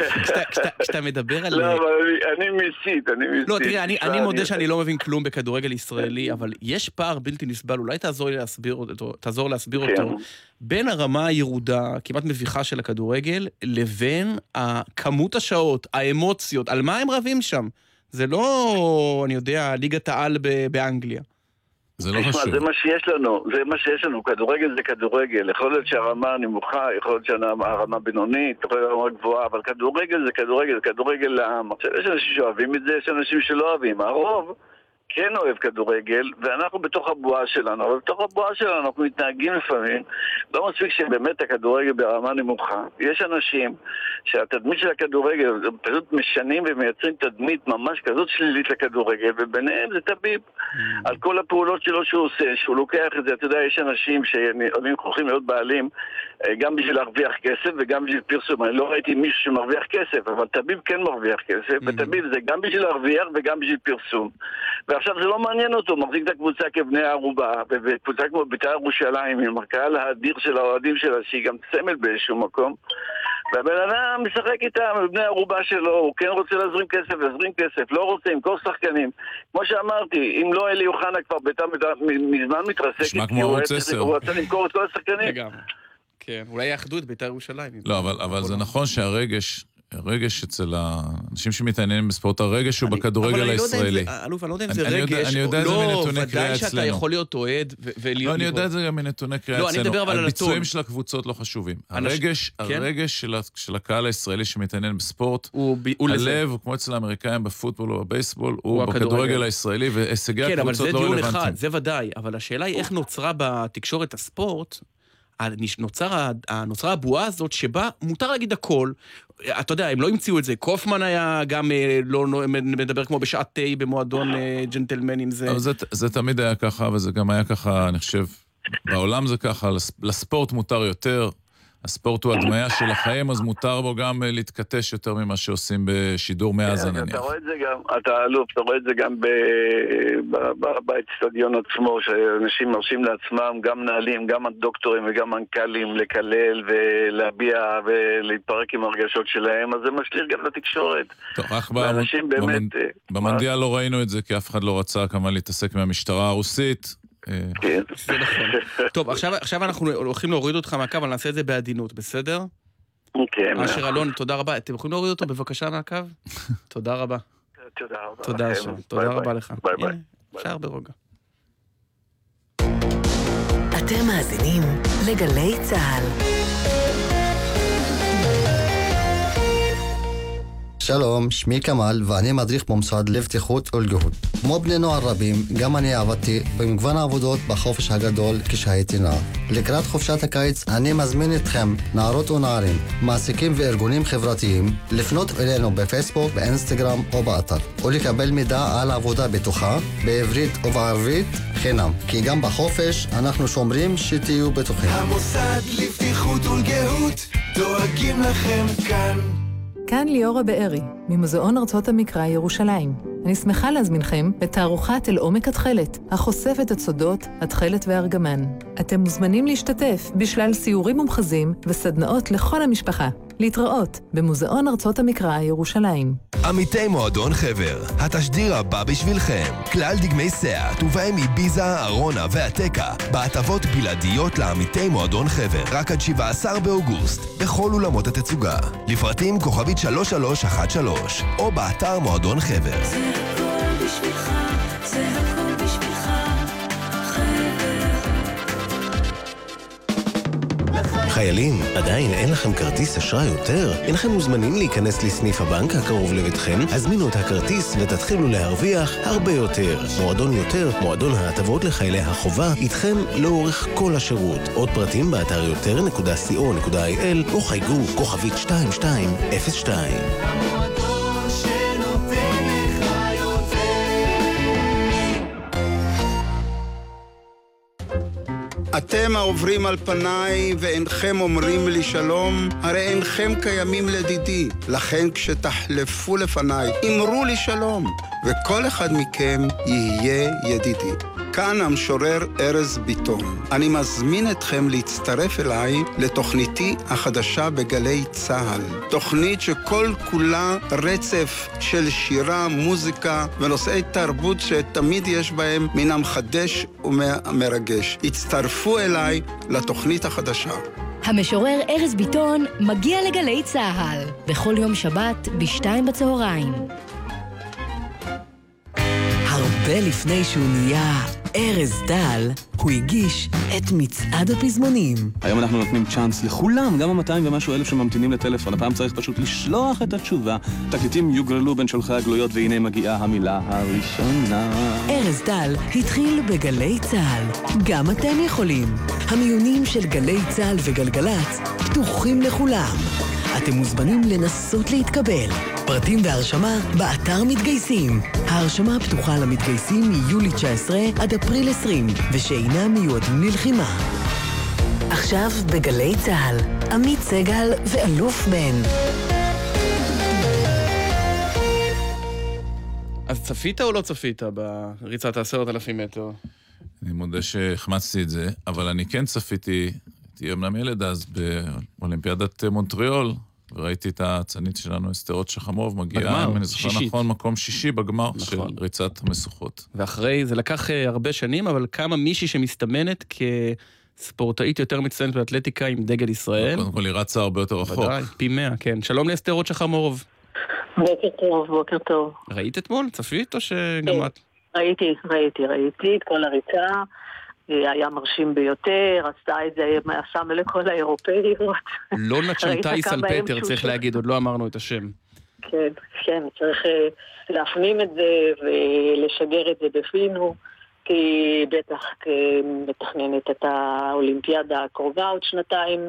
כשאתה מדבר על... לא, אבל אני מסית, אני מסית. לא, תראה, אני מודה שאני לא מבין כלום בכדורגל ישראלי, אבל יש פער בלתי נסבל, אולי תעזור להסביר אותו, תעזור להסביר אותו, בין הרמה הירודה, כמעט מביכה של הכדורגל, לבין כמות השעות, האמוציות, על מה הם רבים שם? זה לא, אני יודע, ליגת העל באנגליה. זה לא חשוב. זה מה שיש לנו, זה מה שיש לנו, כדורגל זה כדורגל, יכול להיות שהרמה נמוכה, יכול להיות שהרמה בינונית, יכול להיות שהרמה גבוהה, אבל כדורגל זה כדורגל, זה כדורגל לעם. עכשיו, יש אנשים שאוהבים את זה, יש אנשים שלא אוהבים. הרוב כן אוהב כדורגל, ואנחנו בתוך הבועה שלנו, אבל בתוך הבועה שלנו אנחנו מתנהגים לפעמים, לא מספיק שבאמת הכדורגל ברמה נמוכה. יש אנשים שהתדמית של הכדורגל, פשוט משנים ומייצרים תדמית ממש כזאת שלילית לכדורגל, וביניהם זה טביב. על כל הפעולות שלו שהוא עושה, שהוא לוקח את זה, אתה יודע, יש אנשים שעולים כוחים להיות בעלים, גם בשביל להרוויח כסף וגם בשביל פרסום. אני לא ראיתי מישהו שמרוויח כסף, אבל טביב כן מרוויח כסף, וטביב זה גם בשביל להרוויח וגם בשביל פרסום. ועכשיו זה לא מעניין אותו, מחזיק את הקבוצה כבני הערובה, וקבוצה כמו בית"ר ירושלים, עם הקהל האדיר של האוהדים שלה, שהיא גם סמל באיזשהו מקום, והבן אדם משחק איתם, בני הערובה שלו, הוא כן רוצה להזרים כסף, להזרים כסף, לא רוצה, עם כל שחקנים. כמו שאמרתי, אם לא אלי אוחנה כבר בית"ר מזמן מתרסקת, כי הוא רצה למכור את כל השחקנים. לגמרי. כן, אולי יאחדו את בית"ר ירושלים. לא, אבל זה נכון שהרגש... הרגש אצל האנשים שמתעניינים בספורט, הרגש הוא בכדורגל הישראלי. אלוף, אני לא יודע אם זה רגש, אני יודע את זה מנתוני קריאה אצלנו. שאתה יכול להיות אוהד ולהיות... לא, אני יודע את זה גם מנתוני קריאה אצלנו. הביצועים של הקבוצות לא חשובים. הרגש של הקהל הישראלי שמתעניין בספורט, הלב, כמו אצל האמריקאים בפוטבול או בבייסבול, הוא בכדורגל הישראלי, והישגי הקבוצות לא רלוונטיים. כן, אבל זה דיון אחד, זה ודאי. אבל השאלה היא איך נוצרה בתקשורת הספורט, נוצרה הבועה הזאת שבה מותר להגיד הכל. אתה יודע, הם לא המציאו את זה. קופמן היה גם לא מדבר כמו בשעת תה במועדון ג'נטלמנים. זה... זה, זה תמיד היה ככה, וזה גם היה ככה, אני חושב, בעולם זה ככה, לספורט מותר יותר, הספורט הוא הדמיה של החיים, אז מותר בו גם להתקטש יותר ממה שעושים בשידור מעזה נניח. אתה רואה את זה גם, אתה אלוף, אתה רואה את זה גם באצטדיון עצמו, שאנשים מרשים לעצמם, גם מנהלים, גם הדוקטורים וגם מנכ"לים, לקלל ולהביע ולהתפרק עם הרגשות שלהם, אז זה משליך גם לתקשורת. טוב, רק במונדיאל לא ראינו את זה, כי אף אחד לא רצה כמובן להתעסק מהמשטרה הרוסית, כן. זה נכון. טוב, עכשיו, עכשיו אנחנו הולכים להוריד אותך מהקו, אבל נעשה את זה בעדינות, בסדר? כן. אשר אלון, תודה רבה. אתם יכולים להוריד אותו בבקשה מהקו? תודה רבה. תודה רבה. תודה אשר, תודה רבה לך. ביי ביי. אפשר ברוגע. אתם מאזינים לגלי צהל. שלום, שמי כמאל ואני מדריך במוסד לבטיחות ולגיהות. כמו בני נוער רבים, גם אני עבדתי במגוון העבודות בחופש הגדול כשהייתי נער. לקראת חופשת הקיץ אני מזמין אתכם, נערות ונערים, מעסיקים וארגונים חברתיים, לפנות אלינו בפייסבוק, באינסטגרם או באתר, ולקבל מידע על עבודה בטוחה, בעברית ובערבית, חינם. כי גם בחופש אנחנו שומרים שתהיו בטוחים. המוסד לבטיחות ולגיהות, דואגים לכם כאן. כאן ליאורה בארי, ממוזיאון ארצות המקרא ירושלים. אני שמחה להזמינכם בתערוכת אל עומק התכלת, החושפת את סודות התכלת והארגמן. אתם מוזמנים להשתתף בשלל סיורים ומחזים וסדנאות לכל המשפחה. להתראות במוזיאון ארצות המקרא ירושלים. עמיתי מועדון חבר, התשדיר הבא בשבילכם. כלל דגמי סאט, ובהם איביזה, ארונה והטקה, בהטבות בלעדיות לעמיתי מועדון חבר, רק עד שבעה עשר באוגוסט, בכל אולמות התצוגה. לפרטים כוכבית שלוש שלוש אחת שלוש, או באתר מועדון חבר. זה הכל בשבילך, זה הכל בשבילך, חבר. חיילים, עדיין אין לכם כרטיס אשראי יותר? אינכם מוזמנים להיכנס לסניף הבנק הקרוב לביתכם? הזמינו את הכרטיס ותתחילו להרוויח הרבה יותר. מועדון יותר, מועדון ההטבות לחיילי החובה, איתכם לאורך כל השירות. עוד פרטים באתר יותר נקודה סי או נקודה איי אל או חייגו כוכבית שתיים שתיים אפס שתיים. אתם העוברים על פניי ואינכם אומרים לי שלום, הרי אינכם קיימים לדידי. לכן כשתחלפו לפניי, אמרו לי שלום, וכל אחד מכם יהיה ידידי. כאן המשורר ארז ביטון. אני מזמין אתכם להצטרף אליי לתוכניתי החדשה בגלי צהל. תוכנית שכל כולה רצף של שירה, מוזיקה ונושאי תרבות שתמיד יש בהם מן המחדש ומרגש. הצטרפו אליי לתוכנית החדשה. המשורר ארז ביטון מגיע לגלי צהל בכל יום שבת בשתיים בצהריים. הרבה לפני שהוא נהיה ארז דל, הוא הגיש את מצעד הפזמונים. היום אנחנו נותנים צ'אנס לכולם, גם ה-מאתיים ומשהו אלף שממתינים לטלפון. הפעם צריך פשוט לשלוח את התשובה. תקליטים יוגרלו בין שולחי הגלויות, והנה מגיעה המילה הראשונה. ארז דל התחיל בגלי צהל. גם אתם יכולים. המיונים של גלי צהל וגלגלץ פתוחים לכולם. אתם מוזמנים לנסות להתקבל. פרטים והרשמה באתר מתגייסים. ההרשמה פתוחה למתגייסים מיולי תשע עשרה עד אפריל עשרים, ושאינם מיועדים ללחימה. עכשיו בגלי צהל, עמית סגל ואלוף בן. אז צפית או לא צפית בריצת העשרת אלפים מטר? אני מודה שהחמצתי את זה, אבל אני כן צפיתי, הייתי אמנם ילד אז באולימפיאדת מונטריאול, וראיתי את הצנית שלנו, אסתרות שחמוב, מגיעה, אם אני זוכר נכון, מקום שישי בגמר נכון. של ריצת המשוכות. ואחרי, זה לקח הרבה שנים, אבל כמה מישהי שמסתמנת כספורטאית יותר מצטיינת באתלטיקה עם דגל ישראל. קודם כל היא רצה הרבה יותר רחוק. ודאי, פי מאה, כן. שלום לאסתרות שחמוב. בוקר טוב, בוקר טוב. ראית אתמול? צפית או שגם את? ראיתי, ראיתי, ראיתי את כל הריצה. היה מרשים ביותר, עשתה את זה, עשה לכל האירופאיות. לא נצ'נטאי סלפטר, צריך להגיד, עוד לא אמרנו את השם. כן, כן, צריך להפנים את זה ולשגר את זה בפינו, כי בטח מתכננת את האולימפיאדה הקרובה עוד שנתיים,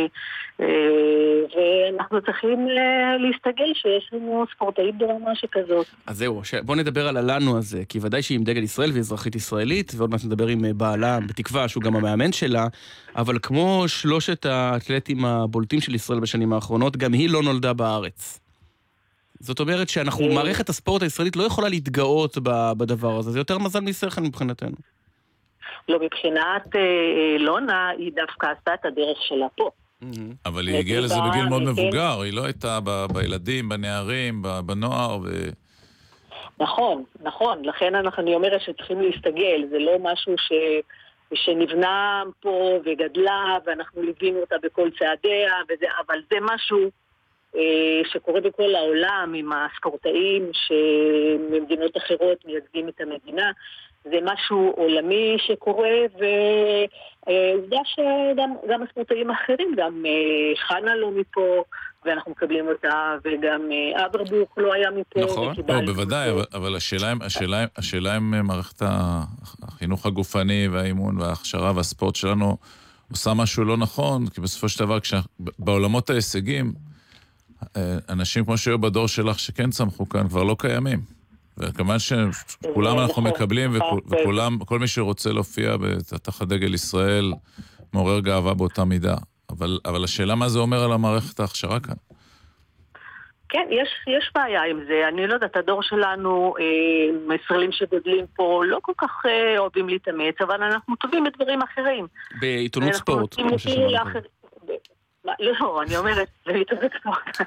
ואנחנו צריכים להסתגל שיש לנו ספורטאית ברמה שכזאת. אז זהו, בוא נדבר על הלנו הזה, כי ודאי שהיא עם דגל ישראל ואזרחית ישראלית, ועוד מעט נדבר עם בעלה, בתקווה שהוא גם המאמן שלה, אבל כמו שלושת האתלטים הבולטים של ישראל בשנים האחרונות, גם היא לא נולדה בארץ. זאת אומרת שאנחנו, מערכת הספורט הישראלית לא יכולה להתגאות בדבר הזה, זה יותר מזל משכל מבחינתנו. לא, מבחינת לונה, היא דווקא עשתה את הדרך שלה פה. אבל היא הגיעה לזה בגיל מאוד מבוגר, היא לא הייתה בילדים, בנערים, בנוער ו... נכון, נכון, לכן אני אומרת שצריכים להסתגל, זה לא משהו ש... שנבנה פה וגדלה, ואנחנו ליווינו אותה בכל צעדיה, וזה... אבל זה משהו שקורה בכל העולם עם הספורטאים שממדינות אחרות מייצגים את המדינה. זה משהו עולמי שקורה, ועובדה שגם הספורטאים האחרים, גם חנה לא מפה, ואנחנו מקבלים אותה, וגם אברבוך לא היה מפה. נכון, לא, בוודאי, אבל השאלה אם מערכת החינוך הגופני והאימון וההכשרה והספורט שלנו עושה משהו לא נכון, כי בסופו של דבר, בעולמות ההישגים, אנשים כמו שהיו בדור שלך שכן צמחו כאן כבר לא קיימים. וכמובן שכולם אנחנו מקבלים, וכולם, כל מי שרוצה להופיע תחת דגל ישראל מעורר גאווה באותה מידה. אבל, אבל השאלה מה זה אומר על המערכת ההכשרה כאן? כן, יש, יש בעיה עם זה. אני לא יודעת, הדור שלנו, אה, ישראלים שגודלים פה, לא כל כך אה, אוהבים להתאמץ, אבל אנחנו טובים בדברים אחרים. בעיתונות ספורט, כמו ששמענו. לא, אני אומרת, בעיתונות ספורט.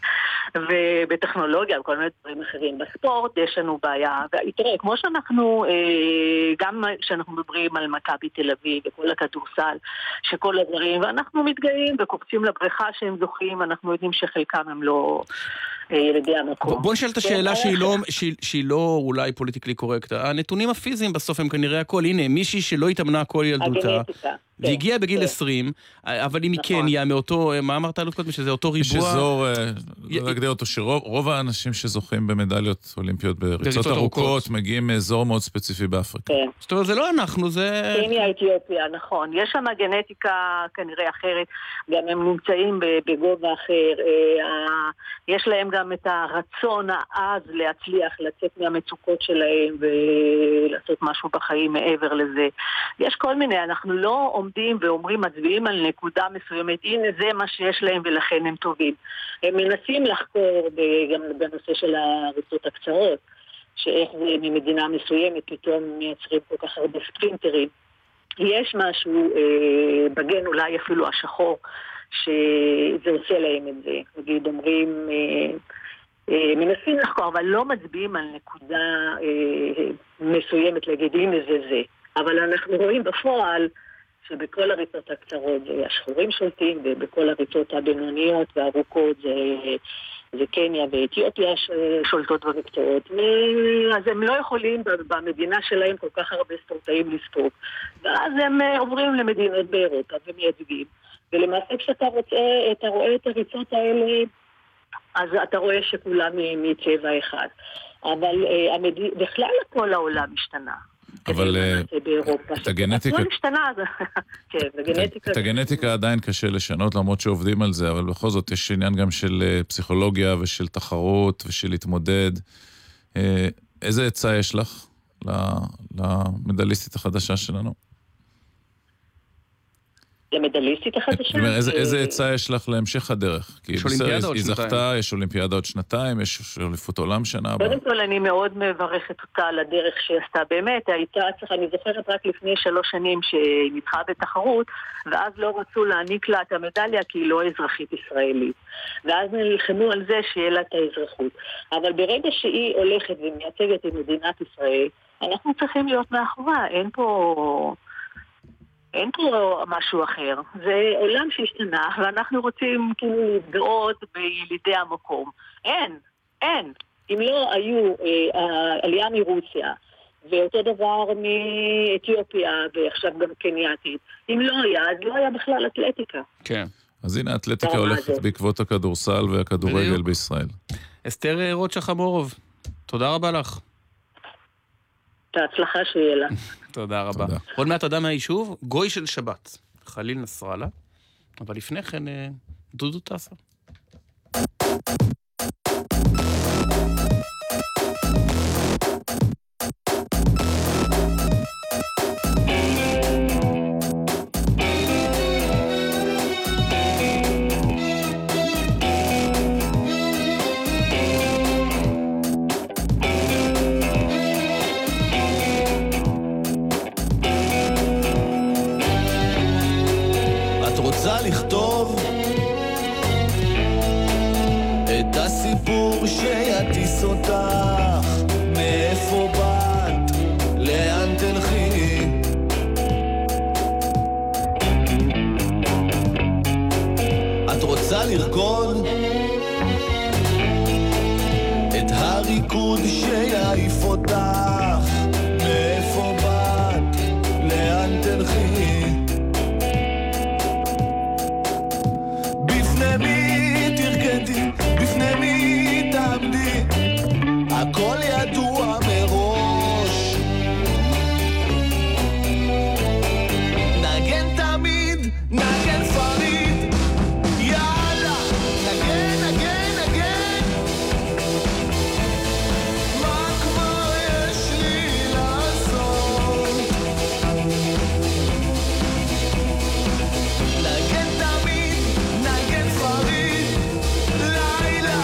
ובטכנולוגיה וכל מיני דברים אחרים. בספורט יש לנו בעיה, ותראה, כמו שאנחנו, גם כשאנחנו מדברים על מכבי תל אביב וכל הכדורסל, שכל הדברים, ואנחנו מתגאים וקופצים לבריכה שהם זוכים, אנחנו יודעים שחלקם הם לא ילדי המקום. בוא נשאל את השאלה שהיא לא, שהיא לא אולי פוליטיקלי קורקט. הנתונים הפיזיים בסוף הם כנראה הכל. הנה, מישהי שלא התאמנה כל ילדותה, והיא הגיעה בגיל עשרים, אבל היא מקניה, מאותו, מה אמרת עלות קודם? שזה אותו ריבוע? יש אזור, לא להגדיר אותו, שרוב האנשים שזוכים במדליות אולימפיות בריצות ארוכות, מגיעים מאזור מאוד ספציפי באפריקה. זאת אומרת, זה לא אנחנו, זה... קניה, אתיופיה, נכון. יש שם גנטיקה כנראה אחרת, גם הם נמצאים בגובה אחר, יש להם גם את הרצון העז להצליח, לצאת מהמצוקות שלהם ולעשות משהו בחיים מעבר לזה. יש כל מיני, אנחנו לא עומדים ואומרים, מצביעים על נקודה מסוימת, הנה זה מה שיש להם ולכן הם טובים. הם מנסים לחקור גם בנושא של הריצות הקצרות, שאיך זה ממדינה מסוימת פתאום מייצרים כל כך הרבה ספרינטרים. יש משהו אה, בגן אולי אפילו השחור, שזה עושה להם את זה. נגיד אומרים, אה, אה, מנסים לחקור, אבל לא מצביעים על נקודה אה, מסוימת להגיד, הנה זה זה. אבל אנחנו רואים בפועל שבכל הריצות הקצרות השחורים שולטים, ובכל הריצות הבינוניות והארוכות זה, זה קניה ואתיופיה ששולטות במקצועות. אז הם לא יכולים במדינה שלהם כל כך הרבה ספורטאים לספורט. ואז הם עוברים למדינות באירופה ומייצגים. ולמעשה כשאתה רוצה, אתה רואה את הריצות האלה, אז אתה רואה שכולם מצבע אחד. אבל המד... בכלל כל העולם השתנה. אבל את הגנטיקה... את הגנטיקה עדיין קשה לשנות, למרות שעובדים על זה, אבל בכל זאת יש עניין גם של פסיכולוגיה ושל תחרות ושל להתמודד. איזה עצה יש לך למדליסטית החדשה שלנו? למדליסטית החדשה? איזה עצה יש לך להמשך הדרך? כי היא זכתה, יש אולימפיאדה עוד שנתיים, יש אליפות עולם שנה הבאה. קודם כל אני מאוד מברכת אותה על הדרך שהיא עשתה. באמת, הייתה צריכה, אני זוכרת רק לפני שלוש שנים שהיא ניצחה בתחרות, ואז לא רצו להעניק לה את המדליה כי היא לא אזרחית ישראלית. ואז נלחמו על זה שיהיה לה את האזרחות. אבל ברגע שהיא הולכת ומייצגת את מדינת ישראל, אנחנו צריכים להיות מאחורה. אין פה... אין פה משהו אחר. זה עולם שהשתנה, ואנחנו רוצים כאילו להתגאות בילידי המקום. אין, אין. אם לא היו אה, עלייה מרוסיה, ואותו דבר מאתיופיה, ועכשיו גם קנייתית, אם לא היה, אז לא היה בכלל אתלטיקה. כן. אז הנה, האתלטיקה הולכת בעקבות הכדורסל והכדורגל בישראל. אסתר רוטשה חמורוב, תודה רבה לך. את ההצלחה שיהיה לה. תודה רבה. עוד מעט אדם מהיישוב, גוי של שבת, חליל נסראללה, אבל לפני כן דודו טסה. לכתוב את הסיפור שיטיס אותך, מאיפה באת, לאן תלכי. את רוצה לרקוד את הריקוד שיעיף אותך, מאיפה באת, לאן תלכי. בפני מי תרקדי, בפני מי תעמדי, הכל ידוע מראש. נגן תמיד, נגן פריד, יאללה, נגן, נגן, נגן. מה כבר יש לי לעשות? נגן תמיד, נגן פריד, לילה.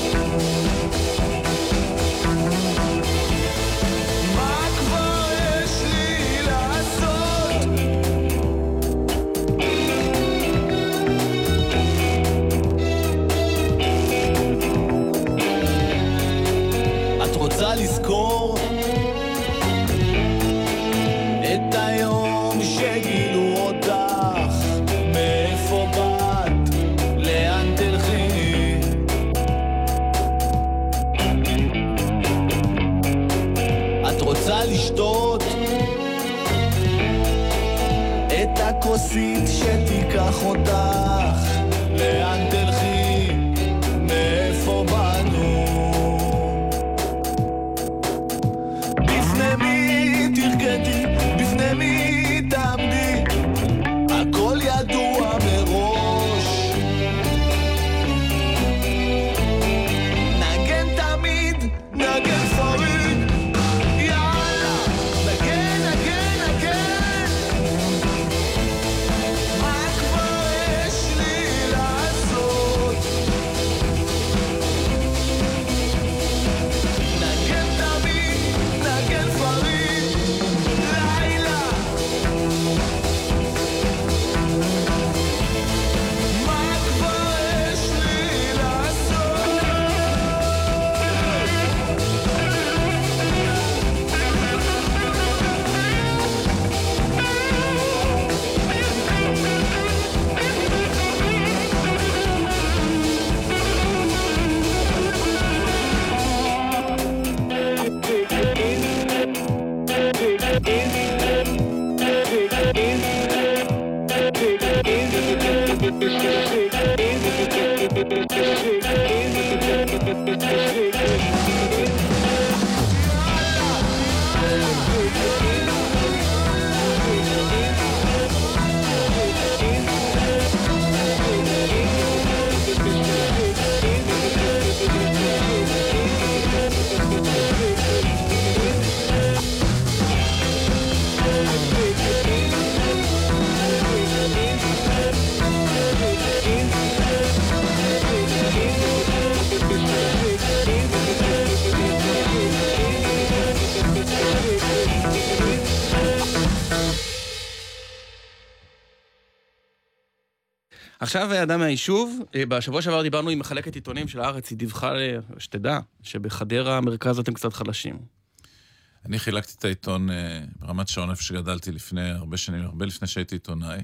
מה כבר יש לי לעשות? את רוצה לזכור את היום שגילו אותך, מאיפה באת, לאן תלכי. את רוצה לשתות את הכל כוסית שתיקח אותך, לאן תלכי, מאיפה באנו, בפני מי תרקדי, בפני מי תעמדי, הכל ידוע מראש, נגן תמיד, נגן פריד, יאללה, נגן, נגן, נגן, מה כבר יש לי לעשות, נגן תמיד, נגן פריד, לילה, מה כבר יש לי לעשות. עכשיו אדם מהיישוב, בשבוע שעבר דיברנו עם מחלקת עיתונים של הארץ, היא דיווחה, שתדע, שבחדרה המרכז אתם קצת חלשים. אני חילקתי את העיתון ברמת שעון, איפה שגדלתי לפני הרבה שנים, הרבה לפני שהייתי עיתונאי,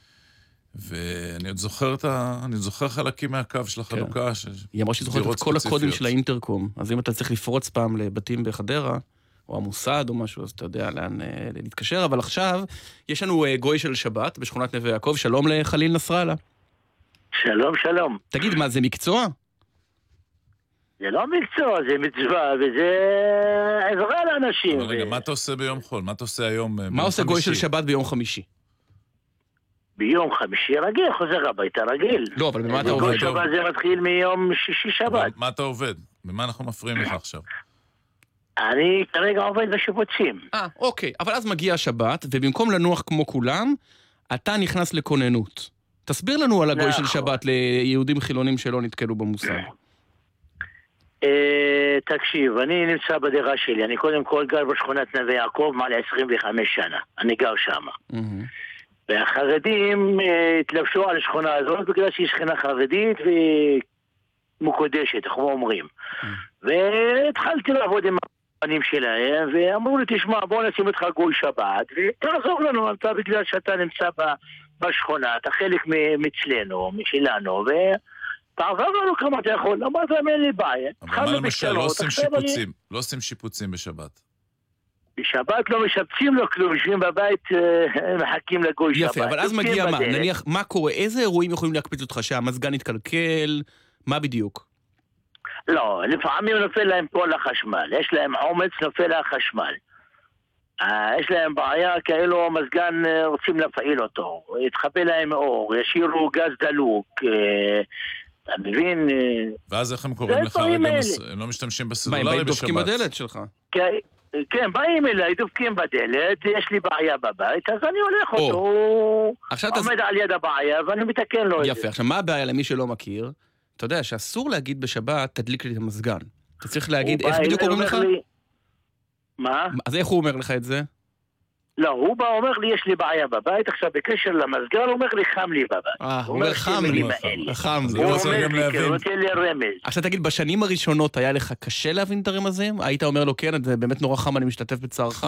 ואני עוד זוכר את ה... אני זוכר חלקים מהקו של החלוקה. ש... היא אמרה שזוכרת את כל הקודים של האינטרקום, אז אם אתה צריך לפרוץ פעם לבתים בחדרה, או המוסד או משהו, אז אתה יודע לאן להתקשר, אבל עכשיו יש לנו גוי של שבת בשכונת נווה יעקב, שלום לחליל נסראללה. שלום, שלום. תגיד, מה, זה מקצוע? זה לא מקצוע, זה מצווה, וזה עזרה לאנשים. אבל רגע, מה אתה עושה ביום חול? מה אתה עושה היום? מה עושה גוי של שבת ביום חמישי? ביום חמישי רגיל, חוזר הביתה רגיל. לא, אבל במה אתה עובד? גוי שבת זה מתחיל מיום שישי שבת. מה אתה עובד? במה אנחנו מפריעים לך עכשיו? אני כרגע עובד בשיפוצים. אה, אוקיי, אבל אז מגיע השבת, ובמקום לנוח כמו כולם, אתה נכנס לכוננות. תסביר לנו על הגוי של שבת ליהודים חילונים שלא נתקלו במושג. תקשיב, אני נמצא בדירה שלי, אני קודם כל גר בשכונת נווה יעקב מעל עשרים וחמש שנה, אני גר שם. והחרדים התלבשו על השכונה הזאת בגלל שהיא שכנה חרדית ומקודשת, כמו אומרים. והתחלתי לעבוד עם הבנים שלהם, ואמרו לי, תשמע, בוא נשים אותך גוי שבת, ותעזור לנו, אתה בגלל שאתה נמצא בשכונה, אתה חלק מצלנו, משלנו, ותעזור לנו כמה אתה יכול. אמרת להם, אין לי בעיה. אבל מה למשל, לא עושים שיפוצים, לא עושים שיפוצים בשבת. בשבת לא משפצים לו כלום, יושבים בבית, מחכים לגוי שבת. יפה, אבל אז מגיע מה? נניח, מה קורה? איזה אירועים יכולים להקפיץ אותך? שהמזגן יתקלקל? מה בדיוק? לא, לפעמים נופל להם פה לחשמל. יש להם עומץ, נופל לחשמל. יש להם בעיה, כאילו המזגן רוצים להפעיל אותו. יתחבא להם אור, ישירו גז דלוק. אתה מבין? ואז איך הם קוראים לך? הם לא משתמשים בסלולרי בשבת. מה, הם דופקים בדלת שלך? כן. כן, באים אליי, דופקים בדלת, יש לי בעיה בבית, אז אני הולך אותו, הוא עומד על יד הבעיה, ואני מתקן לו את זה. יפה, עכשיו מה הבעיה למי שלא מכיר? אתה יודע שאסור להגיד בשבת, תדליק לי את המזגן. אתה צריך להגיד, איך בדיוק אומרים לך? מה? אז איך הוא אומר לך את זה? לא, הוא בא, אומר לי, יש לי בעיה בבית, עכשיו בקשר למזגן, הוא אומר לי, חם לי בבית. אה, הוא אומר חם לי, חם לי. הוא אומר לי, כי הוא נותן לי רמז. עכשיו תגיד, בשנים הראשונות היה לך קשה להבין את הרמזים? היית אומר לו, כן, זה באמת נורא חם, אני משתתף בצערך?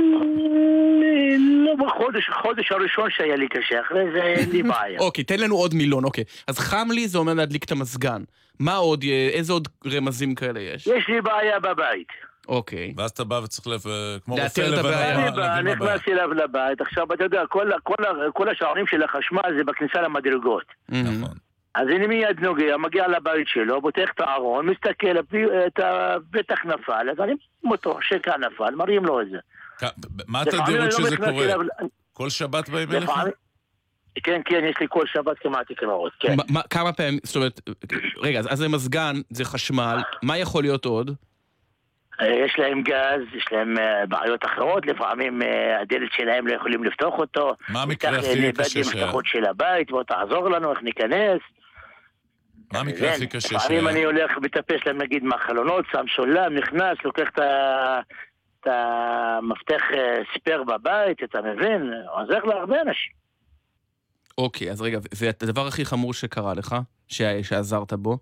לא, בחודש, חודש הראשון שהיה לי קשה, אחרי זה אין לי בעיה. אוקיי, תן לנו עוד מילון, אוקיי. אז חם לי זה אומר להדליק את המזגן. מה עוד, איזה עוד רמזים כאלה יש? יש לי בעיה בבית. אוקיי. ואז אתה בא וצריך לב... כמו לאתר רופא את הבעיה. לבן. אני בא, נכנס אליו לבית, עכשיו אתה יודע, כל, כל, כל השערים של החשמל זה בכניסה למדרגות. נכון. אז אני מיד נוגע, מגיע לבית שלו, פותח את הארון, מסתכל, את הפתח נפל, אז אני מותח שקע נפל, מראים לו את זה. מה התדירות שזה קורה? כל שבת באים אליך? כן, כן, יש לי כל שבת כמעט תקראות, כן. כמה פעמים, זאת אומרת, רגע, אז זה מזגן, זה חשמל, מה יכול להיות עוד? יש להם גז, יש להם בעיות אחרות, לפעמים הדלת שלהם לא יכולים לפתוח אותו. מה המקרה הכי קשה שהיה? מפתחות של הבית, בוא תעזור לנו, איך ניכנס. מה המקרה הכי קשה שהיה? לפעמים אני הולך מטפס להם נגיד מהחלונות, שם סולם, נכנס, לוקח את המפתח ספר בבית, אתה מבין? עוזר להרבה אנשים. אוקיי, אז רגע, זה הדבר הכי חמור שקרה לך, שעזרת בו?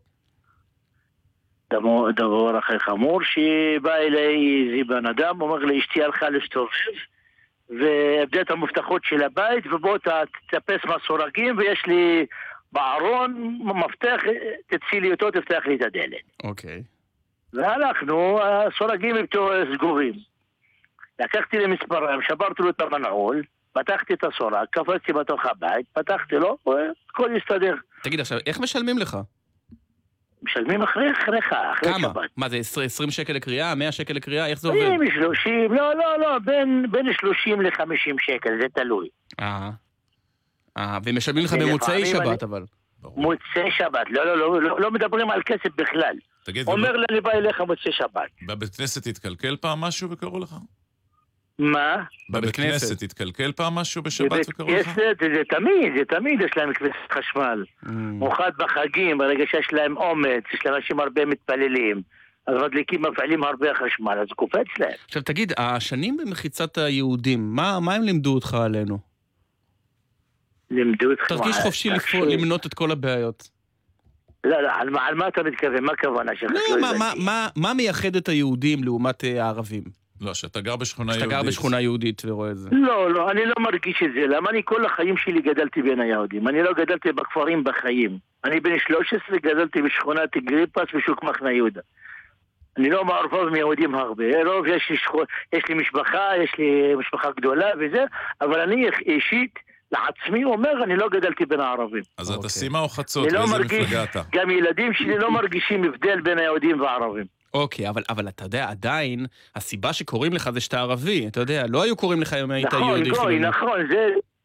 דבר הכי חמור, שבא אליי איזה בן אדם, אומר לי, אשתי הלכה להסתובב, ואבדה את המפתחות של הבית, ובוא תטפס מהסורגים, ויש לי בארון מפתח, תצאי לי אותו, תפתח לי את הדלת. אוקיי. והלכנו, הסורגים הם סגורים. לקחתי למספרם, שברתי לו את המנעול, פתחתי את הסורג, קפצתי בתוך הבית, פתחתי לו, והכל יסתדר. תגיד עכשיו, איך משלמים לך? משלמים אחרי אחריך, אחרי כמה? שבת. מה זה, עשרים שקל לקריאה, מאה שקל לקריאה? איך זה עובד? שלושים, לא, לא, לא, בין, בין שלושים לחמישים שקל, זה תלוי. אה, אה, ומשלמים לך במוצאי שבת, אבל. מוצאי שבת, לא, לא, לא, לא, לא מדברים על כסף בכלל. תגיד, אומר לי, אני בא אליך מוצאי שבת. בבית כנסת התקלקל פעם משהו וקראו לך? מה? בבית כנסת התקלקל פעם משהו בשבת וקראו לך? בבית כנסת זה תמיד, זה תמיד יש להם כנסת חשמל. מוחד בחגים, ברגע שיש להם אומץ, יש להם אנשים הרבה מתפללים, אז מדליקים מפעלים הרבה חשמל, אז קופץ להם. עכשיו תגיד, השנים במחיצת היהודים, מה, מה הם לימדו אותך עלינו? לימדו אותך... תרגיש חופשי לפעול, למנות את כל הבעיות. לא, לא, על מה, על מה אתה מתכוון? מה הכוונה שלך? לא, מה, מה, מה, מה מייחד את היהודים לעומת הערבים? לא, שאתה גר בשכונה יהודית. שאתה גר בשכונה יהודית ורואה את זה. לא, לא, אני לא מרגיש את זה. למה אני כל החיים שלי גדלתי בין היהודים? אני לא גדלתי בכפרים בחיים. אני בן שלוש עשרה גדלתי בשכונת גריפס ושוק מחנה יהודה. אני לא מעורבב מיהודים הרבה. רוב, יש לי, שכו... יש לי משפחה, יש לי משפחה גדולה וזה, אבל אני אישית, לעצמי אומר, אני לא גדלתי בין הערבים. אז אתה סימה או חצות? באיזה מפלגה אתה? גם ילדים שלי לא מרגישים הבדל בין היהודים והערבים. אוקיי, אבל, אבל אתה יודע, עדיין, הסיבה שקוראים לך זה שאתה ערבי, אתה יודע, לא היו קוראים לך אם היית יהודי חילוני. נכון, נכון, זה...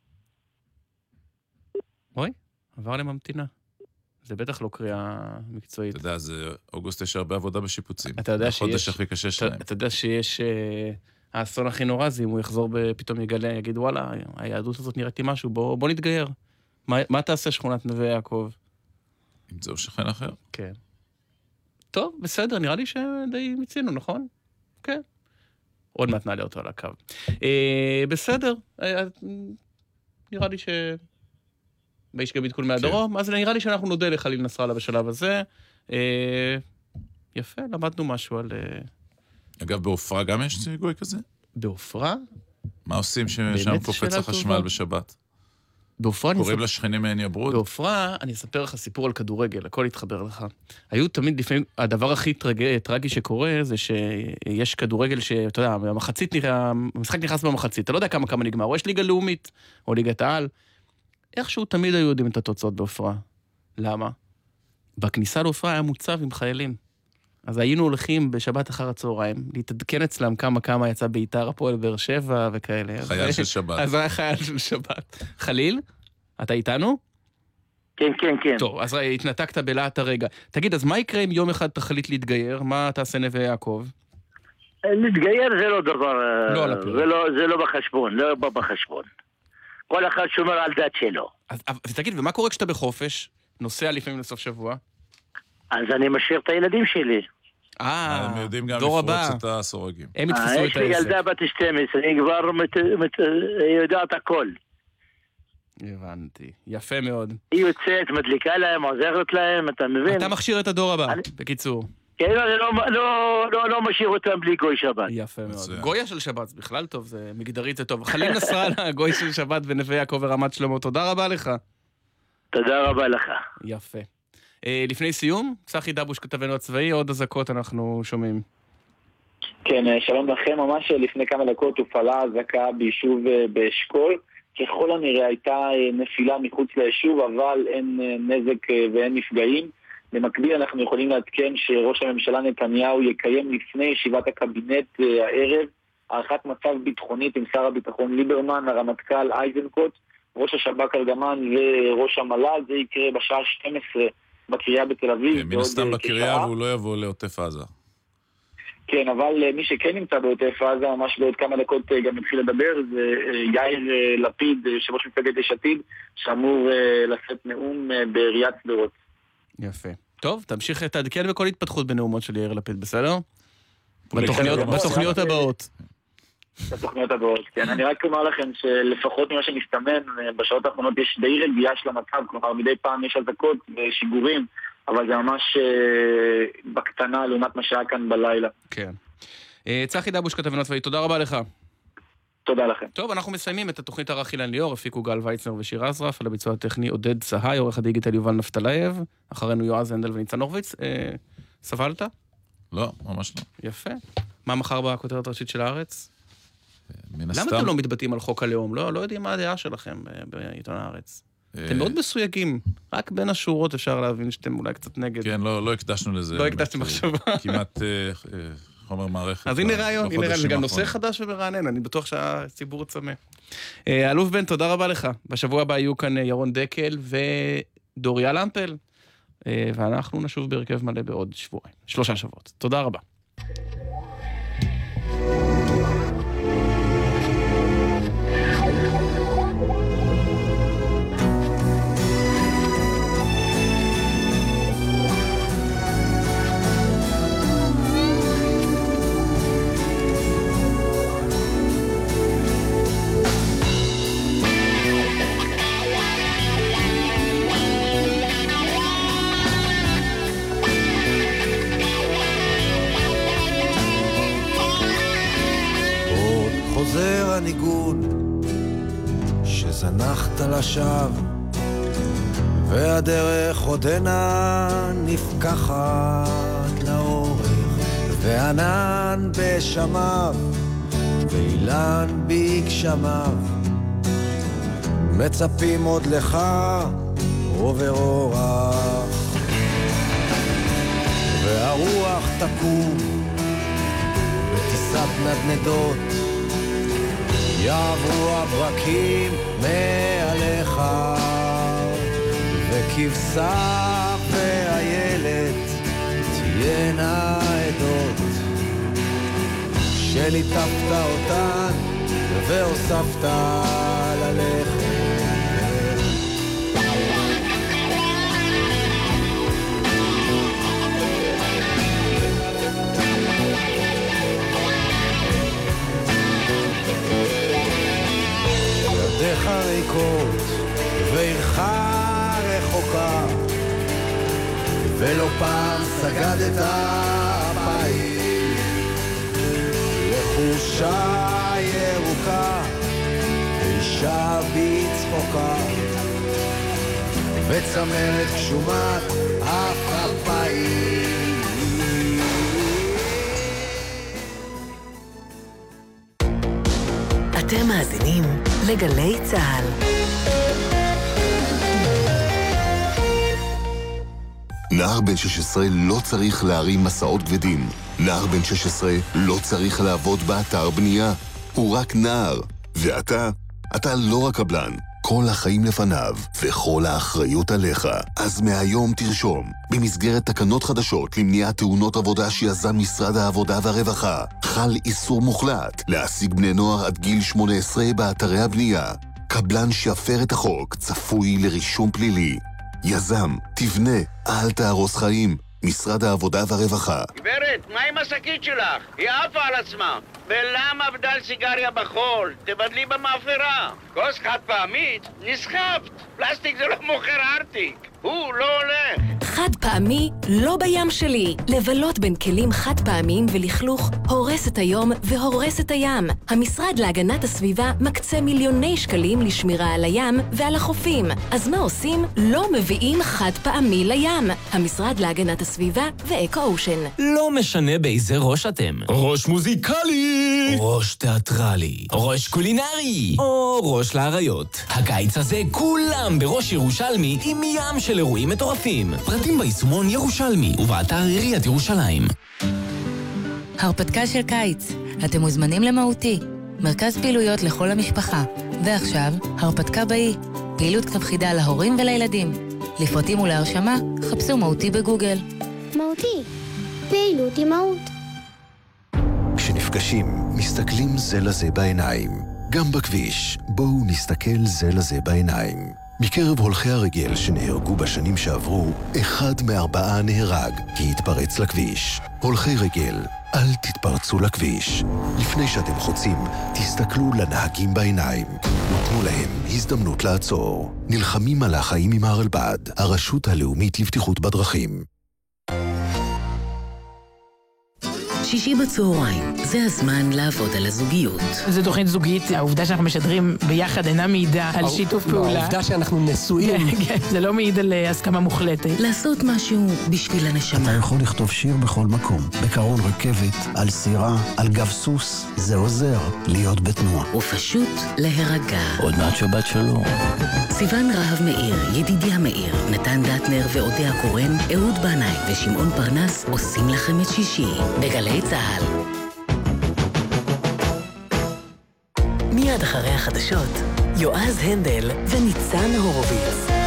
אוי, עבר לממתינה. זה בטח לא קריאה מקצועית. אתה יודע, זה אוגוסט יש הרבה עבודה בשיפוצים. אתה יודע שיש... החודש הכי קשה שלהם. אתה יודע שיש... האסון הכי נורא זה אם הוא יחזור פתאום יגלה, יגיד, וואלה, היהדות הזאת נראיתי משהו, בוא, בוא נתגייר. מה, מה תעשה שכונת נווה יעקב? אם זהו שכן אחר. כן. טוב, בסדר, נראה לי שדי מצינו, נכון? כן. עוד מעט נעלה אותו על הקו. אה, בסדר, אה, נראה לי ש... באיש גם עדכון מהדרום, כן. אז נראה לי שאנחנו נודה לחליל נסראללה בשלב הזה. אה, יפה, למדנו משהו על... אה... אגב, באופרה גם יש גוי כזה? באופרה? מה עושים ששם קופץ החשמל בשבת? באופרה אני... קוראים לשכנים מעין יברוד? באופרה, אני אספר לך סיפור על כדורגל, הכל יתחבר לך. היו תמיד לפעמים, הדבר הכי טרג... טרגי שקורה זה שיש כדורגל שאתה יודע, המחצית, המשחק נכנס במחצית, אתה לא יודע כמה כמה נגמר, או יש ליגה לאומית, או ליגת העל. איכשהו תמיד היו יודעים את התוצאות באופרה. למה? בכניסה לאופרה היה מוצב עם חיילים. אז היינו הולכים בשבת אחר הצהריים, להתעדכן אצלם כמה כמה יצא ביתר הפועל באר שבע וכאלה. חייל של שבת. אז היה חייל של שבת. חליל, אתה איתנו? כן, כן, כן. טוב, אז התנתקת בלעת הרגע. תגיד, אז מה יקרה אם יום אחד תחליט להתגייר? מה תעשה נווה יעקב? להתגייר זה לא דבר... לא על הפרק. זה לא, זה לא בחשבון, לא בא בחשבון. כל אחד שומר על דת שלו. אז, אז תגיד, ומה קורה כשאתה בחופש? נוסע לפעמים לסוף שבוע? אז אני משאיר את הילדים שלי. אה, הם יודעים גם לפרוץ את הסורגים. הם יתפסו את העסק. יש לי ילדה בת שתים עשרה, היא כבר יודעת הכל. הבנתי, יפה מאוד. היא יוצאת, מדליקה להם, עוזרת להם, אתה מבין? אתה מכשיר את הדור הבא, בקיצור. כן, לא משאיר אותם בלי גוי שבת. יפה מאוד. גויה של שבת, זה בכלל טוב, זה מגדרית, זה טוב. חליל נסראללה, גוי של שבת בנווה יעקב ורמת שלמה, תודה רבה לך. תודה רבה לך. יפה. לפני סיום, צחי דבוש כתבנו הצבאי, עוד אזעקות אנחנו שומעים. כן, שלום לכם. ממש לפני כמה דקות הופעלה אזעקה ביישוב באשכול. ככל הנראה הייתה נפילה מחוץ ליישוב, אבל אין נזק ואין נפגעים. במקביל אנחנו יכולים לעדכן שראש הממשלה נתניהו יקיים לפני ישיבת הקבינט הערב הערכת מצב ביטחונית עם שר הביטחון ליברמן, הרמטכ"ל איזנקוט, ראש השב"כ ארגמן וראש המל"ל. זה יקרה בשעה שתים עשרה בקריה בתל אביב. מן הסתם בקריה והוא לא יבוא לעוטף עזה. כן, אבל מי שכן נמצא בעוטף עזה, ממש בעוד כמה דקות גם התחיל לדבר, זה יאיר לפיד, יושב ראש מפלגת יש עתיד, שאמור לשאת נאום בעיריית שדרות. יפה. טוב, תמשיך תעדכן בכל התפתחות בנאומות של יאיר לפיד, בסדר? בתוכניות הבאות. בתוכניות הבאות, כן. אני רק אומר לכם שלפחות ממה שמסתמן, בשעות האחרונות יש די רגיעה של המצב, כלומר מדי פעם יש אזעקות ושיגורים, אבל זה ממש בקטנה לעומת מה שהיה כאן בלילה. כן. צחי דבוש, כתבנו צבאי, תודה רבה לך. תודה לכם. טוב, אנחנו מסיימים את התוכנית ערך אילן ליאור, הפיקו גל ויצנר ושיר עזרף, על הביצוע הטכני עודד צהי, עורך הדיגיטל יובל נפתלייב, אחרינו יועז הנדל וניצן הורוביץ. סבלת? לא, ממש לא. יפה. מה מחר בכותרת הראשית של הארץ? מן הסתם... למה אתם לא מתבטאים על חוק הלאום? לא, לא יודעים מה הדעה שלכם בעיתון הארץ. אתם מאוד מסויגים. רק בין השורות אפשר להבין שאתם אולי קצת נגד. כן, לא, לא הקדשנו לזה. לא הקדשתם מחשבה. כמעט חומר מערכת. אז הנה רעיון, הנה רעיון, זה גם נושא חדש ומרענן, אני בטוח שהציבור צמא. אלוף בן, תודה רבה לך. בשבוע הבא יהיו כאן ירון דקל ודוריה למפל, ואנחנו נשוב בהרכב מלא בעוד שבועיים, שלושה שבועות. תודה רבה. חוזר הניגון שזנחת לשווא, והדרך עודנה נפקחת לאורך, וענן בשמיו ואילן בגשמיו מצפים עוד לך עובר אורח, והרוח תקום בטיסת נדנדות, יעברו הברקים מעליך, וכבשה והילד תהיינה עדות שליטפת אותן והוספת ללכת. ידיך ריקות ועירך רחוקה, ולא פעם סגדת אפיים לחושה ירוקה, אישה בצחוקה וצמרת גשומת אף אפיים. אתם מאזינים לגלי צהל. נער בן שש עשרה לא צריך להרים מסעות כבדים. נער בן שש עשרה לא צריך לעבוד באתר בנייה. הוא רק נער. ואתה? אתה לא רק קבלן. כל החיים לפניו, וכל האחריות עליך. אז מהיום תרשום. במסגרת תקנות חדשות למניעת תאונות עבודה שיזם משרד העבודה והרווחה, חל איסור מוחלט להשיג בני נוער עד גיל שמונה עשרה באתרי הבנייה. קבלן שיפר את החוק צפוי לרישום פלילי. יזם, תבנה, אל תהרוס חיים. משרד העבודה והרווחה. גברת, מה עם השקית שלך? היא עפה על עצמה. ולמה בדל סיגריה בחול? תבדלי במאפרה. כוס חד פעמית? נסחפת. פלסטיק זה לא מוכר ארטיק. הוא לא הולך. חד פעמי לא בים שלי. לבלות בין כלים חד פעמיים ולכלוך הורס את היום והורס את הים. המשרד להגנת הסביבה מקצה מיליוני שקלים לשמירה על הים ועל החופים. אז מה עושים? לא מביאים חד פעמי לים. המשרד להגנת הסביבה ואקו אושן. לא משנה באיזה ראש אתם. ראש מוזיקלי, ראש תיאטרלי, ראש קולינרי, או ראש לאריות. הקיץ הזה כולם בראש ירושלמי עם ים של אירועים מטורפים. פרטים ביישומון ירושלמי ובאתר עיריית ירושלים. הרפתקה של קיץ. אתם מוזמנים למהותי. מרכז פעילויות לכל המשפחה. ועכשיו, הרפתקה באי. פעילות כתב חידה להורים ולילדים. לפרטים ולהרשמה, חפשו מהותי בגוגל. מהותי. פעילות עם מהות. כשנפגשים, מסתכלים זה לזה בעיניים. גם בכביש, בואו נסתכל זה לזה בעיניים. מקרב הולכי הרגל שנהרגו בשנים שעברו, אחד מארבעה נהרג כי התפרץ לכביש. הולכי רגל, אל תתפרצו לכביש. לפני שאתם חוצים, תסתכלו לנהגים בעיניים. ותנו להם הזדמנות לעצור. נלחמים על החיים עם הרלב"ד, הרשות הלאומית לבטיחות בדרכים. שישי בצהריים, זה הזמן לעבוד על הזוגיות. זו תוכנית זוגית, העובדה שאנחנו משדרים ביחד אינה מעידה על שיתוף פעולה. העובדה שאנחנו נשואים. כן, כן, זה לא מעיד על הסכמה מוחלטת. לעשות משהו בשביל הנשמה. אתה יכול לכתוב שיר בכל מקום, בקרון רכבת, על סירה, על גב סוס, זה עוזר להיות בתנועה. ופשוט להירגע. עוד מעט שבת שלום. סיוון רהב מאיר, ידידיה מאיר, נתן דטנר ואודיה קורן, אהוד בנאי ושמעון פרנס עושים לכם את שישי. בגלי צהל. מיד אחרי החדשות, יועז הנדל וניצן הורוביץ.